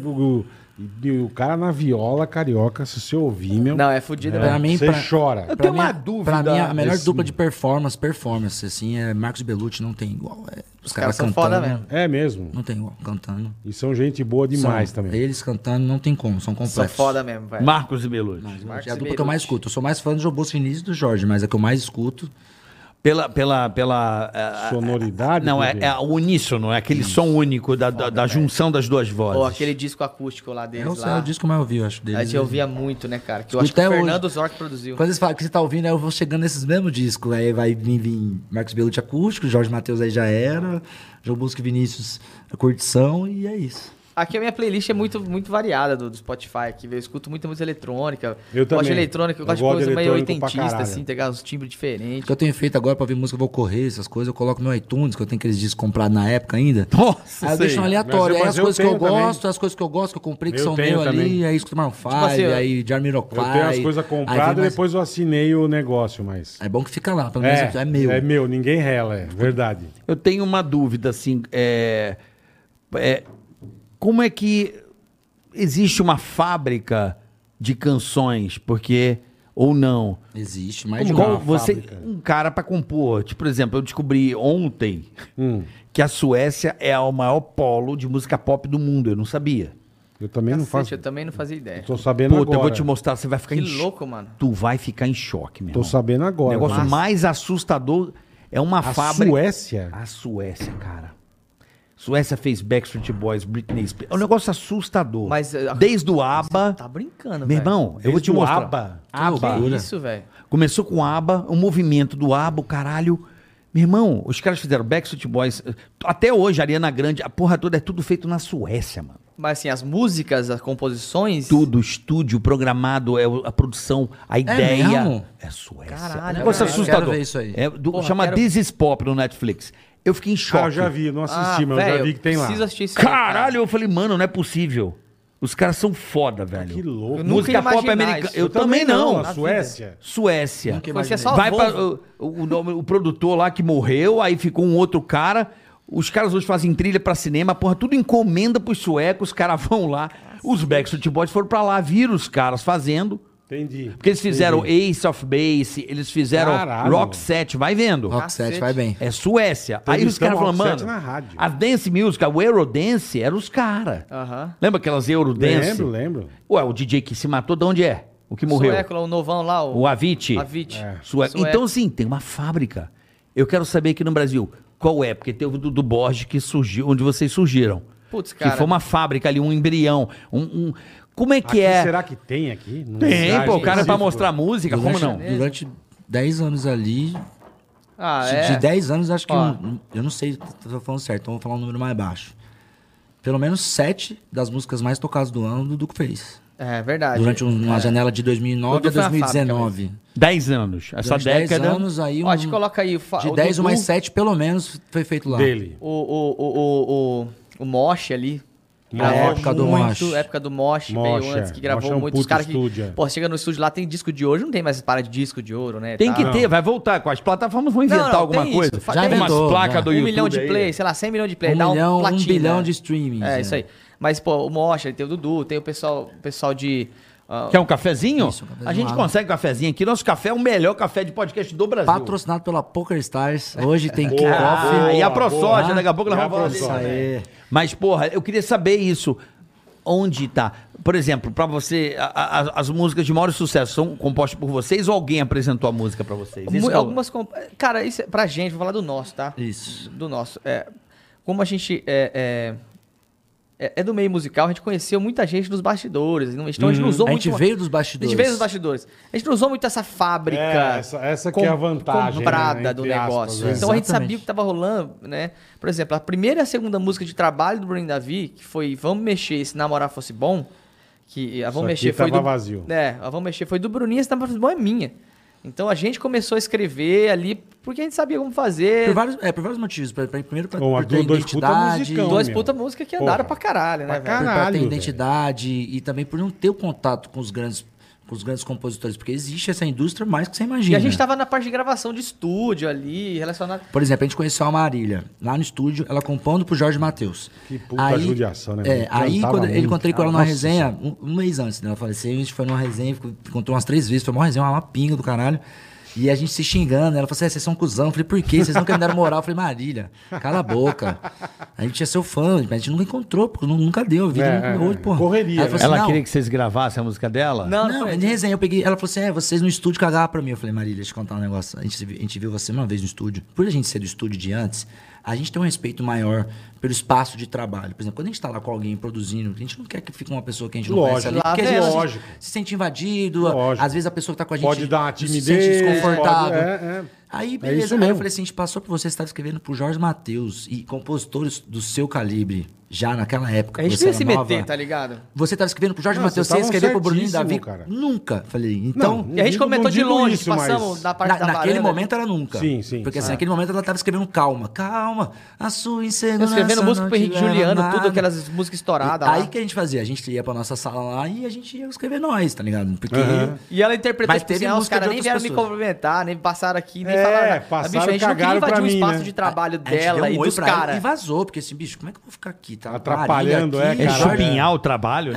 E o cara na viola carioca, se você ouvir, meu... Não, é fudido é, mesmo. Pra mim, você pra- chora. Eu Pra tenho mim, uma dúvida. Pra mim, a melhor desse- dupla de performance, assim, é Marcos Bellucci, não tem igual. Os caras caras são cantando. foda mesmo. É mesmo. Não tem igual, cantando. E são gente boa demais São- também. Eles cantando não tem como, são completos. São foda mesmo, velho. Marcos e Belucci. É a dupla que eu mais escuto. Eu sou mais fã do João Bosco Vinícius e do Jorge, mas é que eu mais escuto. Pela Sonoridade? não, por quê? é o uníssono, é aquele som único da junção das duas vozes. Ou aquele disco acústico lá deles. É o lá. disco mais ouvido, eu acho, A deles. gente ouvia muito, né, cara? Que eu Escuta acho que o até Fernando hoje. Zorc produziu. Quando eles falam que você tá ouvindo, aí eu vou chegando nesses mesmos discos. Aí vai vir Marcos Belucci acústico, Jorge Mateus aí já era, João Bosco e Vinícius a curtição, e é isso. Aqui a minha playlist é muito, muito variada do Spotify. Aqui, eu escuto muita música eletrônica. Eu gosto de também. eletrônica, eu Eu gosto de gosto de coisa meio eletrônico pra oitentista, caralho. assim, pegar uns timbres O diferentes. que eu tenho feito agora pra ver música, eu vou correr, essas coisas, eu coloco meu iTunes, que eu tenho aqueles discos comprados na época ainda. Nossa, Aí eu sei. deixo um aleatório. Mas Aí as eu coisas que eu tenho também. gosto, as coisas que eu gosto, que eu comprei, que Eu são tenho meu ali, também. aí escuto Maroon 5, assim, aí Jamiroquai. Eu tenho as coisas aí compradas vem e mais- depois eu assinei o negócio, mas... É bom que fica lá, pelo menos é meu. É meu, ninguém rela, é verdade. Eu tenho uma dúvida, assim, como é que existe uma fábrica de canções, porque, ou não? Existe, mais de Igual uma você, fábrica. um cara pra compor, tipo, por exemplo, eu descobri ontem Hum, que a Suécia é o maior polo de música pop do mundo, eu não sabia. eu também não Cacete, faço... eu também não fazia ideia. Tô sabendo Puta, agora. eu vou te mostrar, você vai ficar Que em choque. louco, mano. Tu vai ficar em choque, meu Tô irmão. sabendo O agora. negócio Mas mais assustador é uma a fábrica... Suécia? A Suécia, cara. Suécia fez Backstreet Boys, Britney Spears. É um negócio assustador. Mas, Desde o ABBA... Tá brincando, Meu velho. irmão, eu vou te Desde o mostrar. ABBA? ABBA. Que isso, velho? Começou com o ABBA, o movimento do ABBA, o caralho. Meu irmão, os caras fizeram Backstreet Boys. Até hoje, Ariana Grande, a porra toda é tudo feito na Suécia, mano. Mas assim, as músicas, as composições... Tudo, estúdio, programado, a produção, a ideia. mesmo? É Suécia. Caralho, é um negócio velho. assustador. Quero ver isso aí. Chama quero- This Is Pop no Netflix. Eu fiquei em choque. Ah, eu já vi, não assisti, mas eu velho, já vi que tem lá. Preciso assistir isso aí, Caralho, eu falei, mano, não é possível. Os caras são foda, velho. Que louco. Eu nunca Música ia pop imaginar americana. isso. Eu também não. Na Suécia? Suécia. Nunca Conhecia imaginei. só Vai pra, Volvo. o produtor lá que morreu, aí ficou um outro cara. Os caras hoje fazem trilha pra cinema, porra, tudo encomenda pros suecos, os caras vão lá. Os Backstreet Boys foram pra lá, viram os caras fazendo. Entendi. Porque eles fizeram Entendi. Ace of Base, eles fizeram Caralho. Rock Set, vai vendo. Rock 7 vai bem. É Suécia. Aí os caras Entrevistamos falam, Rock mano, Set na rádio. a dance music, o Eurodance, eram os caras. Aham. Lembra aquelas Eurodance? Lembro. Ué, o DJ que se matou, de onde é? O que morreu? Sueco, lá, o novão lá, O Avicii. Avicii. Sueco. Então, assim, tem uma fábrica. Eu quero saber aqui no Brasil, qual é? Porque teve o Dudu Borges que surgiu, onde vocês surgiram. Putz, cara. Que foi uma fábrica ali, um embrião. Como é que Aqui, é? será que tem aqui? Num Tem, lugar pô, o cara é pra específico? mostrar música, como não? Durante 10 anos ali, Ah, de é? 10 anos, acho que Ó. eu não sei, tô falando certo, então vou falar um número mais baixo. Pelo menos 7 das músicas mais tocadas do ano, o Dudu fez. É verdade. Durante uma janela de 2009 a Dudu foi uma 2019. 10 anos. Essa Durante 10 década. anos, aí Ó, a gente coloca aí de o 10 Dudu, mais 7, pelo menos, foi feito lá. Dele. o Mosh ali. Na Gravou época do muito, Mosh. época do Mosh, Mosh, veio antes, é. que gravou Mosh é um muito. Os puto caras que, estúdio, é. pô, chega no estúdio lá, tem disco de ouro, não tem mais para de disco de ouro, né? Tem tá? que ter, vai voltar. Com as plataformas vão inventar Não, alguma tem coisa. isso, Já tem umas inventou, placas já. do 1 YouTube. milhão de aí. play, sei lá, 100 milhões de play, 1 dá milhão, um platina. 1 bilhão de streamings. É, isso aí. Mas, pô, o Mosh, tem o Dudu, tem o pessoal de... Quer um cafezinho? Isso, um cafezinho A gente água. consegue um cafezinho aqui. Nosso café é o melhor café de podcast do Brasil. Patrocinado pela PokerStars. Hoje tem Ah, kickoff. e a Boa, ProSoja, boa. daqui a pouco nós E a vamos falar ProSoja. disso. Aí. Mas, porra, eu queria saber isso. Onde tá? Por exemplo, pra você, as músicas de maior sucesso são compostas por vocês ou alguém apresentou a música pra vocês? Isso é o- Algumas... Cara, isso é pra gente, vou falar do nosso, tá? Isso. Do nosso. Como a gente é do meio musical, a gente conheceu muita gente nos bastidores. Então a gente não usou A muito. gente veio dos A bastidores. gente veio dos bastidores. A gente não usou muito essa fábrica. Essa que é a vantagem, comprada né? do Entre aspas, negócio. né? Então a gente Exatamente. sabia o que tava rolando, né? Por exemplo, a primeira e a segunda música de trabalho do Bruno e Davi, que foi Vamos Mexer, Se Namorar Fosse Bom, que a Vamos Isso aqui Mexer foi tava do... vazio. A Vamos Mexer foi do Bruninho, Se Namorar Fosse Bom é minha. Então a gente começou a escrever ali, porque a gente sabia como fazer. Por vários motivos. Primeiro, Bom, por ter dois puta identidade. musicão. Dois meu. puta música que Porra. andaram pra caralho, né, Pra velho? caralho. Pra ter velho. identidade e também por não ter o contato com os grandes compositores, porque existe essa indústria mais que você E imagina. a gente tava na parte de gravação de estúdio ali, relacionado. Por exemplo, a gente conheceu a Marília lá no estúdio, ela compondo pro Jorge Mateus. Que puta judiação, né, mano? Aí Cantava quando ele muito, encontrei com ela cara. numa Nossa resenha, um mês antes dela falecer, a gente foi numa resenha, encontrou umas 3 vezes, foi uma resenha, uma pinga do caralho. E a gente se xingando. Ela falou assim, vocês são cuzão. Eu falei, por quê? Vocês nunca me deram moral. Eu falei, Marília, cala a boca. A gente é seu fã, mas a gente nunca encontrou, porque nunca deu. Hoje, pô. Correria, Ela falou Ela assim, queria que vocês gravassem a música dela? Não, de resenha. Eu peguei, ela falou assim, vocês no estúdio cagaram pra mim. Eu falei, Marília, deixa eu contar um negócio. A gente viu você uma vez no estúdio. Por a gente ser do estúdio de antes, a gente tem um respeito maior pelo espaço de trabalho. Por exemplo, quando a gente tá lá com alguém produzindo, a gente não quer que fique uma pessoa que a gente não conhece ali. Porque às vezes a gente se sente invadido, às vezes a pessoa que tá com a gente Pode dar uma se timidez, sente desconfortável. pode- Aí, beleza. isso Aí mesmo. eu falei assim, a gente passou por você estava escrevendo pro Jorge Mateus e compositores do seu calibre, já naquela época. A gente você devia era se nova. meter, tá ligado? Você estava escrevendo pro Jorge Não, Mateus, vocês você ia escrever pro estavam Bruninho Davi? certíssimo, cara. Nunca. Falei, então... Não, E a gente digo- comentou não de digo longe, isso, passamos mas- da parte da naquele varanda. momento era nunca. Sim, sim. Porque assim, naquele momento ela tava escrevendo calma, a sua insegurança. Eu escrevendo música não pro Henrique te leva Juliano, nada. tudo aquelas músicas estouradas Aí lá. que a gente fazia? A gente ia pra nossa sala lá e a gente ia escrever nós, tá ligado? Porque... E ela interpretou, Mas tipo teve assim, os música caras de nem outras vieram me pessoas. cumprimentar, nem passaram aqui, nem É, falaram nada. passaram, Mas, bicho, a gente não queria cagaram pra invadir o mim, espaço né? de trabalho A gente dela deu e um oi dos pra ela caras. e vazou, porque assim, bicho, como é que eu vou ficar aqui? Tá Atrapalhando, Marília É aqui, cara. chupinhar o trabalho,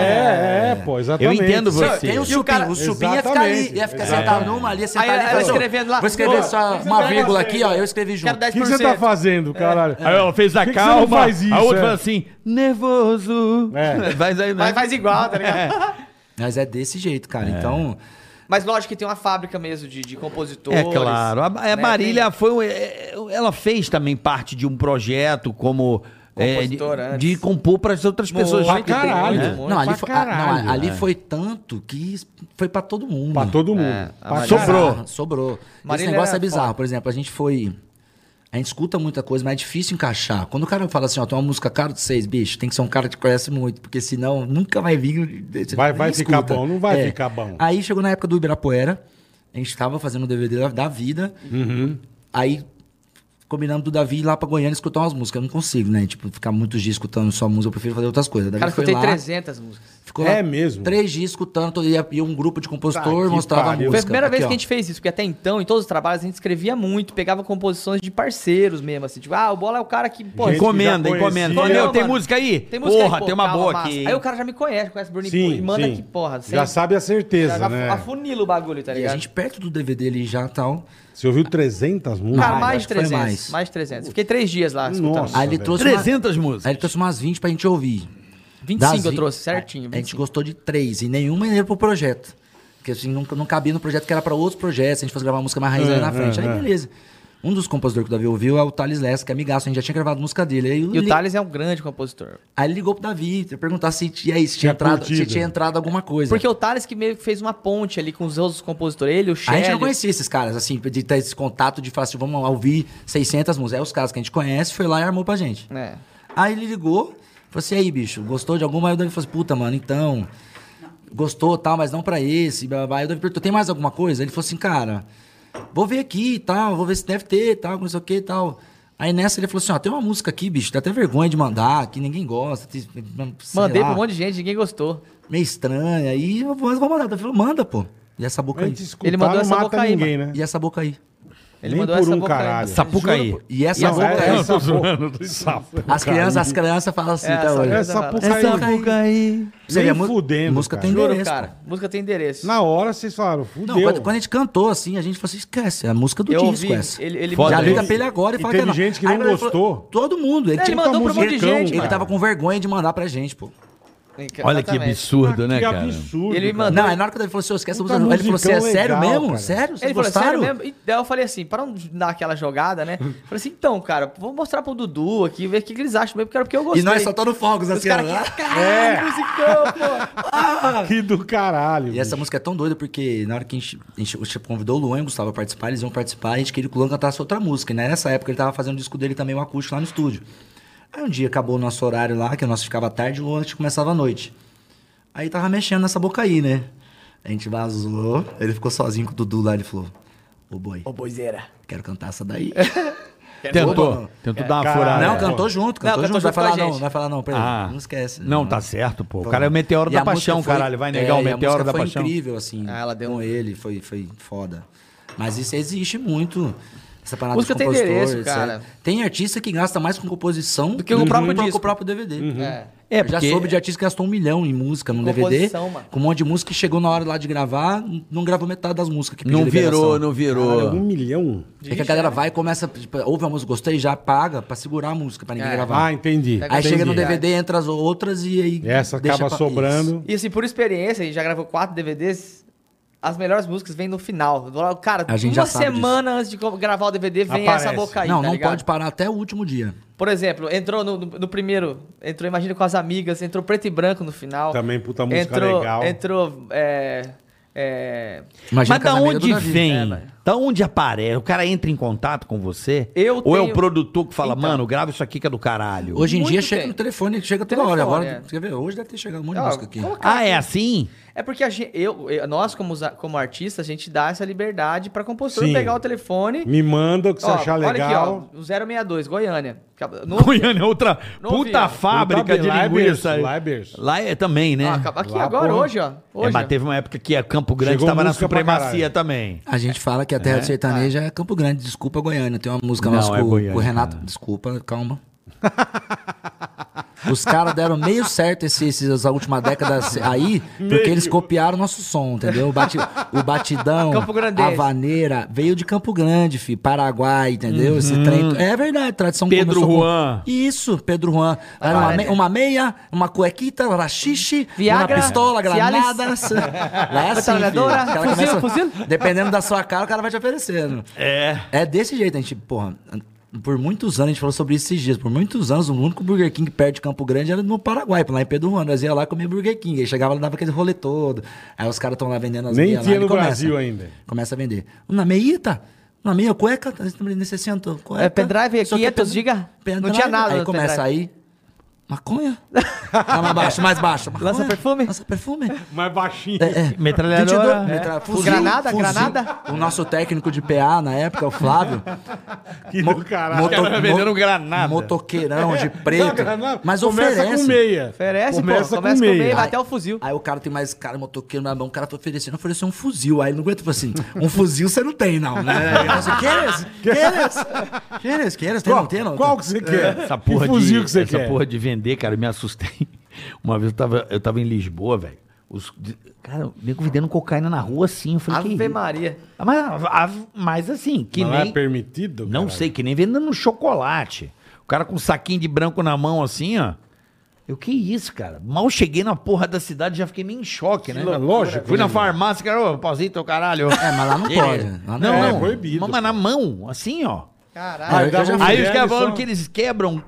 né? Pô, Eu exatamente. entendo você. Tem o E o cara- chupim, o chupim ia ficar ali, ia ficar sentado numa ali, ia sentar Aí ali. ela falou, escrevendo lá, Vou escrever pô, só uma vírgula aqui, ó, eu escrevi junto. Quero O 10%. que você tá fazendo, caralho? Aí ela fez a Por que você não calma, faz isso, a outra é? falou assim, nervoso. É. Faz aí, né? Mas faz igual, tá ligado? Mas é desse jeito, cara, então... Mas lógico que tem uma fábrica mesmo de compositores. É claro. A né? Marília ela fez também parte de um projeto como Compositora antes. de compor para as outras pessoas. Pra caralho. né? Não, ali, Pra foi, caralho, ali foi tanto que foi pra todo mundo. Pra todo mundo. a Pra Marília- caralho. Sobrou. Marília Esse negócio era é bizarro. foda. Por exemplo, a gente escuta muita coisa, mas é difícil encaixar. Quando o cara fala assim, ó, tem uma música cara de 6, bicho, tem que ser um cara que conhece muito, porque senão nunca vai vir. você Vai nem ficar escuta. bom, não vai ficar bom. Aí chegou na época do Ibirapuera, a gente tava fazendo o DVD da vida, aí combinamos do Davi ir lá pra Goiânia escutar umas músicas. Eu não consigo, né? Tipo, ficar muitos dias escutando só música, eu prefiro fazer outras coisas. Davi Cara, eu foi escutei lá, 300 músicas. ficou É lá mesmo? 3 dias escutando, ia um grupo de compositor, Tá, que mostrava a pariu. música. Foi a primeira vez Aqui, que a ó. gente fez isso, porque até então, em todos os trabalhos, a gente escrevia muito, pegava composições de parceiros mesmo, assim, tipo, o Bola é o cara que, pô, Gente, Encomenda, já encomenda. conhecia. Meu, tem mano. música aí? tem música Porra, aí, pô, tem uma calma, boa massa. aqui. Aí o cara já me conhece o Bruninho, Sim, e manda sim. aqui, porra. Já sabe a certeza, já né? afunila o bagulho, tá E ligado? a gente perto do DVD ali já e tal. Você ouviu 300 músicas? Cara, mais acho de que foi 300. mais. Mais de 300. Fiquei 3 dias lá escutando. Nossa. Aí ele velho. trouxe 300 Aí músicas. ele trouxe umas 20 pra gente ouvir. 25 eu vi- trouxe, certinho. A gente 25. gostou de 3 e nenhuma ia pro projeto. Porque assim, não cabia no projeto que era pra outros projetos. Se a gente fosse gravar uma música mais raiz ali na frente. Aí beleza. Um dos compositores que o Davi ouviu é o Thales Lessa, que é amigaço. A gente já tinha gravado música dele. Aí, E o Thales é um grande compositor. Aí ele ligou pro Davi pra perguntar se tinha Tinha curtido. se tinha entrado alguma coisa. Porque o Thales que meio que fez uma ponte ali com os outros compositores. Ele, o A gente não Shelley. conhecia esses caras, assim, de ter esse contato de falar assim, vamos ouvir 600 músicas. Aí os caras que a gente conhece foi lá e armou pra gente. É. Aí ele ligou, falou assim, aí, bicho, gostou de alguma? Aí o Davi falou assim, puta, mano, então, gostou, tal, mas não pra esse. Blá, blá, blá. Aí o Davi perguntou, tem mais alguma coisa? Ele falou assim, cara, vou ver aqui e tal, vou ver se deve ter, tal, não sei o que e tal. Aí nessa ele falou assim, ó, tem uma música aqui, bicho, dá até vergonha de mandar, que ninguém gosta. Sei Mandei lá, pra um monte de gente, ninguém gostou. meio estranha. Aí eu vou mandar. Ele falou, manda, pô. E essa boca aí. Antes de escutar, Ele mandou não essa mata boca aí, ninguém, né? E essa boca aí. Ele Nem mandou por essa um boca aí. caralho. Sapucaí. E essa Não, boca aí. essa boca. As crianças falam assim, tá Essa- olha. Essa Essa boca aí. Você vê, Nem a mu- fudendo, música cara. tem Juro, endereço. cara. Música tem endereço. Na hora vocês falaram, Não, fudeu. quando a gente cantou assim, a gente falou assim, esquece, é a música do Eu disco ouvi, essa. ele Foda Já isso. liga pra ele agora e E fala teve que não. gente que Aí não ele falou, gostou. todo mundo. Ele, Ele tinha mandou pra um monte de musicão, gente, ele mano. tava com vergonha de mandar pra gente, pô. Olha que Exatamente. absurdo, né, Que cara? absurdo. Ele cara. mandou- Não, aí na hora que ele falou assim, esquece a Puta música. Ele falou assim, é musicão sério legal, mesmo? cara. Sério? Vocês Ele falou, gostaram? sério mesmo? E daí eu falei assim, para não dar aquela jogada, né? Falei assim, então, cara, vou mostrar pro Dudu aqui, ver o que eles acham mesmo, porque eu gostei. E nós soltando fogos Os assim, caras ó. aqui, caralho, musicão, pô. Que do caralho. E essa música é tão doida porque na hora que a gente convidou o Luan e o Gustavo a participar, eles iam participar, a gente queria que o Luan cantasse outra música. E nessa época ele tava fazendo o disco dele também, um acústico lá no estúdio. Aí um dia acabou o nosso horário lá, que o nosso ficava tarde e o Luan começava à noite. Aí tava mexendo nessa boca aí, né? A gente vazou, ele ficou sozinho com o Dudu lá, ele falou, ô boi, Ô, boizeira. quero cantar essa daí. Tentou dar uma Caralho. furada. Não, É. cantou junto, cantou Não, junto. cantou Vai junto com a falar não, gente. vai falar não, peraí. Ah. Não esquece. Não, tá certo, pô. O cara é o meteoro E da a música paixão, foi- caralho. Vai negar o e a meteoro música da foi paixão. incrível, assim. Ah, ela deu com um- ele, foi foda. Mas isso existe muito. Essa parada Música de tem compositor, endereço, cara. Tem artista que gasta mais com composição Do que com o próprio disco. com o próprio DVD. É. Eu já soube de artista que gastou 1 milhão em música num DVD. Composição, mano. Com um monte de música que chegou na hora lá de gravar, não gravou metade das músicas que pediu Não virou, liberação. não virou. Cara, 1 milhão? É que a galera vai e começa, tipo, ouve a música, gostei, já paga pra segurar a música, pra ninguém gravar. Ah, entendi. Aí Aí chega no Entendi. DVD, entra as outras e aí... Essa deixa acaba pra- sobrando. E assim, por experiência, a gente já gravou 4 DVDs, as melhores músicas vêm no final. Cara, A gente uma já sabe semana antes de gravar o DVD, vem Aparece. essa boca aí, Não, tá não ligado? pode parar até o último dia. Por exemplo, entrou no primeiro, entrou Imagina com as Amigas, entrou Preto e Branco no final. Também, puta música entrou, legal. Entrou, Imagina Mas da Casamento onde do Davi. vem? velho. Da onde aparece? O cara entra em contato com você? Eu Ou é o tenho- produtor que fala, Então. mano, grava isso aqui que é do caralho? Hoje em Muito dia chega tem. no telefone, chega toda hora. Telefone, Agora, quer ver? Hoje deve ter chegado um monte de Ó, música aqui. Ah, é assim? É porque nós, como artistas, a gente dá essa liberdade pra compositor Sim. pegar o telefone. Me manda o que você Ó, achar olha legal. aqui, ó, o 062, Goiânia. No, Goiânia é outra Não puta ouvi, ó. fábrica Puta de Libers, linguiça. Libers. Lá é também, né? aqui Lá, agora, porra. hoje, ó. É, Hoje, mas ó. teve uma época que a Campo Grande Chegou tava na música pra supremacia caralho. também. A gente fala que a terra do sertaneja é Campo Grande. Desculpa, Goiânia. Tem uma música Não, nossa é com Goiânia, o Renato. cara. Desculpa, calma. Os caras deram meio certo essa última década aí, porque eles copiaram nosso som, entendeu? O batidão, Campo Grandense. a vaneira, veio de Campo Grande, fi, Paraguai, entendeu? Esse trem. É verdade, tradição Pedro começou com- Juan. Isso, Pedro Juan. Era uma meia, uma cuequita, rachixe, Viagra, uma pistola, Cialis. granadas. Lá é assim, filho. Metralhadora, Os caras fuzil, começam- fuzil. Dependendo da sua cara, o cara vai te oferecendo. É. É desse jeito, a gente, porra, por muitos anos, a gente falou sobre isso esses dias, por muitos anos, o único Burger King perto de Campo Grande era no Paraguai, lá em Pedro Juan, nós ia lá comer Burger King, aí chegava lá, dava aquele rolê todo, aí os caras estão lá vendendo as Nem meias tinha lá, no e começa, Brasil ainda. Começa a vender. Uma meita, uma meia cueca, necessito, cueca. pendrive, Isso aqui é 500 giga? Não tinha nada Aí no começa pendrive. aí, maconha. Não, mais baixo. Maconha. Lança perfume? Lança perfume. Mais baixinho. Metralhadora. Granada, granada. O nosso técnico de PA na época, o Flávio. Que do caralho. Os caras vendendo granada. Motoqueirão de preto. Granada. Mas Começa oferece. com meia. Oferece, Começa pô. com Começa com meia. meia, vai até o fuzil. Aí o cara tem mais cara motoqueiro na mão, o cara tá ofereceu um fuzil. Aí ele não aguenta, tipo assim, um fuzil você não tem, não, né? Aí eu assim, queres? Tem não? Qual que você quer? Essa porra, que fuzil de, que você essa quer? porra de vender, cara, eu me assustei. Uma vez eu tava em Lisboa, velho. Cara, o nego vendendo cocaína na rua assim. Eu falei, que Ave isso? Maria. Mas assim, que Não nem. é permitido? Não caralho? sei, que nem vendendo chocolate. O cara com um saquinho de branco na mão assim, ó. Eu, que isso, cara? Mal cheguei na porra da cidade, já fiquei meio em choque, né? Lógico. Fui na né? farmácia, cara, ô, pauzinho, teu caralho. É, mas lá não pode. Lá Não, é não. proibido, Mas na mão, assim, ó. Caralho. Aí eu dava já um Aí os mulher, caras falando só- que eles quebram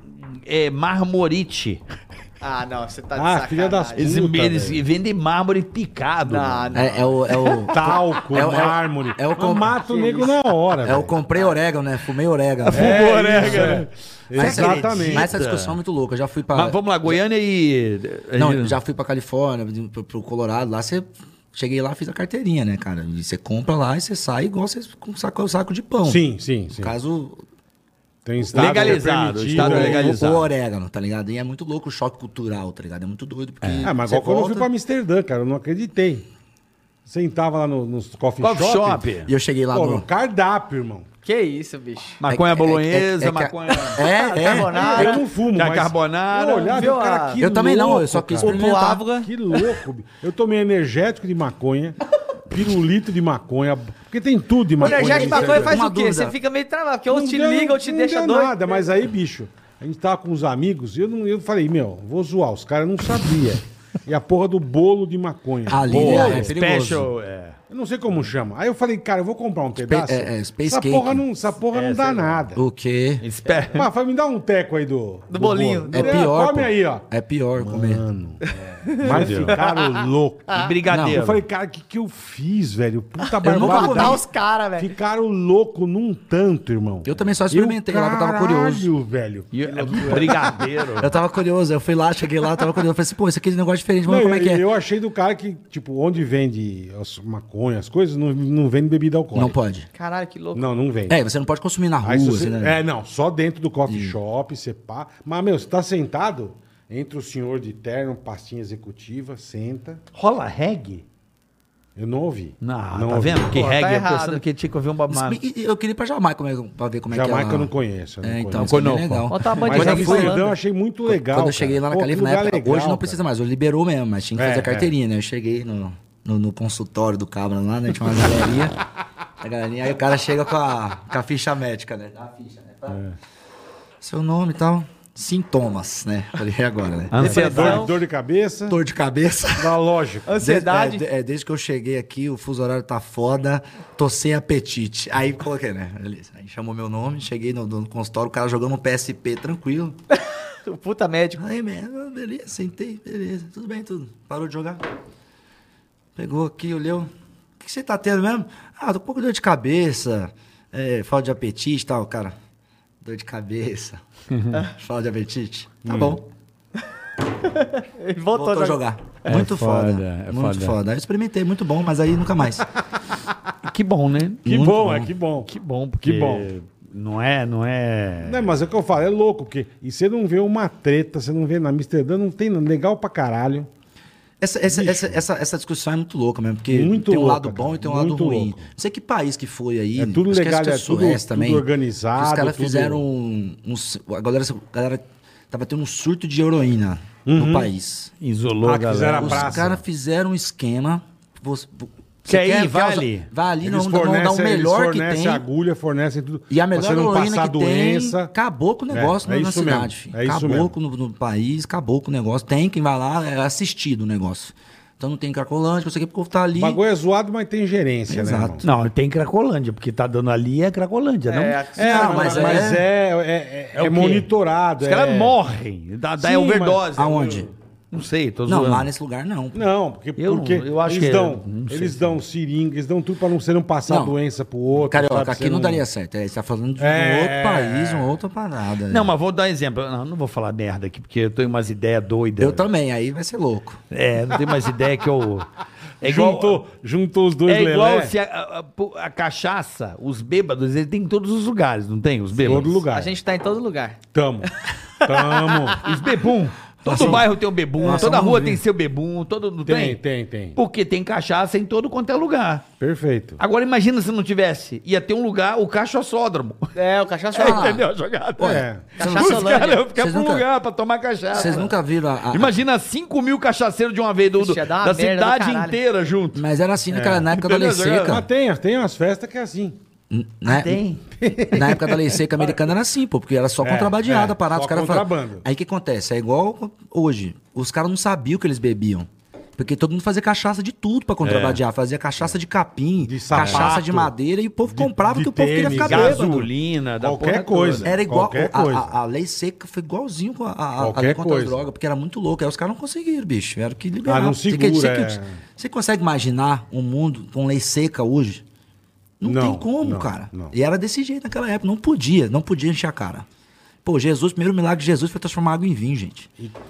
marmorite. Ah, não, você tá de Ah, sacanagem. filha das Eles, Puta, eles velho. vendem mármore picado. Não, mano. não. É o Talco, É o- mármore. é o Mas com- mata o nego na hora, é o velho. comprei orégano, né? Fumei orégano. Fumou orégano. isso, é. Mas Exatamente. Mas essa discussão é muito louca. Eu já fui pra. Mas vamos lá, Goiânia e... Não, já fui pra Califórnia, pro Colorado. Lá você. Cheguei lá, fiz a carteirinha, né, cara? E você compra lá e você sai igual você com um saco de pão. Sim, sim, sim. No caso, Tem estado Legalizado, que é estado permitido. legalizado. o orégano, tá ligado? E é muito louco o choque cultural, tá ligado? É muito doido. Porque Ah, mas você igual quando eu fui volta- pra Amsterdã, cara, eu não acreditei. Sentava lá nos coffee Coffee shop. shop. E eu cheguei lá Pô, no. no cardápio, irmão. Que isso, bicho. Maconha bolonhesa, que- maconha... Carbonara. Eu não fumo, mas... Carbonara. Eu olhava, Viu cara, a- que Eu também não, louco, eu só quis cara. experimentar. Poávora. Que louco, bicho. Eu tomei energético de maconha, pirulito de maconha, porque tem tudo de O maconha. energético de maconha faz Uma o quê? dúvida. Você fica meio travado, porque ou Não te deu- liga ou te não deixa deu doido. nada, mas aí, bicho, a gente tava com uns amigos e eu falei, meu, vou zoar, os caras não sabiam. E a porra do bolo de maconha. Ali, Bolo. né? É perigoso. Special, é. Eu não sei como chama. Aí eu falei, cara, eu vou comprar um pedaço. Space essa cake. porra não dá nada. O quê? Espera. Mas me dá um teco aí do bolinho. bolo. É pior. Come pô. aí, ó. É pior comer. Mas ficaram loucos. E brigadeiro. Eu falei, cara, o que eu fiz, velho? Puta Eu vou barbaridade. matar os caras, velho. Ficaram loucos num tanto, irmão. Eu também só experimentei lá, que eu tava curioso. Caralho, velho. E- brigadeiro. Eu tava curioso, eu fui lá, cheguei lá, tava curioso. Eu falei assim, pô, isso aqui é um negócio diferente, vamos ver como é que é. Eu achei do cara que, tipo, onde vende as maconha, as coisas, não vende bebida alcoólica. Não pode. Caralho, que louco. Não vende. É, você não pode consumir na rua, Aí se assim, você- né? não, só dentro do coffee shop, você pá. Mas, meu, você tá sentado entre o senhor de terno, pastinha executiva, senta. Rola reggae? Eu não ouvi. Não, Não tá ouvi. vendo? Que Pô, tá reggae, eu errado. pensando que tinha que ouvir um babado. Eu queria ir pra Jamaica pra ver como é que é Jamaica lá. eu não conheço. eu não Então, conheço. isso é bem legal. Bota uma Mas bandinha eu aqui fui- Amsterdã eu falando. achei muito legal. Quando eu cheguei lá na Pô, Califa, que na lugar época, legal, hoje não cara. precisa mais, hoje liberou mesmo, mas tinha que fazer É, a carteirinha, né? Eu cheguei no consultório do cabra lá, né? Tinha uma galerinha. A galerinha, aí o cara chega com a ficha médica, né? Dá a ficha, né? Seu nome e tal. Sintomas, né? Falei, e agora, né? Ansiedade. Dor de cabeça. Dor de cabeça. Da lógica. Ansiedade. Desde que eu cheguei aqui, o fuso horário tá foda, tô sem apetite. Aí coloquei, né? Beleza. Aí chamou meu nome, cheguei no consultório, o cara jogando um PSP tranquilo. Puta médico. Aí, mesmo, beleza, sentei, beleza, tudo bem, tudo. Parou de jogar. Pegou aqui, olhou. O que você tá tendo mesmo? Ah, tô com um pouco de dor de cabeça, falta de apetite e tal, cara. Dor de cabeça, falta de apetite. Tá bom. Ele Voltou a jogar. Muito foda, foda. é Muito foda. foda. Aí eu experimentei, muito bom, mas aí nunca mais. Que bom, né? Que Muito bom, que bom. Que bom, porque Que bom. não é... Não, mas é o que eu falo, é louco, porque... E você não vê uma treta, você não vê na Amsterdã, não tem nada legal pra caralho. Essa discussão é muito louca mesmo, porque Muito tem um louca, lado bom cara, e tem um lado muito ruim. louco. Não sei que país que foi aí. É tudo acho que legal, que é Suécia tudo organizado, Os caras tudo- fizeram a galera tava tendo um surto de heroína no país. Isolou Ah, a que fizeram galera. a Os praça. caras fizeram um esquema. Quer ir? quer Vai usar- ali. Vai ali, Eles não dá o fornecem melhor que fornecem tem. agulha, fornecem tudo. E a pra melhor você não heroína passar que doença. tem, acabou com o negócio É na isso cidade, mesmo, filho. é isso Acabou mesmo. no país, acabou com o negócio. Tem quem vai lá, é assistido o negócio. Então não tem cracolante, não sei o que, porque o povo tá ali. O bagulho é zoado, mas tem gerência, Exato. né, irmão? Não, tem Cracolândia, porque tá dando ali é Cracolândia, não? mas é o quê? monitorado. Os caras morrem, dá Sim, overdose. Aonde? Não sei, tô Não, zoando. lá nesse lugar não. Não, porque, Eu acho eles que dão, não sei eles se- dão seringa, eles dão tudo pra você não passar Não. doença pro outro. Carioca, sabe? aqui Você não daria certo. Você tá falando de um É. outro país, uma outra parada. Não, mas vou dar um exemplo. Não vou falar merda aqui, porque eu tenho umas ideias doidas. Eu também, aí vai ser louco. Não tenho umas ideias que eu... É igual, juntou os dois é igual lelé. se a cachaça, os bêbados, eles têm em todos os lugares, não tem? Os bêbados. Todo lugar. A gente tá em todo lugar. Tamo. Os bebum. Todo Nossa, bairro tem um bebum, nossa, toda vamos rua ver. tem seu bebum, todo não tem? Tem. Porque tem cachaça em todo quanto é lugar. Perfeito. Agora imagina se não tivesse. Ia ter um lugar, o cachaçódromo. É, o cachaça. Entendeu a jogada? É. Cachaçolândia. Os caras iam ficar Vocês pra um nunca- lugar pra tomar cachaça. Vocês nunca viram Imagina 5 mil cachaceiros de uma vez Ixi, ia dar uma da merda do cidade caralho. inteira junto. Mas era assim na época da lei Entendeu? seca. Mas tem umas festas que é assim. Né? Tem. Na época da lei seca americana era assim, pô, porque era só contrabandeada, parada. só Os caras falavam- contrabando. Aí o que acontece? É igual hoje. Os caras não sabiam o que eles bebiam. Porque todo mundo fazia cachaça de tudo pra contrabandear. Fazia cachaça de capim, De sapato, cachaça de madeira, e o povo comprava de porque o povo queria tênis, ficar bêbado. Gasolina, da Qualquer porra coisa. toda. Era igual. Qualquer coisa. A lei seca foi igualzinho com a Qualquer lei contra coisa. as drogas, porque era muito louco. Aí os caras não conseguiram, bicho. Era o que liberar. não segura, Você consegue imaginar um mundo com lei seca hoje? Não, Não, tem como, não, cara. não. E era desse jeito naquela época. Não podia encher a cara. Pô, Jesus, o primeiro milagre de Jesus foi transformar água em vinho, gente.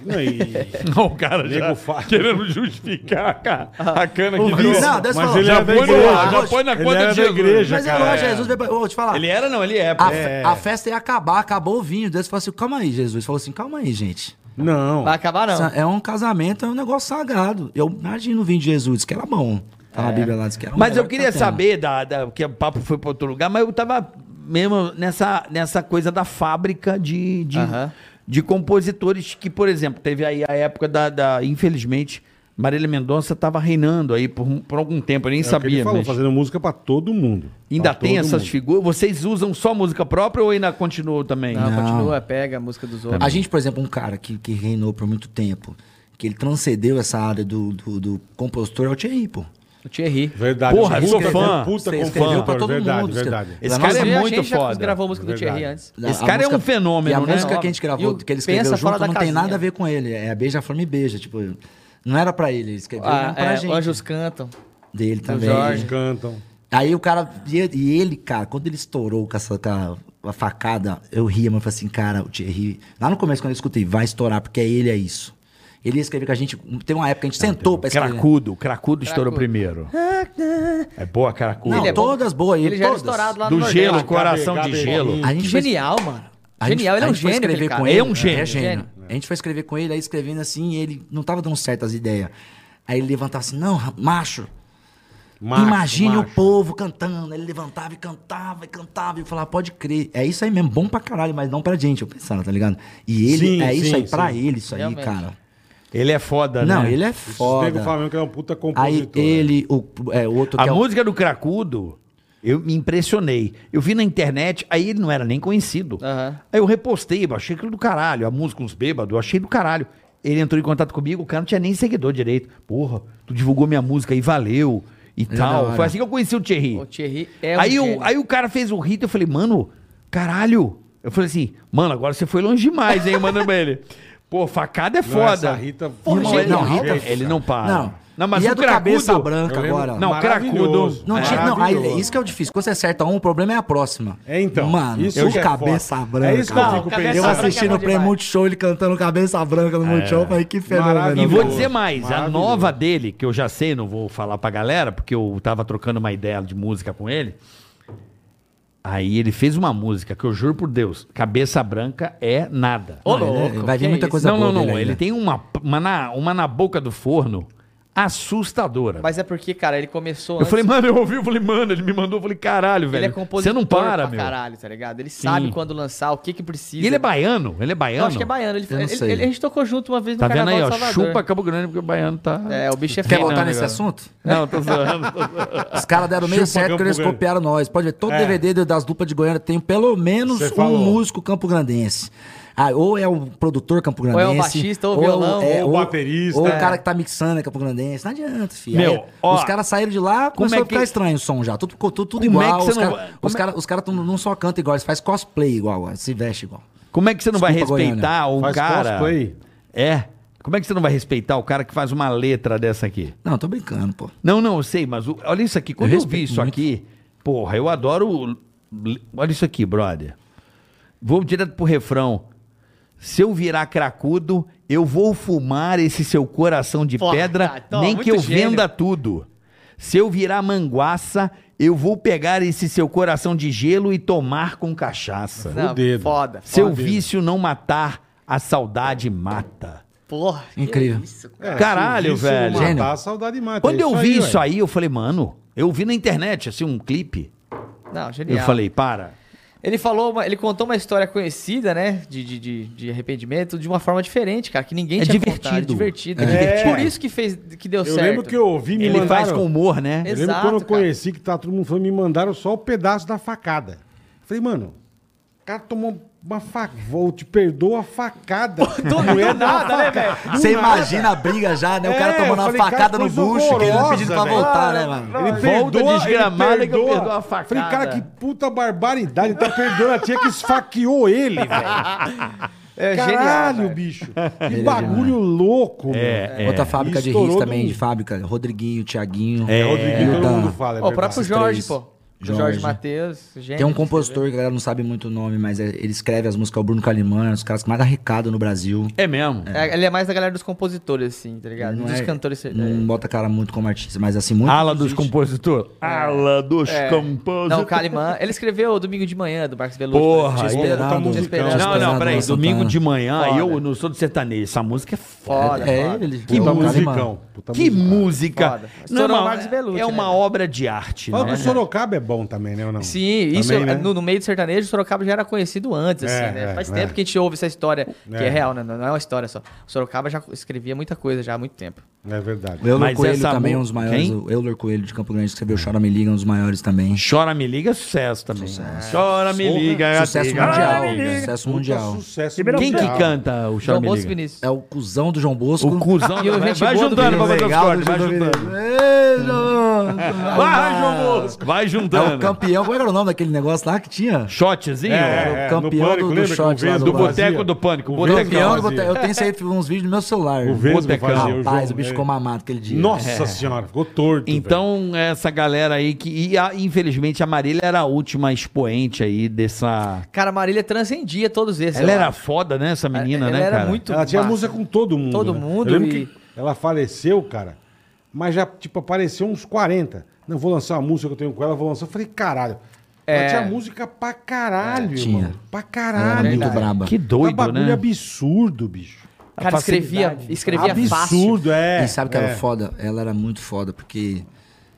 Não, o cara já Nego fala. querendo justificar a cana que Não, virou. deixa eu Mas falar. ele Já era da põe, igreja. já põe na Ele conta era de da Jesus. igreja, Mas cara. Jesus veio pra... Vou te falar. Ele era, não, ele é. A festa ia acabar, acabou o vinho. Deus falou assim, calma aí, Jesus. Falou assim, calma aí, gente. Não. Vai acabar, não. É um casamento, é um negócio sagrado. Eu imagino o vinho de Jesus, diz que era bom. Tá na Bíblia lá, diz que era o Mas melhor eu queria que tá tendo. saber, que o papo foi para outro lugar, mas eu tava mesmo nessa coisa da fábrica Aham. de compositores que, por exemplo, teve aí a época infelizmente, Marília Mendonça estava reinando aí por algum tempo, eu nem É o que sabia. ele falou, Mas fazendo música pra todo mundo. ainda Pra tem todo essas mundo. figuras? Vocês usam só música própria ou ainda continuam também? Não, Não. continua, pega a música dos outros. A gente, por exemplo, um cara que reinou por muito tempo, que ele transcendeu essa área do compositor, é o Thierry, pô. O Thierry. Verdade. Porra, puta, sou fã. Puta Você escreveu compositor, pra todo verdade, mundo, verdade. Esse Pra cara nós, é A muito gente já foda. gravou a música do Verdade. Thierry antes. Esse cara é um fenômeno, E a né? música que a gente gravou, E o que ele Pensa escreveu Fora junto, da não tem Casinha. nada a ver com ele. É a Beija-Flor me beija. Tipo, não era pra ele, ele escreveu mesmo pra gente. Anjos Cantam. Dele também. Jorge. Eles cantam. Aí o cara, e ele, cara, quando ele estourou com a facada, eu ria, mas eu falei assim, cara, o Thierry, lá no começo quando eu escutei, vai estourar, porque ele é isso. Ele ia escrever com a gente, tem uma época que a gente sentou pra escrever. Cracudo estourou primeiro. É boa, Cracudo. Não, Ele é bom. todas boas, Ele já era todas. estourado lá no Do Nordeste. gelo, coração Gabi, de gelo. A Que gente foi- genial, mano. a gente- Genial, ele é a um gente foi gênio, escrever aquele com cara. ele. É um gênio. É gênio. Gênio. A gente foi escrever com ele, aí escrevendo assim, ele não tava dando certo as ideias. Aí ele levantava assim, não, macho, Imagine o macho. povo cantando. Ele levantava e cantava e cantava. E eu falava, pode crer. É isso aí mesmo, bom pra caralho, mas não pra gente, eu pensava, tá ligado? E ele, Sim, é isso sim, aí, pra sim. ele, isso aí, Realmente. cara. Ele é foda, né? Não, ele é Nego foda. fala mesmo que ele é um puta Aí compositor. ele, o outro que A é o... música do Cracudo, eu me impressionei. Eu vi na internet, aí ele não era nem conhecido. Aham. Aí eu repostei, eu achei aquilo do caralho. A música Uns Bêbados, eu achei do caralho. Ele entrou em contato comigo, o cara não tinha nem seguidor direito. Porra, tu divulgou minha música aí, valeu. E da tal. hora. Foi assim que eu conheci o Thierry. O Thierry é um Aí, gênio. aí o cara fez o hit, eu falei, mano, caralho. Eu falei assim, mano, agora você foi longe demais, hein, mano, ele. Pô, facada é Não, foda. essa Rita... Porra, Irmão, genial, ele, não, Rita, Jeito, ele não para. Não, mas e o é do Cracudo... cabeça branca eu lembro- agora. Não, Maravilhoso. Cracudo. Não, tinha, não, aí, Maravilhoso. isso que é o difícil. Quando você acerta um, o problema é a próxima. É, então, Mano, isso eu que é cabeça foda. branca. É isso que eu mano. fico Cabeça Eu pensando. branca é assisti bom no demais. pré-multishow ele cantando cabeça branca no Multishow. Falei, que fenômeno. E Maravilhoso. vou dizer mais, a Maravilhoso. nova dele, que eu já sei, não vou falar pra galera, porque eu tava trocando uma ideia de música com ele. Aí ele fez uma música que eu juro por Deus, Cabeça Branca é nada. Ô, Não, louco, vai vir que muita isso? coisa Não, boa não, não. dele Ele ainda. tem uma na boca do forno assustadora. Mas é porque, cara, ele começou Eu falei, mano, eu ouvi, eu falei, mano, ele me mandou, eu falei, caralho, velho. ele é compositor Você não para, pra meu. caralho, tá ligado? Ele sabe Sim. quando lançar, o que precisa. E ele é baiano? Ele é baiano? Eu acho que é baiano. Ele, Eu não ele- sei. ele- a gente tocou junto uma vez no Tá vendo Carnaval aí, ó? de Salvador. Chupa Cabo Grande, porque o baiano tá... É, o bicho é Quer feio. voltar não, nesse negócio. assunto? Não, tô zoando. Os caras deram meio Chupa certo Campo que eles Grande. copiaram nós. Pode ver, todo É. DVD das duplas de Goiânia tem pelo menos Cê um falou. músico campograndense. Ah, ou é o produtor campograndense. Ou é o baixista, ou o violão, ou o baterista. Ou É. o cara que tá mixando é campograndense. Não adianta, filho. Meu, Aí, ó, os caras saíram de lá, começou é a ficar que- estranho o som já. Tudo Como é igual. que você Os não caras vai- os caras não só cantam igual, eles fazem cosplay igual, se veste igual. Como é que você não vai Desculpa, respeitar um Faz cara... cosplay. É. Como é que você não vai respeitar o cara que faz uma letra dessa aqui? Não, tô brincando, pô. Não, não, eu sei, mas olha isso aqui. Quando eu, vi respeito isso muito. aqui, porra, eu adoro... Olha isso aqui, brother. Vou direto pro refrão. Se eu virar cracudo, eu vou fumar esse seu coração de Porra, pedra, cara, então, nem muito que eu gênio. venda tudo. Se eu virar manguaça, eu vou pegar esse seu coração de gelo e tomar com cachaça. Não, Fudido. foda. Seu Foda. vício não matar, a saudade mata. Porra. que Incrível. isso, É, Caralho, se o vício velho. matar, Gênio. a saudade mata. Quando É eu vi isso ué. aí, eu falei, mano, eu vi na internet, assim, um clipe. Não, genial. Eu falei, para. Ele ele contou uma história conhecida, né? De arrependimento de uma forma diferente, cara, que ninguém É tinha divertido. contado. Divertido. É divertido. Por isso que deu Eu certo. lembro que eu ouvi, me Ele mandaram... faz com humor, né? Eu lembro Exato, quando eu cara. conheci que tá todo mundo falando, me mandaram só o pedaço da facada. Falei, mano, o cara tomou uma facada, vou te perdoa a facada. Do nada, né, velho? Você imagina a briga já, né? O cara É, tomando eu uma falei, facada cara, no coisa bucho, querendo horrorosa, pedindo pra velho. voltar, né, mano? Ele Volta perdoa, desgramada ele que eu perdoo a facada. Falei, cara, que puta barbaridade. Ele tá perdoando a tia que esfaqueou ele, velho. É Caralho, velho. bicho. Que bagulho louco, meu. Outra fábrica de Estourou rios também, do- de fábrica. Rodriguinho, Thiaguinho. É, Rodriguinho, todo Tá. mundo fala. é Ó, o verdade. próprio Esses Jorge, três. pô. O Jorge. Jorge Matheus, gênio. Tem um de compositor que a galera não sabe muito o nome, mas ele escreve as músicas, é o Bruno Calimã, os caras que mais arrecadam no Brasil. É mesmo. escrever. Ele é mais da galera dos compositores, assim, tá ligado? Não Dos é- cantores. Não bota cara muito como artista, mas assim, muito. Ala dos compositores. Ala dos compositores. Não, o Calimã. Ele escreveu Domingo de Manhã, do Marcos Veloso. Porra, Te aí- esperando, Puta te musicão. esperando. Não, não, peraí. Nossa, Domingo Santana. de manhã, Foda. eu não sou do sertanejo. Essa música é foda. Foda, É, foda. ele. Puta o Calimã. musicão. Puta Que musicão. música. Foda. Não, Estourou é o Marcos uma, Bellucci, é uma né? obra de arte, Fala né? que o Sorocaba é bom também, né? Ou não? Sim, isso Também, né? no meio do sertanejo, o Sorocaba já era conhecido antes, assim, É, né? é, Faz é. tempo que a gente ouve essa história, que É. é real, né? Não é uma história só. O Sorocaba já escrevia muita coisa já há muito tempo. É verdade. O Euler Mas Coelho essa também é mu- um dos maiores. Quem? O Euler Coelho de Campo Grande escreveu Chora Me Liga, um dos maiores também. Chora Me Liga é sucesso também. Chora Me Porra, Liga. Sucesso gata. mundial. Liga. Sucesso Puta mundial. sucesso Quem que mundial. canta o Chora João Me Bosco Liga? Vinícius. É o cuzão do João Bosco. O cuzão. E o Vai, gente vai boa do juntando pra Vinícius. fazer os Legal cortes. do Vai João juntando. Vinícius. Vai, João Bosco. Vai É o juntando. campeão. Como era o nome daquele negócio lá que tinha? Shotzinho? É, o campeão no Pânico, do lembra que shot o lá Vesgo Do do fazia? Boteco do Pânico. O Botecão. Vesgo Campeão do fazia. boteco. Eu tenho isso aí, uns vídeos no meu celular. O Vesgo Botecão. fazia. Rapaz, João- o bicho ficou mamado aquele dia. Nossa senhora, ficou torto. Então, essa galera aí que... E, infelizmente, a Marília era a última expoente aí dessa... Cara, a Marília transcendia todos esses. Ela eu era acho. foda, né, essa menina, Ela né, era cara? muito Ela tinha massa. música com todo mundo. Todo né? mundo Eu lembro e- que ela faleceu, cara, mas já, tipo, apareceu uns 40. Não, vou lançar uma música que eu tenho com ela, vou lançar. Eu falei, caralho. Ela É. tinha música pra caralho, tinha. irmão. Pra Ela caralho. era muito verdade. braba. Que Tá doido, bagulho né? absurdo, bicho. Cara, escrevia fácil. Absurdo, é. E sabe o que era é. foda? Ela era muito foda, porque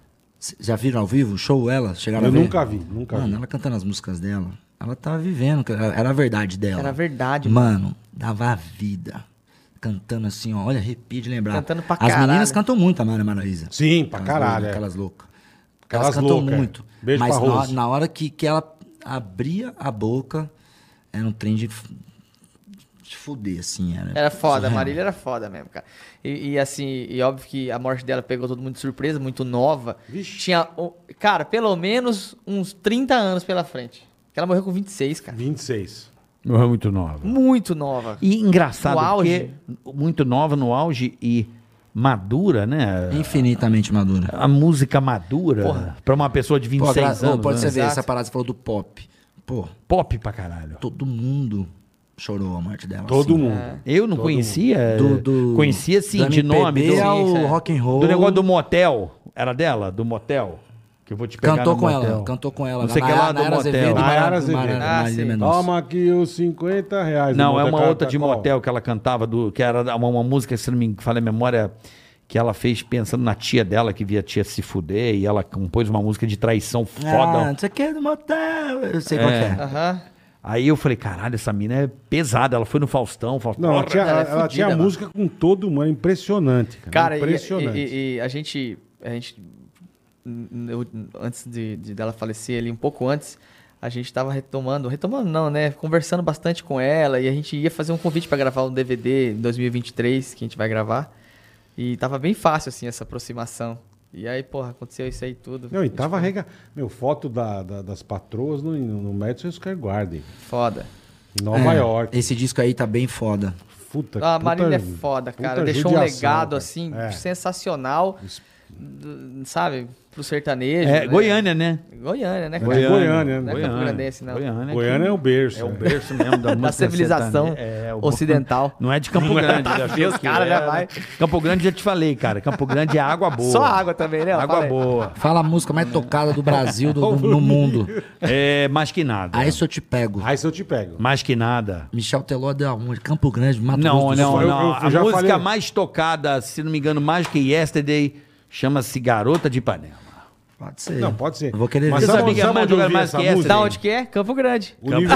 Já viram ao vivo o show ela? Chegaram Eu a ver? nunca vi. Mano, ela cantando as músicas dela, ela tava vivendo, era a verdade dela. Era a verdade, Mano, dava a vida. Cantando assim, ó, olha, arrepio de lembrar. Cantando pra As caralho. meninas cantam muito a Mara Maraísa. Sim, pra caralho. Aquelas loucas. Aquelas Elas cantam loucas, muito. Beijo mas pra Rose. na hora que ela abria a boca, era um trem de fuder, assim. Era foda, a surreal. Marília era foda mesmo, cara. E assim, e óbvio que a morte dela pegou todo mundo de surpresa, muito nova. Vixe. Tinha, cara, pelo menos uns 30 anos pela frente. Que ela morreu com 26, cara. 26. Morreu muito nova. Muito nova. E engraçado, No auge. porque muito nova no auge e madura, né? Infinitamente madura. A música madura pra uma pessoa de 26 anos. Pode né? você ver, Exato. essa parada você falou do pop. Pô, Pop pra caralho. todo mundo chorou a morte dela. Todo assim. mundo. Eu não conhecia. Conhecia sim, do de nome. MPB ao Sim, rock and roll. Do negócio do motel. Era dela? Do motel? Que eu vou te pegar Cantou no com motel. ela, cantou com ela. Não sei o que lá do Nayara motel. Azevedo, Nayara Azevedo. Marília sim. Mendonça. Toma aqui os 50 reais. Não, do é uma motel outra de Caracol. motel que ela cantava, que era uma música, se não me falha a memória, que ela fez pensando na tia dela, que via a tia se fuder, e ela compôs uma música de traição foda. Ah, não sei o que do motel. Eu sei qual que é. Aham. Aí eu falei, caralho, essa mina é pesada. Ela foi no Faustão. Não, ela Porra, tinha, ela é ela tinha fudida, música com todo mundo. Impressionante, cara. Cara, Impressionante. e a gente antes dela falecer ali, um pouco antes, a gente tava retomando não, né? Conversando bastante com ela e a gente ia fazer um convite pra gravar um DVD em 2023, que a gente vai gravar. E tava bem fácil, assim, essa aproximação. E aí, porra, aconteceu isso aí tudo. Não, e tava Meu, foto das patroas no Madison Square Garden, Foda. em Nova York. Esse disco aí tá bem foda. Puta, A puta- Marília é foda, puta cara. Deixou um judiação, legado, cara. assim, É. sensacional, sabe? Pro sertanejo. É, né? Goiânia, né? Goiânia, né? cara? Goiânia, Não é Campo Grandense, não. Goiânia, Goiânia é o berço. é o né? berço mesmo da música civilização sertaneja. ocidental. Não é de Campo Grande. ele achou Os que caras já era. vai. Campo Grande, já te falei, cara. Campo Grande é água boa. Só água também, né? Água Fala aí. boa. Fala a música mais tocada do Brasil, no mundo. É, mais que nada. Aí se eu te pego. Aí se eu te pego. Mais que nada. Michel Teló deu aonde? Campo Grande, Mato Não, Grosso do não, Sul. Eu não. A já música falei. mais tocada, se não me engano, mais que Yesterday, chama-se Garota de Ipanema. Pode ser. Não, pode ser. Eu vou querer Mas ver. Você sabe, sabia que sabe é mais onde eu jogada vi mais essa que essa? música? Da onde que é? Campo Grande.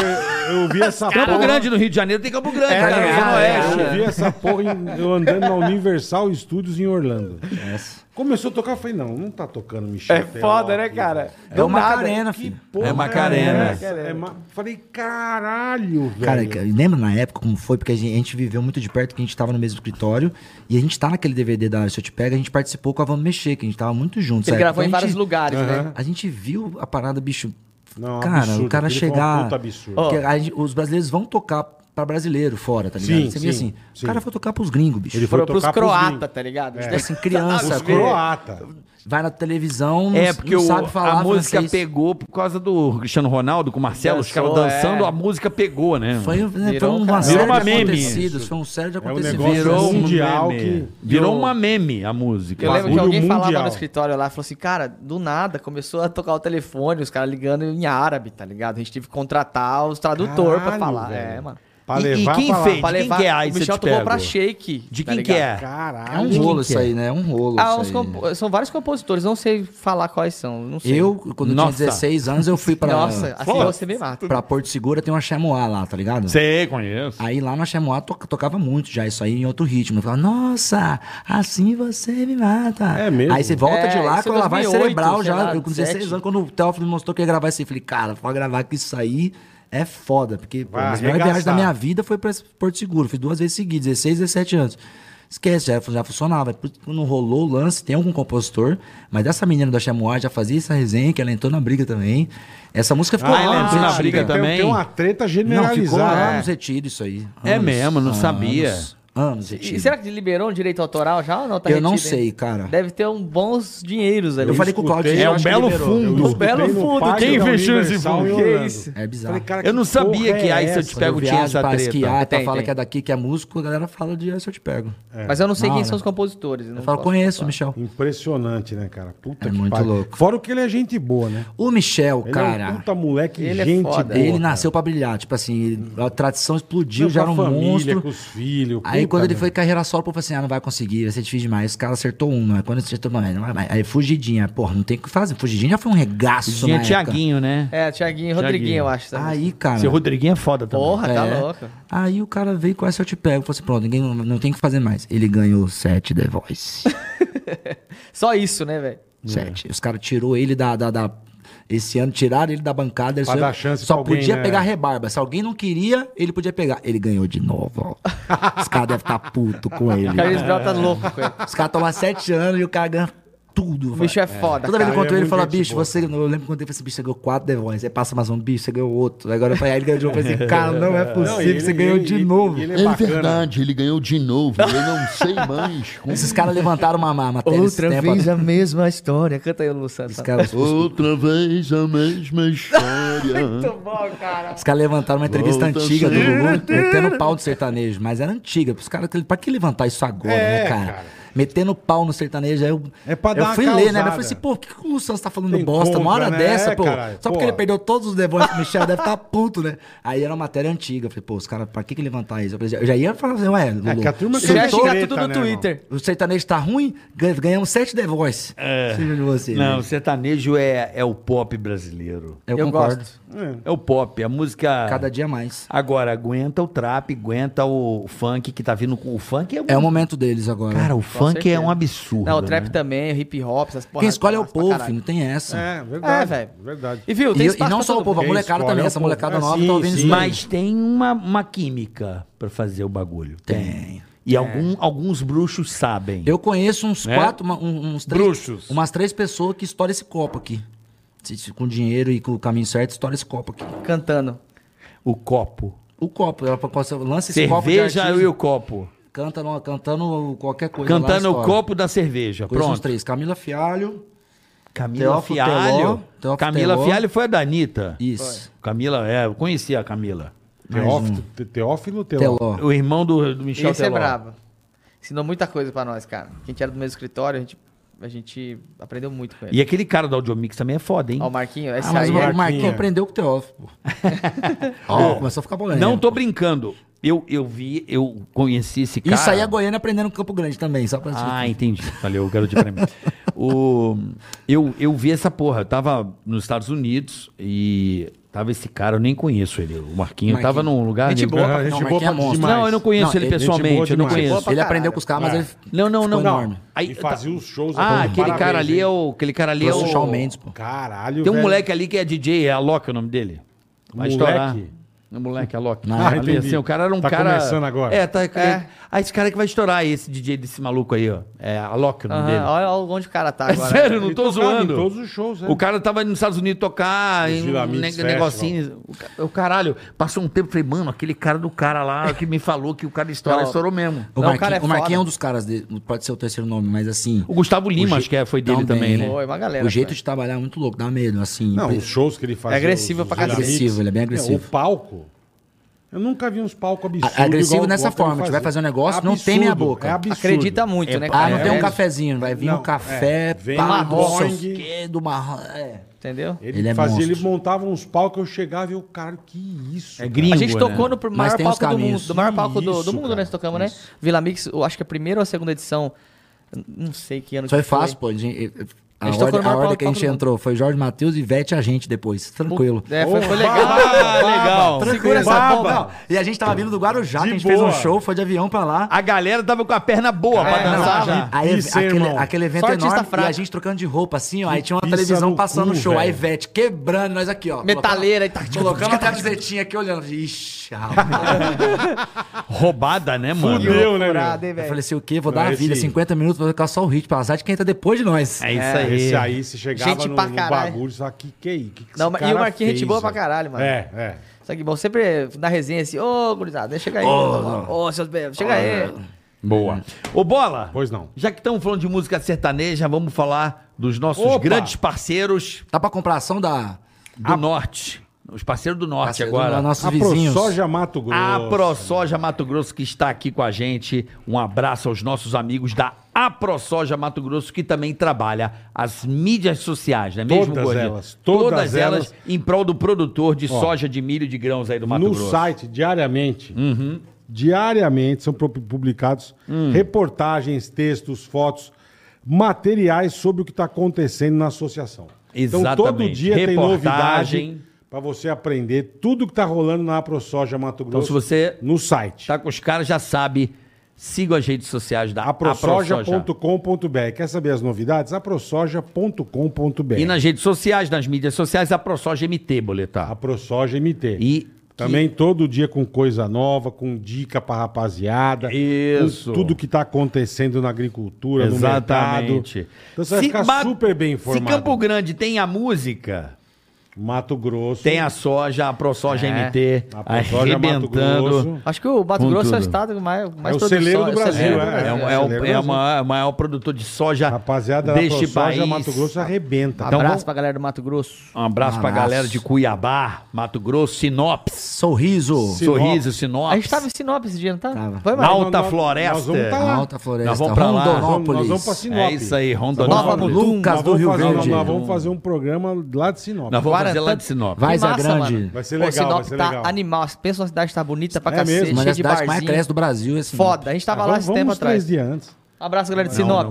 Eu vi essa Campo porra... Grande, no Rio de Janeiro, tem Campo Grande, cara. ligado, Zona Oeste. Eu vi essa porra eu andando na Universal Studios em Orlando. Essa. Começou a tocar, eu falei, não tá tocando Michel É Teló foda, né, aqui, cara? velho. É uma Macarena, Que filho. porra É Macarena. essa? Falei, caralho, velho. Cara, lembra na época como foi? Porque a gente viveu muito de perto, que a gente tava no mesmo escritório. E a gente tá naquele DVD da Se Eu Te Pego, a gente participou com a Vamos Mexer, que a gente tava muito juntos. Ele sabe? gravou em Então a vários gente- lugares, né? A gente viu a parada, bicho. Não, Cara, absurdo, o cara aquele foi um chegar. puta absurdo. Ó, Porque os brasileiros vão tocar pra brasileiro fora, tá ligado? Sim, Você vê sim, assim. sim. O cara foi tocar pros gringos, bicho. Ele foi Pros tocar pros croatas, gringos. tá ligado? Tipo assim, criança, Os vê, croata. vai na televisão, É, porque não sabe falar a música francês. pegou por causa do Cristiano Ronaldo com o Marcelo, os caras Dançou, dançando, é. a música pegou, né? Foi Virou um uma cara. série Virou uma de meme. acontecidos. Foi um série de É um acontecidos. negócio Virou um mundial meme. que- Virou uma meme a música. Eu lembro que Bagulho alguém falava mundial. no escritório lá, falou assim, cara, do nada começou a tocar o telefone, os caras ligando em árabe, tá ligado? A gente teve que contratar os tradutores pra Caralho, falar. velho. É, mano. Pra E levar quem pra lá. fez? Pra De quem levar, que é Aí o Se Eu Michel Te tocou Pego? pra Shake. De tá quem que ligado? é? É Caralho. um quem rolo que isso é? aí, né? É um rolo Ah, isso aí. são vários compositores, não sei falar quais são, não sei. Eu, quando eu Nossa. tinha 16 anos, eu fui pra, Nossa, assim você me mata. pra Porto Segura, tem uma Chamois lá, tá ligado? Sei, conheço. Aí lá na Chamois tocava muito já, isso aí em outro ritmo. Eu falava, nossa, assim você me mata. É mesmo? Aí você volta É, de lá isso com ela vai 2008, cerebral sei já. lá, Eu com 16 17. anos, quando o Teófilo me mostrou que ia gravar isso aí, eu falei, cara, pode gravar que isso aí é foda. Porque pô, Vai as melhores arregaçar. viagens da minha vida foi pra Porto Seguro. Fiz 2 vezes seguidas, 16 e 17 anos. Esquece, já funcionava. Não rolou o lance, tem algum compositor, mas dessa menina da Chamois já fazia essa resenha, que ela entrou na briga também. Essa música ficou Ah, ela anos entrou na retida. briga também? Tem uma treta Não, generalizada. ficou anos retido isso aí. É Anos, mesmo, não sabia. Anos E retido. será que liberou um direito autoral já ou não? Tá Eu não retido, hein? sei, cara. Deve ter bons dinheiros ali. Eu falei com o Claudio. escutei, É eu um acho que belo liberou. fundo. Eu Um escutei belo no fundo. parque Quem da fechou esse Universal fundo? em Que Orlando. isso? É bizarro. Falei, cara, Eu não que sabia porra que é Aí Se Eu essa? Te Pego Eu tinha viajo essa pra treta. esquiar, Tem, fala tem. que é daqui, que é músico, a galera fala de Aí Se Eu Te Pego. Mas eu não sei Na quem hora. são os compositores. não Eu posso conheço o falar. Michel. Impressionante, né, cara? Puta É que muito pariu. louco. Fora o que ele é gente boa, né? O Michel, Ele é um cara, puta moleque, ele é gente foda. boa. ele cara. nasceu pra brilhar. Tipo assim, a tradição explodiu, Não, já era com a um família, monstro. com os filhos. Aí Aí quando ele meu. foi carreira solo, eu falei assim, não vai conseguir, vai ser difícil demais. Os caras acertou uma, quando acertou uma, não vai mais. Aí Fugidinha, porra, não tem o que fazer. Fugidinha já foi um regaço Tinha na época. Thiaguinho, né? É, Thiaguinho e Rodriguinho, eu acho. Sabe? Aí, cara... Seu Rodriguinho é foda também. Porra, tá É. louco. Aí o cara veio com essa eu te pego. Falei assim, pronto, ninguém não tem o que fazer mais. Ele ganhou 7 The Voice. Só isso, né, velho? 7. Os caras tirou ele esse ano tiraram ele da bancada. Ele Pra só dar chance só pra alguém, podia né? pegar rebarba. Se alguém não queria, ele podia pegar. Ele ganhou de novo, ó. Os caras devem estar putos com ele. O Carlos Brau tá louco com ele. Os caras tomam 7 anos e o cara ganha tudo. O bicho é foda, Toda vez que eu cara. encontro Ele é ele, ele fala, muito gente bicho, boa. você... Eu lembro quando ele falou assim, bicho, você ganhou 4 The Voice. Aí passa mais um, bicho, você ganhou outro. Agora eu falei, aí ele ganhou de novo. Eu falei assim, cara, não é possível, você ganhou de novo. Ele É é bacana. verdade, ele ganhou de novo. Eu não sei mais. como- Esses caras levantaram uma matéria esse Outra tempo. vez a mesma história. Canta aí, Lu Santos. Os caras Outra vez a mesma história. bom, cara. levantaram uma entrevista Volta antiga do sempre. Lulu, metendo pau no sertanejo. Mas era antiga. Os caras, pra que levantar isso agora, né, cara? Metendo pau no sertanejo. Aí É pra dar eu uma fui ler, né? causada. Eu falei assim, pô, por que o Lulu Santos tá falando Tem bosta uma hora contra, né? dessa, É, pô? caralho, Só porque porra. ele perdeu todos os The Voice, o Michel deve estar puto, né? Aí era uma matéria antiga. Eu falei, pô, os caras, pra que levantar isso? Eu já ia falar assim, ué, Lulu, É que a turma Você ia Cantou xingar treta, tudo no né, Twitter. o sertanejo tá ruim, ganhamos 7 The Voice. Seja de você. Não, o né? sertanejo é o pop brasileiro. Eu Eu concordo. gosto. É o pop, a música... Cada dia mais. Agora, aguenta o trap, aguenta o funk que tá vindo com... O funk é... É o momento deles agora. Cara, o funk é certeza. um absurdo, Não, o trap né? também, o hip hop, essas porra. Quem escolhe é o massa pra povo, caralho. filho, não tem essa. É, verdade. É, velho. Verdade. E viu, E, tem e espaço não pra só o todo povo, a mundo. molecada escolhe também. é o Essa povo. molecada É, nova sim, tá ouvindo sim. isso daí. Mas tem uma química pra fazer o bagulho. Tem. E alguns bruxos sabem. Eu conheço uns É? 4, uns 3, Bruxos. umas 3 pessoas que estouram esse copo aqui. Com dinheiro e com o caminho certo, estoura esse copo aqui. Cantando. O copo. O copo, ela lança esse copo de Cerveja artista, e o copo. cantando qualquer coisa. lá, Cantando o estoura. copo da cerveja. Conheço uns Pronto. 3. Camila Fialho. Camila Teófilo Fialho. Teló. Teófilo Camila Teló. Fialho foi a da Anitta. Isso. Camila, eu conheci a Camila. Teófilo, Teló. Teló. O irmão do Michel Esse é Teló. brabo. Ensinou muita coisa pra nós, cara. A gente era do mesmo escritório, a gente aprendeu muito com ele. E aquele cara do Audiomix também é foda, hein? Ó, o Marquinho, esse Ah, mas aí o é... Marquinhos. Marquinhos aprendeu com o Teófilo. pô. Ó, começou a ficar polêmico. Não tô brincando. Eu conheci esse cara. Isso aí é Goiânia aprendendo no Campo Grande também, só pra Ah, entendi. Valeu, garoto pra mim. Eu vi essa porra. Eu tava nos Estados Unidos e tava esse cara, eu nem conheço ele. O Marquinho. Eu tava num lugar. Gente boa, Ah, Não, gente Marquinhos boa é pra monstro. demais. Não, eu não conheço Não, ele ele- gente boa pessoalmente. Eu não demais. conheço. Ele aprendeu com os caras, mas ele Não, não, ficou não. enorme. Aí, E fazia os shows. Ah, pô, aquele cara parabéns, ali hein? é o. Aquele cara ali é Trouxe o Shawn o. Mendes, pô. Caralho, Tem um velho. moleque ali que é DJ, é Alok o nome dele. Vai Moleque? estourar. O moleque, Alok. Não, Ali, entendi. assim, o cara era um Tá cara. começando agora. É, tá. Ah, esse cara que vai estourar, esse DJ desse maluco aí, ó. É Alok o nome dele. Olha onde o cara tá É agora. sério, né? não Ele tô tocava zoando. em todos os shows, O cara tava nos Estados Unidos tocar Os em um Vila Mix negocinho. O caralho, passou um tempo, falei, mano, aquele cara do cara lá que me falou que o cara Não. estourou mesmo. O Não, Marquinhos, o cara é o Marquinhos foda. é um dos caras, pode ser o terceiro nome, mas assim... O Gustavo Lima, je- acho que foi dele também, também, né? Foi, uma galera. O jeito foi. de trabalhar é muito louco, dá medo, assim. Não, os shows que ele fazia. agressivo os pra Vila cacete. Mix. Agressivo, ele é bem agressivo. O palco. Eu nunca vi uns palcos absurdos. Agressivo igual- nessa igual que ele forma, tiver fazer um negócio, não tem meia boca. É absurdo. Acredita muito, né, cara? Ah, não tem um é- cafezinho, vai vir Não, um café, vem pá, um do não sei o boing. quê, do marrom. Entendeu? Ele Ele é fazia, monstro. ele montava uns palcos que eu chegava e eu, cara, que isso? É cara? gringo, A gente né? tocou no Mas maior tem os palco do mundo. caminhos. Do maior palco do Isso, mundo, cara. né? Nós tocamos, né? Isso. Vila Mix, eu acho que a primeira ou a segunda edição. Não sei que ano Foi que foi. fácil, pô. A gente tocou no maior ordem que a palco gente do entrou foi Jorge Matheus e Vete a gente depois. Tranquilo. É, foi legal. legal. Segura essa Baba. bomba. Não, e a gente tava vindo do Guarujá, De que a gente fez um boa. show, foi de avião pra lá. A galera tava com a perna boa pra não, dançar já. já. Aí Isso, irmão. aquele evento Só artista enorme fraco. e a gente trocando de roupa assim, ó. Aí tinha uma pisa televisão no passando cu, o show. Aí velho. Vete quebrando, nós aqui, ó. Metaleira e tá. Colocamos a camisetinha aqui olhando. Ixi, rapaz. Roubada, né, mano? Fudeu, né, Furado, meu? hein, Eu falei velho? assim, o quê? Vou dar a Esse- vida, 50 minutos, vou ficar só o hit pra azar de quem entra depois de nós. É isso aí. Esse aí, você chegava Gente no, pra no caralho. bagulho, só que é isso? Que Não, esse mas- e cara o Marquinhos, gente fez, boa pra velho? caralho, mano. É. Só que bom, sempre na resenha assim, ô, gurizada, chega aí. Ô, seus bebês, chega aí. Boa. Ô, Bola. Pois não. Já que estamos falando de música sertaneja, vamos falar dos nossos Opa! grandes parceiros Tá pra comprar ação da... do Norte. Os parceiros do Norte Parceiro agora. dos nossos A vizinhos. ProSoja Mato Grosso. A ProSoja Mato Grosso que está aqui com a gente. Um abraço aos nossos amigos da ProSoja Mato Grosso que também trabalha as mídias sociais, não é mesmo, Todas Gordinho? elas, todas elas elas. em prol do produtor de Ó, soja, de milho e de grãos aí do Mato No Grosso. site, diariamente, diariamente são publicados reportagens, textos, fotos, materiais sobre o que está acontecendo na associação. Então, todo Exatamente. dia tem Reportagem. novidade para você aprender tudo que está rolando na AproSoja Mato Então, Grosso se você no site. tá com os caras, já sabe. Siga as redes sociais da aprosoja.com.br. Quer saber as novidades? aprosoja.com.br. E nas redes sociais, nas mídias sociais, a ProSoja MT, Boletar. AproSoja MT. E Também todo dia com coisa nova, com dica pra rapaziada. Isso. Com tudo que tá acontecendo na agricultura, Exatamente. no mercado. Então você vai ficar super bem informado. Se Campo Grande tem a música, Mato Grosso. tem a soja, a ProSoja MT, A ProSoja Mato arrebentando. Grosso. Acho que o Mato Com Grosso é o tudo. estado mais É o produtor celeiro de do soja. Brasil, É o maior produtor de soja Rapaziada deste da ProSoja país. Mato Grosso arrebenta. Então, Abraço vamos- pra galera do Mato Grosso. Um abraço pra Abraço. galera de Cuiabá, Mato Grosso, Sinop, Sorriso. Sorriso, Sinop. A gente tava em Sinop esse dia, não tá? Tava. Foi, Na Mari? Alta nós Floresta. vamos tá lá. Alta Floresta. Nós vamos pra lá. Rondonópolis. Nós vamos pra Sinop. É isso aí, Nova Rondonópolis. Lucas Nós do vamos Rio fazer- Verde. Nós vamos fazer um programa lá de Sinop. Nós vamos fazer Guarantã- lá de Sinop. Várzea massa, Grande. mano. Vai ser Pô, legal, Sinop vai ser tá legal. animal. Pensa uma cidade tá bonita pra É cacete, mesmo. Uma cheia das de cidades que mais barzinho. cresce do Brasil. Assim, Foda. A gente tava lá esse tempo Vamos atrás. 3 dias antes. Abraço, galera de Sinop.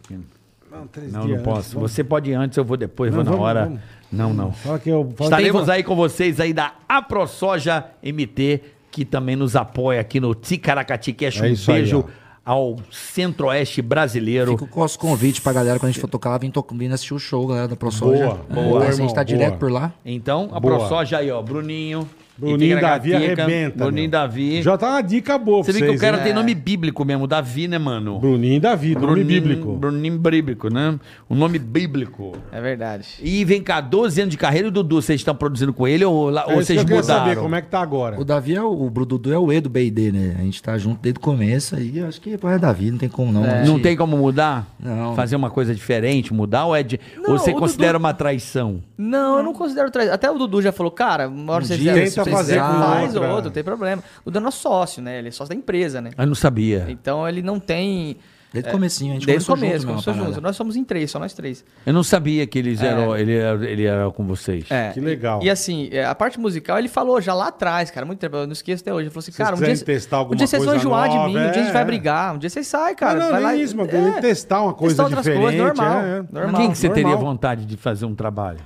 Não, 3 Não, dias não antes. posso. Vamos. Você pode ir antes, eu vou depois, Não, vou na vamos, hora. vamos. Não. Fala que eu... Fala Estaremos aí com vocês aí da AproSoja MT, que também nos apoia aqui no Ticaracati Cash. É Um isso aí, beijo ó. ao Centro-Oeste brasileiro. Fica com o nosso convite pra galera, quando a gente for tocar lá, vir assistir o show, galera da ProSoja. Boa, A gente irmão, tá boa. direto por lá. Então, a Boa. ProSoja aí, ó, Bruninho. Bruninho Davi Ticaracatica, arrebenta. Bruninho meu. Davi. Já tá uma dica boa Você pra vê que o vocês, cara hein? tem nome bíblico mesmo, Davi, né, mano? Bruninho Davi, nome bíblico. Bruninho bíblico, né? Um nome bíblico. É verdade. E vem cá, 12 anos de carreira, e o Dudu, vocês estão produzindo com ele ou É isso vocês que eu queria mudaram? saber, como é que tá agora. O Davi o Dudu é o E do B&D, né? A gente tá junto desde o começo aí. Acho que é Davi, não tem como não. A Não gente- tem como mudar? Não. Fazer uma coisa diferente, mudar? Ou, Não, ou você o considera Dudu- uma traição? Não, eu não considero traição. Até o Dudu já falou, cara, uma hora você dia quiser, tenta se você fazer quiser, com faz outra. outro, não tem problema. O Dudu é nosso sócio, né? Ele é sócio da empresa, né? Eu não sabia. Então ele não tem... Desde o comecinho, a gente Desde o começou começo, junto mesmo, começou a junto. parada. Nós somos em 3, só nós 3. Eu não sabia que eles eram, ele era com vocês. É. Que legal. E assim, a parte musical, ele falou já lá atrás, cara, muito tempo, eu não esqueço até hoje. Ele falou assim, Se cara, vocês quiserem testar alguma um dia vocês vão coisa enjoar de nova, mim, um dia a gente é. vai brigar, um dia vocês saem, cara. Não, vai nem lá, isso, mas eu ia testar uma coisa outras diferente, normal, é. normal. Quem que você teria normal. vontade de fazer um trabalho?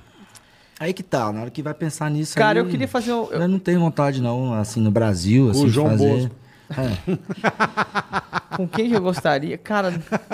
Aí que tá, na hora que vai pensar nisso Cara, aí, eu queria fazer um... Eu não tenho vontade não, assim, no Brasil, assim, de João fazer. Bosco. Com quem que eu gostaria? Cara,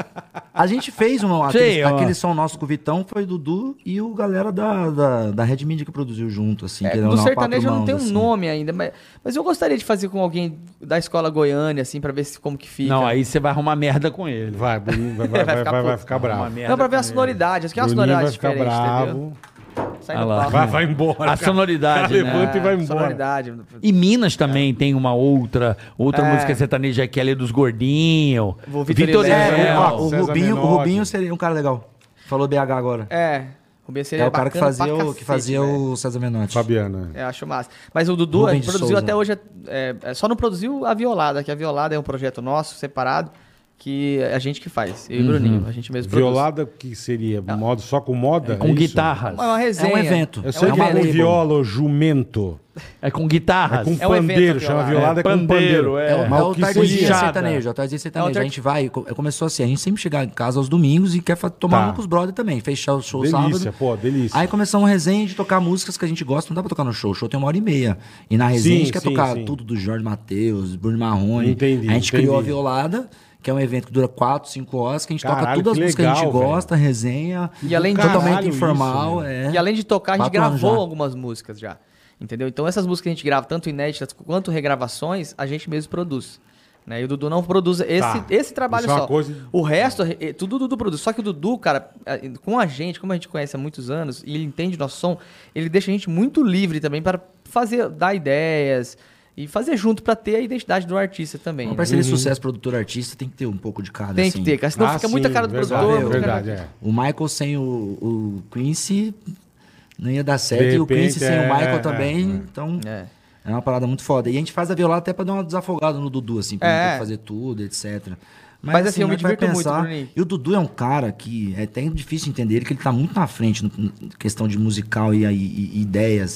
A gente fez Sei, ó. aquele som nosso com o Vitão, foi o Dudu e o galera da Red Media que produziu junto, assim. que era do uma sertanejo eu não quatro tenho mãos, um assim. nome ainda, mas eu gostaria de fazer com alguém da escola Goiânia, assim, pra ver como que fica. Não, aí você vai arrumar merda com ele. Vai, Bruninho, vai Vai ficar ficar bravo. Arrumar merda Não, pra ver com a ele. sonoridade, acho que é uma Bruninho vai sonoridade ficar diferente, entendeu? bravo. Sai Ah do lá. palco. Vai embora. A sonoridade, Cara, né? levanta e vai embora. Sonoridade. E Minas também tem uma outra música sertaneja que é ali dos gordinhos. O Vitor Vitor e Léo. Léo. Ó, o César Rubinho, Menotti. o Rubinho seria um cara legal. Falou BH agora. É, o Rubinho seria É o cara que bacana fazia, pra que cacete, fazia velho. o César Menotti. Fabiana. Eu acho massa. Mas o Dudu, a Rubem gente de produziu Souza. até hoje, só não produziu a Violada, que a Violada é um projeto nosso, separado, que a gente que faz, eu e o Bruninho, a gente mesmo produz. Violada, que seria? Modo, só com moda? Com É isso? guitarras. É uma resenha. É um evento. Eu sei É que uma é com label. viola ou jumento. É com guitarras. Com É um evento, pandeiro, a chama violada. violada, é com Pandeiro, pandeiro. é. É Mas o que Tardezinha seria? Sertanejo, é o Tardezinha Sertanejo. É o A gente vai, começou assim, a gente sempre chega em casa aos domingos e quer tomar Tá. um com os brothers também, fechar o show Delícia, sábado. pô, delícia. Aí começamos uma resenha de tocar músicas que a gente gosta, não dá pra tocar no show. O show tem 1h30. E na resenha Sim, a gente quer sim, tocar sim. tudo do Jorge Mateus, Bruno Marrone. Entendi, A gente criou a entendi. Violada, que é um evento que dura 4, 5 horas, que a gente toca Caralho, todas as que músicas que a gente legal, velho. gosta, resenha. E além de totalmente Caralho, informal. isso, é. E além de tocar, a gente 4 anos gravou já. algumas músicas já. Entendeu? Então essas músicas que a gente grava, tanto inéditas quanto regravações, a gente mesmo produz. Né? E o Dudu não produz esse trabalho Isso é uma só. coisa- O resto, tudo o Dudu produz. Só que o Dudu, cara, com a gente, como a gente conhece há muitos anos, e ele entende nosso som, ele deixa a gente muito livre também para dar ideias e fazer junto para ter a identidade do artista também. Uma né? parceria de sucesso, produtor, artista, tem que ter um pouco de cada, Tem assim. que ter, cara. Senão Ah, fica sim, muita cara do verdade, produtor. é muita verdade, cara- é. O Michael sem o Quincy não ia dar certo. De E o repente, Quincy sem o Michael é, também. é. Então, É. é uma parada muito foda. E a gente faz a violada até pra dar uma desafogada no Dudu, assim, pra não ter É. que fazer tudo, etc. Mas, assim, eu na me hora que vai divirto muito, Bruninho. E o Dudu é um cara que é até difícil entender ele, que ele tá muito na frente na questão de musical e ideias.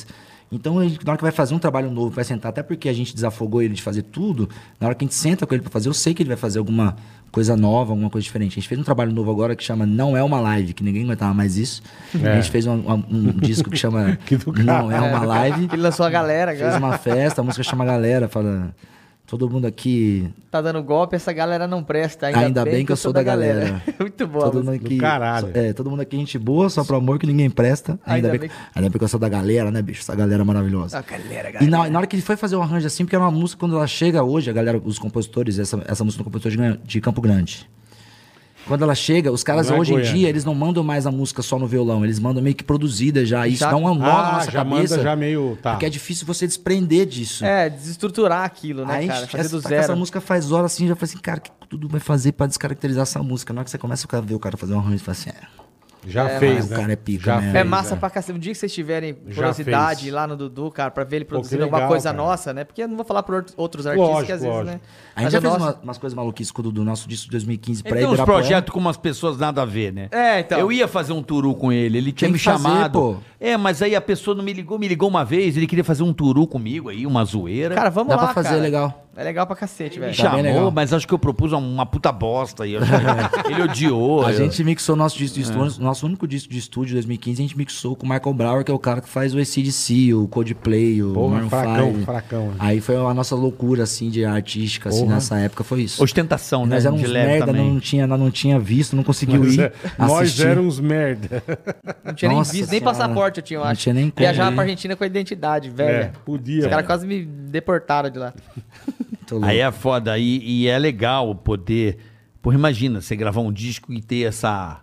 Então, na hora que vai fazer um trabalho novo, vai sentar, até porque a gente desafogou ele de fazer tudo, na hora que a gente senta com ele pra fazer, eu sei que ele vai fazer alguma coisa nova, alguma coisa diferente. A gente fez um trabalho novo agora que chama Não É Uma Live, que ninguém aguentava mais isso. A gente fez um disco que chama Que do Não É Uma Live. Ele lançou a galera, Fez cara. uma festa, a música chama Galera, fala... Todo mundo aqui... Tá dando golpe, essa galera não presta. Ainda bem que eu sou da galera. Muito boa. Todo mundo música. aqui, Do caralho. todo mundo aqui é gente boa, só pro amor que ninguém presta. Ainda Ainda bem bem que eu sou da galera, né, bicho? Essa galera maravilhosa. A galera, E na hora que ele foi fazer o arranjo assim, porque era uma música, quando ela chega hoje, a galera, os compositores, essa música do compositor de Campo Grande. Quando ela chega, os caras Não é hoje em Goiânia. dia, eles não mandam mais a música só no violão, eles mandam meio que produzida já. Isso dá uma nó na nossa já cabeça. manda já meio... Tá. Porque é difícil você desprender disso. desestruturar aquilo, né, Aí, cara? Fazer do tá com essa zero. música faz horas assim, já falei assim, cara, o que tudo vai fazer pra descaracterizar essa música? Na hora que você começa a ver o cara fazer um arranjo, você fala assim, Já fez, o né? cara é pica Já mesmo. fez, É massa é. pra cacete. Um dia que vocês tiverem Já curiosidade fez. lá no Dudu, cara, pra ver ele que produzindo legal, alguma coisa cara. nossa, né? Porque eu não vou falar por outros artistas Lógico, que às vezes, lógico. né? A gente Mas já o fez nosso- umas coisas maluquices com o Dudu, nosso disco de 2015 Ele pra tem uns Ibirapuera. projetos com umas pessoas nada a ver, né? É, então. Eu ia fazer um turu com ele, ele tinha Tem me que fazer, chamado. pô. É, mas aí a pessoa não me ligou uma vez, ele queria fazer um turu comigo aí, uma zoeira. Cara, vamos Dá lá, pra fazer, cara. legal. É legal pra cacete, me velho. Tá bem chamou, legal. mas acho que eu propus uma puta bosta aí. Ele odiou. A eu- gente mixou nosso disco de estúdio, nosso único disco de estúdio de 2015, a gente mixou com o Michael Brower, que é o cara que faz o AC/DC, o Coldplay, o Porra, Maroon fracão, 5. fracão. né? Aí foi a nossa loucura, assim, de artística, assim, Porra. nessa época, foi isso. Ostentação, né? Nós éramos De leve merda, também. não tinha visto, não conseguiu ir Nós assistir. éramos merda. Não tinha Nossa nem visto, nem senhora. passaporte eu tinha, eu Não acho. tinha nem como Viajava ir. pra Argentina com a identidade, velho. É, podia. Os caras quase me deportaram de lá. Tô louco. Aí é foda, e é legal poder... Porra, imagina, você gravar um disco e ter essa...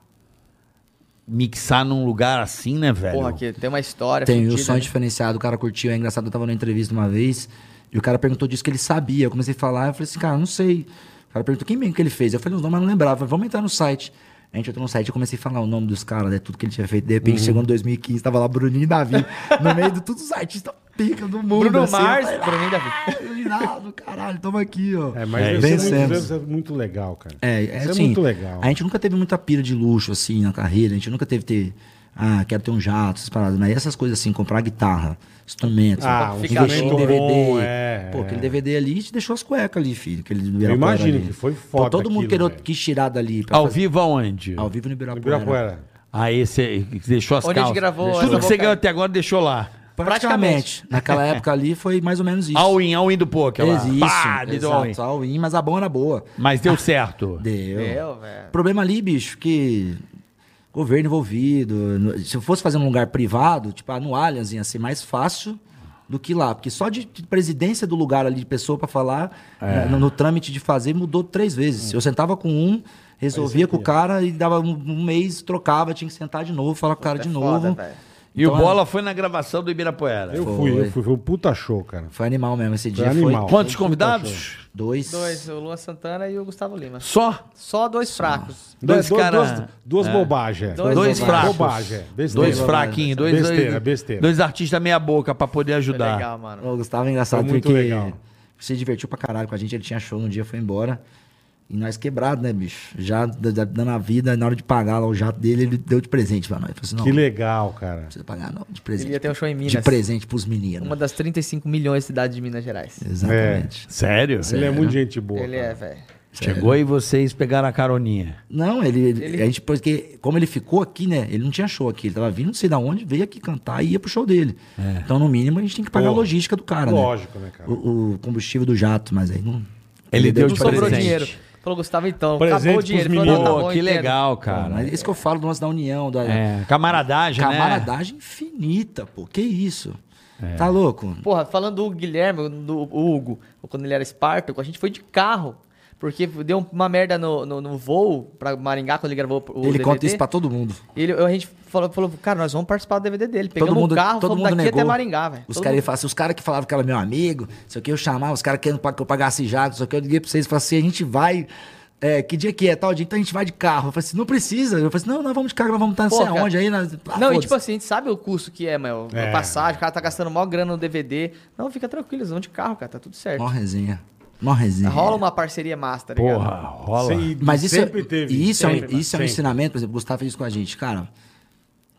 Mixar num lugar assim, né, velho? Porra, que tem uma história. Tem o fodida, som né? diferenciado, o cara curtiu, é engraçado, eu tava numa entrevista uma vez, e o cara perguntou disso que ele sabia, eu comecei a falar, eu falei assim, cara, não sei. O cara perguntou quem mesmo que ele fez, eu falei, não, mas não lembrava, eu falei, vamos entrar no site. A gente entrou no site, eu comecei a falar o nome dos caras, né, tudo que ele tinha feito, de repente chegou em 2015, tava lá Bruninho e Davi, no meio de todos os artistas pica do mundo. Bruno assim, eu Mars, falei, Bruninho e Davi. Irinaldo, caralho, tamo aqui, ó. É, mas deve ser vencemos. muito legal, cara. É Isso assim, é muito legal. A gente nunca teve muita pira de luxo, assim, na carreira. A gente nunca teve quero ter um jato, essas paradas. Mas essas coisas assim, comprar guitarra, instrumentos, Um ficar investir em instrumento DVD. bom, Pô, aquele DVD ali te deixou as cuecas ali, filho. Aquele do Eu imagino ali. que foi Pô, foda todo mundo aquilo, quis tirar dali. Pra Ao fazer- vivo aonde? Ao vivo no Ibirapuera. Ibirapuera. Aí você deixou as Onde a gente calças. gravou essa Tudo que você boca ganhou aí. até agora deixou lá. Praticamente. Naquela época ali foi mais ou menos isso. All-in do poker lá. Isso, Pá, deu all-in. exato, all-in, mas a boa era boa. Mas deu certo. Deu. Meu, velho. O problema ali, bicho, que governo envolvido. Se eu fosse fazer num lugar privado, tipo, no Allianz ia ser mais fácil do que lá. Porque só de presidência do lugar ali, de pessoa pra falar, no trâmite de fazer, mudou 3 vezes. Eu sentava com um, resolvia com o cara e dava um mês, trocava, tinha que sentar de novo, falar com o cara de novo. Foda, velho. E o Então, Bola foi na gravação do Ibirapuera. Eu Foi. fui. Foi um puta show, cara. Foi animal mesmo esse dia. animal. Quantos Foi um puta convidados? 2. Dois, o Luan Santana e o Gustavo Lima. Só? Só dois fracos. Dois cara- Duas bobagens. Dois fracos. Bobagem. Besteira. Dois fraquinhos. Besteira. Dois artistas meia boca pra poder Foi ajudar. legal, mano. O Gustavo é engraçado Foi muito porque legal. se divertiu pra caralho com a gente. Ele tinha show no dia, foi embora. E nós quebrados, né, bicho? Já dando a vida, na hora de pagar lá o jato dele, ele deu de presente pra nós. Ele falou assim, não, Que não legal, cara. precisa pagar não, de presente. Ele ia ter um show em Minas. De presente pros meninos. Uma das 35 milhões de cidades de Minas Gerais. Exatamente. Sério? Ele é muito gente boa. Ele cara. é, velho. Chegou e vocês pegaram a caroninha. Não, a gente, porque como ele ficou aqui, né? Ele não tinha show aqui. Ele tava vindo, não sei de onde, veio aqui cantar e ia pro show dele. Então, no mínimo, a gente tem que pagar a Pô, logística do cara, lógico, né, cara? O combustível do jato, mas aí não... Ele deu Não de sobrou presente. dinheiro. Falou, Gustavo, então. Presente Acabou o dinheiro. pros Ele falou, meninos. não, tá Pô, bom, que entendo. legal, cara. Mas isso que eu falo do lance da união, da Camaradagem, né? camaradagem infinita, pô. Que isso? Tá louco? Porra, falando do Guilherme, do Hugo, quando ele era Espartaco, a gente foi de carro. Porque deu uma merda no voo pra Maringá, quando ele gravou o Ele DVD. conta isso pra todo mundo. A gente falou, cara, nós vamos participar do DVD dele. Pegamos Todo mundo, o carro, todo fomos mundo daqui negou. até Maringá, velho. Os Todo caras mundo- falam assim, os caras que falavam que era meu amigo, sei o que, eu chamava, os caras querendo que eu pagasse já, só que eu liguei pra vocês e falei assim, a gente vai... que dia que é? Tal dia, então a gente vai de carro. Eu falei assim, não precisa. Eu falei assim, não, nós vamos de carro, nós vamos estar não Pô, sei cara. aonde aí. Não, e foda-se. tipo assim, a gente sabe o custo que é, meu. É. Passagem, o cara tá gastando maior grana no DVD. Não, fica tranquilo, eles vão de carro, cara, tá tudo certo. Mó resenha. Mó resenha. Rola uma parceria massa, tá ligado? Porra, rola. Sim, Mas isso, sempre teve. isso é um sempre. ensinamento, por exemplo, o Gustavo fez isso com a gente. Cara,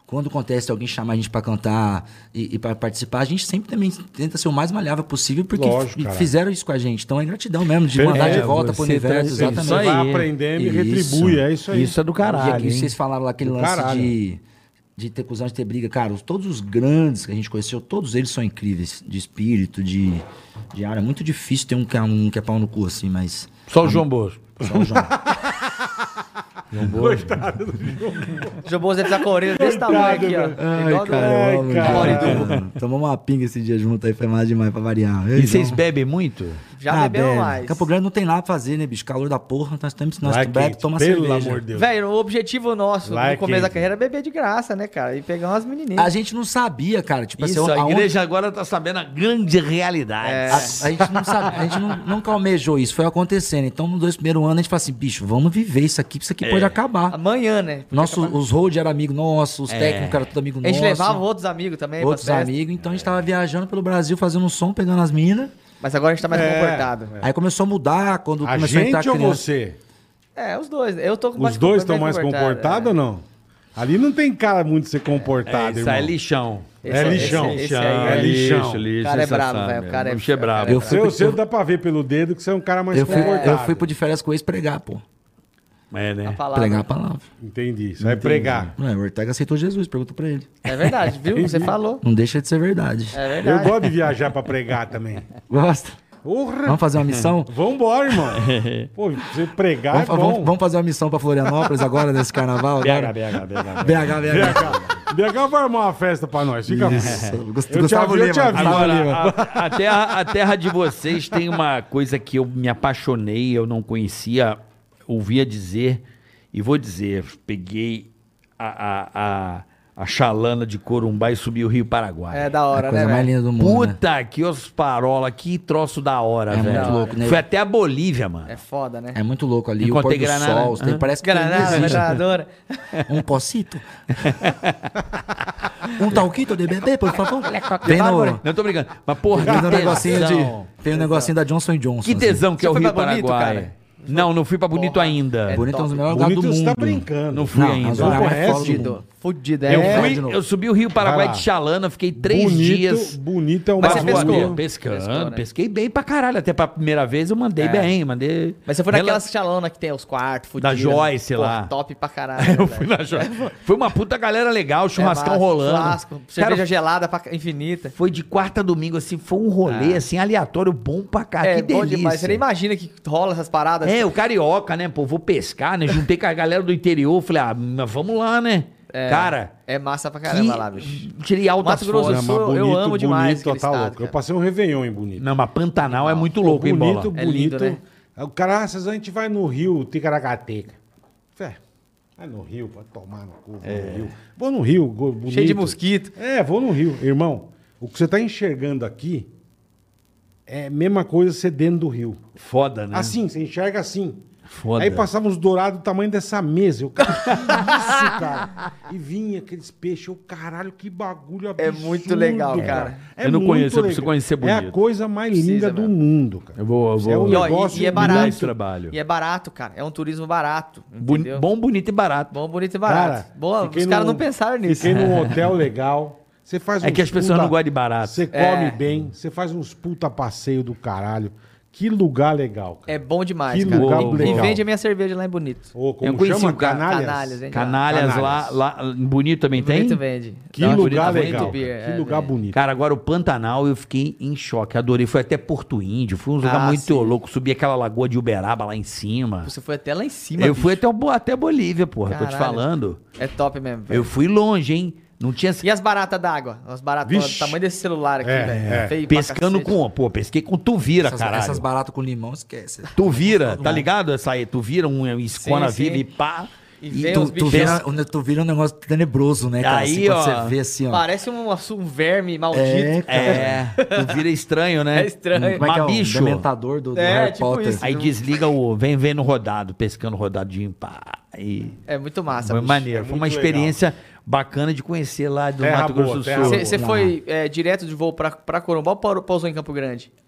Quando acontece alguém chamar a gente pra cantar e pra participar, a gente sempre também tenta ser o mais maleável possível, porque Lógico, cara. fizeram isso com a gente. Então é gratidão mesmo, de mandar de volta pro você universo. tá- Exatamente. isso Você aí. vai aprendendo e Isso. retribui, é isso aí. Isso é do E caralho, aqui hein? vocês falaram lá aquele Do lance caralho. de ter cuzão, de ter briga. Cara, todos os grandes que a gente conheceu, todos eles são incríveis. De espírito, de área. É muito difícil ter um que é pau no cu, assim, mas... Só o João Bosco. Só o João. O João Bozo deve estar com a orelha desse tamanho aqui, ó. Igual do- eu amo, cara. cara. Tomamos uma pinga esse dia junto aí, foi mais demais pra variar. E vocês bebem muito? Já bebeu bebe. mais. Campo Grande não tem nada pra fazer, né, bicho? Calor da porra, nós temos Lá é bebe, quente, toma pelo cerveja. amor de Deus. Velho, o objetivo nosso Lá é no começo da quente. carreira é beber de graça, né, cara? E pegar umas menininhas. A gente não sabia, cara. Tipo Isso, assim, a aonde- igreja agora tá sabendo a grande realidade. A gente não sabe, a gente nunca almejou isso, foi acontecendo. Então, nos 2 primeiros anos, a gente falou assim, bicho, vamos viver isso aqui pode acabar. Amanhã, né? Podia acabar. Os road eram amigos nossos, os técnicos eram tudo amigo A nosso. gente levava outros amigos também. outros pras festas. amigos, então a gente tava viajando pelo Brasil, fazendo um som, pegando as minas. Mas agora a gente tá mais comportado. Aí começou a mudar, quando A começou a entrar gente ou criança. você? É, os dois. Eu tô Os dois estão mais comportados ou não? Ali não tem cara muito de ser comportado, Isso aí é irmão. lixão. É lixão. esse aí É lixão. O cara é brabo, velho. O cara é... Bicho é brabo. Eu fui, Seu dá pra ver pelo dedo que você é um cara mais eu fui, comportado. eu fui pro de férias com ex pregar, pô. É, né? A palavra. Pregar a palavra. Entendi. Você vai pregar. Ué, o Ortega aceitou Jesus, pergunta pra ele. É verdade, viu? Você falou. Não deixa de ser verdade. É Eu verdade. gosto de viajar pra pregar também. Gosta? Porra! Vamos fazer uma missão? Vambora, irmão. Pô, você pregar é bom. Vamos fazer uma missão pra Florianópolis agora, nesse carnaval? Agora? BH vai armar uma festa pra nós. Fica... Gustavo eu te Lima. aviso. Gustavo Agora, Lima. a terra de vocês tem uma coisa que eu me apaixonei, eu não conhecia, ouvia dizer, e vou dizer, peguei a chalana de Corumbá e subi o Rio Paraguai. É da hora, A coisa né, mais velho? linda do mundo, né? Puta que os parola, que troço da hora, É velho. muito louco, né? Foi até a Bolívia, mano. É foda, né? É muito louco ali, o Encontrei pôr do granada. sol. Hã? Parece que Granada, não existe. metralhadora. Um pocito. Um talquito de bebê, por favor. Vem no... Não tô brincando. Mas, porra, Tem um que negocinho tesão. Tem um negocinho da Johnson Johnson. Que tesão que é o Você foi Rio pra Bonito, Paraguai. cara? Não, não fui pra Bonito Porra, ainda. Bonito é um dos top. melhores lugares do Bonito, você mundo. tá brincando. Não fui Não, ainda. mas lugar mais conhece? foda do mundo. Fudido. Eu É. fui, de novo. eu subi o Rio Paraguai Vai lá. de chalana, fiquei 3 bonito, dias. Bonito é um Mas você bagulho. pescou? Pescando, Pescou, né? pesquei bem pra caralho. Até pra primeira vez eu mandei bem, mandei. Mas você foi naquelas chalona que tem os quartos, fudidos. Da Joyce Pô, lá. Top pra caralho. Eu fui na Joia. Foi uma puta galera legal, churrascão massa, rolando. Churrasco, cerveja Cara, gelada pra infinita. foi de quarta a domingo, assim, foi um rolê, assim, aleatório, bom pra caralho. Que bom delícia. demais. Você nem imagina que rola essas paradas. É, o carioca, né? Pô, vou pescar, né? Juntei com a galera do interior, falei, mas vamos lá, né? Cara, É massa pra caramba lá, bicho. tirei altas Mato Grosso fotos. do Sul, eu amo demais aquele tá estado, louco. Eu cara. passei um Réveillon em Bonito. Não, mas Pantanal é muito louco, hein, Bola? Bonito, É lindo, bonito. né? O cara, às vezes a gente vai no Rio, Ticaracateca. Fé, vai no Rio pra tomar no cu, vou no Rio. Vou no Rio, bonito. Cheio de mosquito. É, vou no Rio. Irmão, o que você tá enxergando aqui é a mesma coisa você dentro do Rio. Foda, né? Assim, você enxerga assim. Foda. Aí passava uns dourados do tamanho dessa mesa. Eu, cara, que isso, cara? E vinha aqueles peixes. Eu, caralho, que bagulho absurdo. muito legal, cara. Eu não muito conheço, eu preciso legal. conhecer É a Bonito. coisa mais linda Precisa, do mano. mundo, cara. Eu vou... É um E, ó, negócio e é me dá barato. esse trabalho. E é barato, cara. É um turismo barato. Entendeu? Bom, bonito e barato. Bom, bonito e barato. Cara, Boa, fiquei os caras num- não pensaram nisso. Fiquei num hotel legal. Você faz É que uns as pessoas não gostam de barato. Você come bem. Você faz uns puta passeio do caralho. Que lugar legal, cara. É bom demais, Que cara. lugar E legal. vende a minha cerveja lá em Bonito. Ô, como Eu conheci chama? um cara- Canalhas? Canalhas, hein? Canalhas lá em Bonito também tem? Bonito vende. Que Dá uma lugar bonita- legal. muito beer, Que é, lugar vende. bonito. Cara, agora o Pantanal eu fiquei em choque, adorei. Foi até Porto Índio, fui um lugar muito sim. louco, subi aquela lagoa de Uberaba lá em cima. Você foi até lá em cima, Eu bicho. fui até Bolívia, porra, tô te Caralho. falando. É top mesmo, velho. Eu fui longe, hein? Não tinha... E as baratas d'água? As baratas Vixe. do tamanho desse celular aqui, É, velho. é. Feio pra Pescando cacete. com... Pô, pesquei com tuvira, caralho. Essas baratas com limão, esquece. Tuvira, tá ligado? Essa aí, tuvira, uma escona Sim, sim. viva e pá. E vem uns Tu bichos. vira um negócio tenebroso, né, cara? Aí, Assim, quando ó, você vê assim, ó. Parece um verme maldito. É, cara. É, tuvira estranho, né? É estranho. Como é que é Mas, o bicho... dementador do É, Harry tipo Potter? isso. Aí desliga o... Vem no rodado, pescando rodadinho, pá. E... É muito massa, Foi bicho. maneiro. Foi uma muito experiência bacana de conhecer lá do Terra Mato Grosso boa, do terra Sul. boa. Você foi direto de voo pra Corumbá ou pousou em Campo Grande?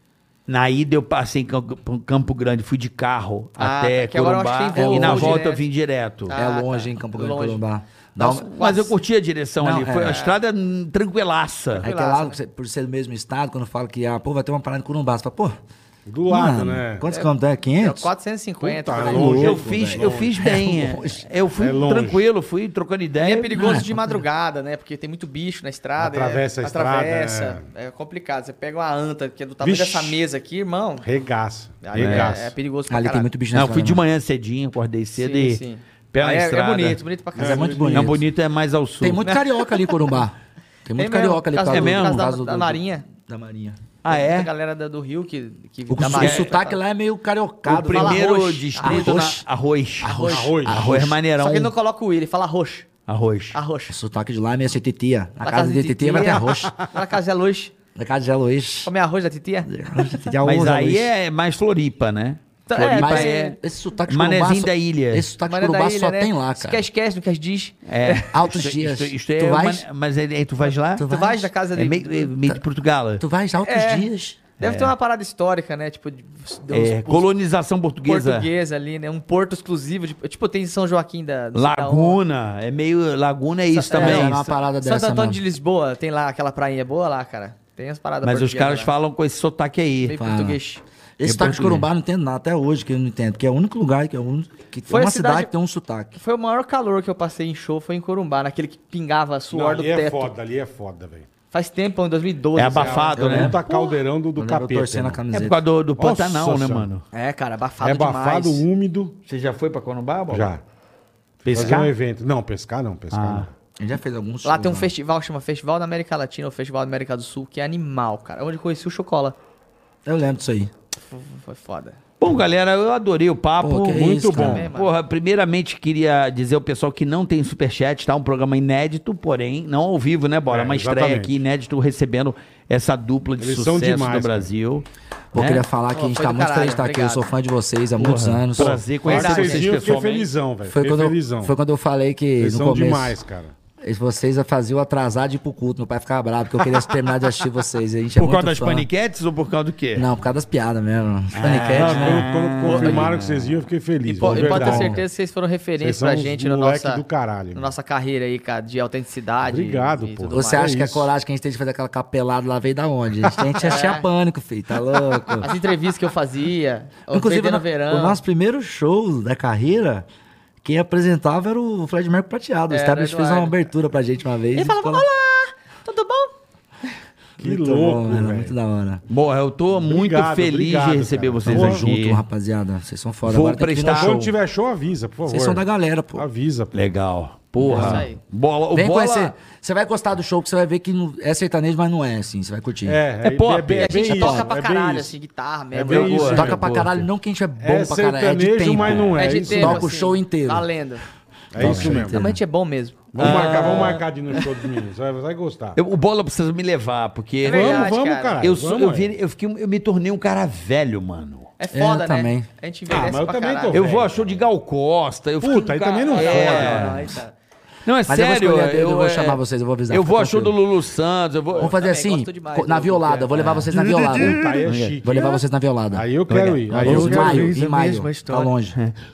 Na ida eu passei em Campo Grande, fui de carro Ah, até que agora eu acho que Corumbá tem voo e na direto. volta eu vim direto. Ah, É longe, tá. hein, Campo Grande, Longe. Corumbá. Mas eu curti a direção Não, ali, foi a estrada tranquilaça. É que lá, por ser do mesmo estado, quando fala que, vai ter uma parada em Corumbá, você fala, pô, Do lado, mano, né? quantos quilômetros é? 500? 450. Puta, por aí. longe. Eu Louco, fiz, velho. eu fiz bem. Eu fui É longe. tranquilo, fui trocando E ideia. é perigoso de madrugada, né? Porque tem muito bicho na estrada. Atravessa a estrada, Atravessa. É complicado. Você pega uma anta, que é do tamanho Vixe. dessa mesa aqui, irmão. Regaça. Aí Regaça. é perigoso pra Ali tem caralho. muito bicho na Não, eu fui de estrada, manhã cedinho, acordei cedo Sim, e sim. pé na Aí é estrada. bonito pra Mas caralho. é muito bonito. Não, bonito é mais ao sul. Tem muito carioca ali em Corumbá. Tem muito Tem mesmo, carioca ali por causa do- por causa da Marinha. Da Marinha. Ah, Tem muita é? galera do Rio que O, da o Marinha. sotaque lá é meio O cariocado. primeiro arroz. distrito Arroz. na... Arroz. Arroz. Arroz maneirão. Só que ele não coloca o I, ele fala arroz. Arroz. O Arroz. sotaque de lá é meio assim, titia. Na Na casa de titia vai ter arroz. Na casa de Luiz. Na casa de Luiz. Come arroz da titia? Mas aí é mais Floripa, né? Floripa Mas é... esse sotaque de Corumbá... Manezinho da ilha. Esse sotaque de Mané da Corumbá ilha, só né? tem lá, Se cara. quer esquece, não quer diz. É. Altos dias. Isto é Tu vais? Mas aí tu vais lá? Tu Tu vais da casa É dele. meio de Portugal. Tu vais altos É. dias. Deve ter uma parada histórica, né? Tipo, É, colonização portuguesa. portuguesa ali, né? Um porto exclusivo. Tipo, tem São Joaquim da... não sei da onde. Laguna. É meio... Laguna é isso É, também. era uma parada Santo dessa Antônio mesmo. de Lisboa, tem lá aquela prainha boa lá, cara. Tem as paradas Mas os portuguesas caras lá. falam com esse sotaque aí. Meio Fala. português. Esse sotaque de português. Corumbá eu não entendo nada até hoje, que eu não entendo. Porque é o único lugar que é que Foi uma a cidade- cidade que tem um sotaque. Foi o maior calor que eu passei em show, foi em Corumbá, naquele que pingava Não, suor do ali é teto. foda, ali é foda, velho. Faz tempo, em 2012. É abafado, É né? puta caldeirão do Eu lembro eu capeta. torcendo a irmão. É camiseta. por causa do Pantanal, Nossa né, Senhora. mano? É, cara, abafado É abafado, demais. úmido. Você já foi pra Corumbá, Bola? Já. Fazer Pescar? um evento. Não, pescar não, pescar não. A gente já fez alguns Lá shows tem um festival que chama Festival da América Latina, ou Festival da América do Sul, que é animal, cara. Onde eu conheci o Chocola. Eu lembro disso aí. Foi foda. Bom, galera, eu adorei o papo. Pô, que Muito isso, bom. cara. Também, mano. Porra, primeiramente queria dizer ao pessoal que não tem superchat, tá? Um programa inédito, porém, não ao vivo, né, Bora? É, Uma estreia exatamente. aqui, inédito, recebendo essa dupla de Eles são sucesso demais, do cara. Brasil. Pô, né? queria falar que Pô, a gente foi tá do muito caralho, feliz de estar aqui. Eu obrigado. sou fã de vocês há muitos anos. Prazer conhecer Claro, vocês Serginho, eu fiquei pessoalmente. felizão, velho. Foi Fiquei quando, felizão. foi quando eu falei que Eles no são começo demais, cara. vocês faziam atrasar de ir pro culto. Meu pai ficava bravo porque eu queria terminar de assistir vocês. A gente é Por causa muito das fã. paniquetes ou por causa do quê? Não, por causa das piadas mesmo. Os Não, paniquetes, né? quando confirmaram que vocês iam, eu fiquei feliz. E pode ter verdade. certeza que vocês foram Vocês referência são pra uns gente na moleque nossa, do caralho, na meu. nossa carreira aí, cara, de autenticidade. Obrigado, e pô. tudo Você mais. acha que a isso. coragem que a gente tem de fazer aquela capelada lá veio da onde? A gente tinha pânico, filho. Tá louco? As entrevistas que eu fazia, Inclusive, no verão. o nosso primeiro show da carreira, quem apresentava era o Fred Mercury Prateado. O Era, Stablis fez uma Eduardo. abertura pra gente uma vez. Ele e falava, ficou- olá, tudo bom? Que Muito louco, bom, mano, velho. muito da hora. Bom, eu tô muito Obrigado, feliz obrigado, de receber cara. vocês Tamo aqui. junto, rapaziada. Vocês são foda. Vou Agora tem que vir no prestar- show. Quando tiver show, avisa, por favor. Vocês são da galera, pô. Avisa, pô. Legal. É Porra. isso aí. Bola, o Vem bola... conhecer. Você vai gostar do show, que você vai ver que é sertanejo, mas não é assim. Você vai curtir. É pop. bem- E a bem gente isso, toca pra é bem caralho, isso. assim, guitarra É mesmo. bem eu isso, gosto. Toca eu pra curto. caralho, não que a gente é bom É pra caralho. É de sertanejo, tempo. mas não é. É de isso tempo, mesmo. Toca o show inteiro. Valendo. É isso mesmo. Não, mas a gente é bom mesmo. Vamos marcar de ir no show dos meninos. Você vai gostar. O Bola precisa me levar, porque É verdade, vamos, cara. cara. eu, Vamos, eu me tornei um cara velho, mano. É foda, Eu né? também. A gente envelhece Ah, mas eu pra também caralho. tô Eu velho, vou a show de Gal Costa. Eu fico Puta, um aí cara- também não é. foda, Não, aí tá. Não, é Mas sério. eu vou escolher a dedo, eu vou chamar vocês, eu vou avisar. Eu fica vou a show do tranquilo. Lulu Santos. Eu vou... Vamos fazer também assim, gosto demais na do violada. Vou levar vocês na violada. Puta, aí é chique. Vou levar vocês na violada. Aí eu quero ir. Aí eu Vamos em quero maio, ir. em maio. mesma Tá história. longe.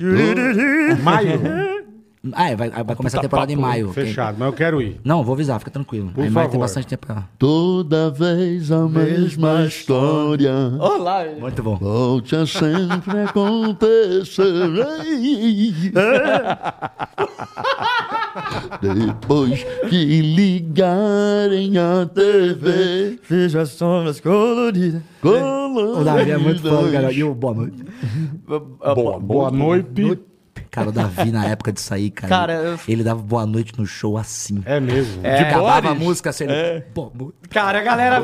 Maio? Vai começar a temporada em maio. Fechado, mas eu quero ir. Não, vou avisar, fica tranquilo. Por Aí maio tem favor. bastante tempo pra... Toda vez a mesma história. Olá, velho. Muito bom. Volte a sempre acontecer. Depois que ligarem a TV. Veja as sombras coloridas. O Davi é muito foda, cara. E o boa noite. Boa noite. Cara, o Davi, na época de sair, cara, Cara, eu- ele dava boa noite no show assim. É mesmo. É. De acabava a Boris? música assim, ele... Boa noite. Cara, a galera...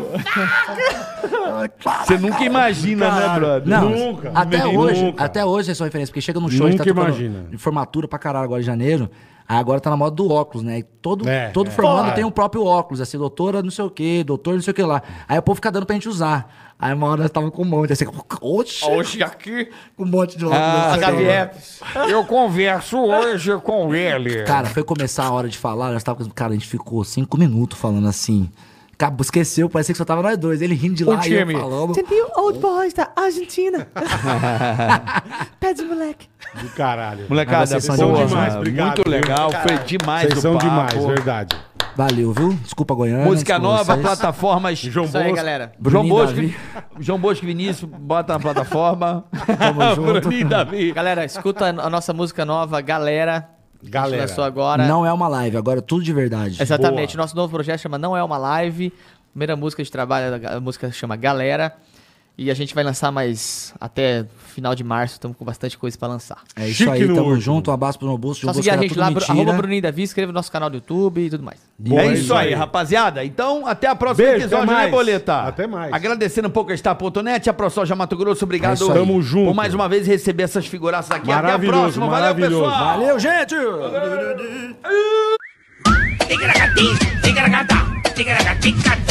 Você nunca imagina, né, brother? Não, Nunca. até Nem hoje, nunca. até hoje eles são referência, porque chega no show, a gente Nunca tá tocando imagina. de formatura pra caralho agora em janeiro, aí agora tá na moda do óculos, né? E todo É. formando Porra. tem o próprio óculos, assim, doutora não sei o quê, doutor não sei o que lá. Aí o povo fica dando pra gente usar. Aí uma hora nós tava com um monte, assim, oxe, Hoje aqui, com um monte de óculos. a assim, Gabi ó. Epps. Eu converso hoje com ele. Cara, foi começar a hora de falar, nós tava com... Cara, a gente ficou 5 minutos falando assim... Acabou, esqueceu, parecia que só tava nós dois. Ele rindo de lá e eu falando. Você viu Old Boys da Argentina? Pé de moleque. Do caralho. Molecada, Vocês são porra, demais, obrigado, muito viu? legal, foi demais Vocês o são papo. demais, verdade. Valeu, viu? Desculpa, Goiânia. Música desculpa nova, vocês. plataformas. João Isso aí, Bosco. galera. João Bruninho Bosco, Davi. João Bosco e Vinícius, bota na plataforma. Tamo junto. Bruninho e Davi. Galera, escuta a nossa música nova, Galera. Que a Galera. gente lançou agora. Não é uma live, agora é tudo de verdade. Exatamente. Boa. Nosso novo projeto chama Não É Uma Live. Primeira música de trabalho, a música chama Galera. E a gente vai lançar mais até final de março. Estamos com bastante coisa pra lançar. É isso Chique aí, no tamo último. junto. Um abraço pro João Bosco. Só João Bosco seguir a era gente tudo lá, mentira. arroba Bruninho Davi, inscreva no nosso canal do YouTube e tudo mais. Boa, É isso aí, rapaziada. Então, até a próxima Beijo, episódio, até né, mais. Boleta? Até mais. Agradecendo um pouco a Star.net, a ProSoja Mato Grosso, obrigado. É isso aí. Tamo junto. Por mais uma vez receber essas figuraças aqui. Até a Maravilhoso, próxima. Valeu, maravilhoso. pessoal. Valeu, gente! Tigra-gati, tigra-gata, tigra-gati,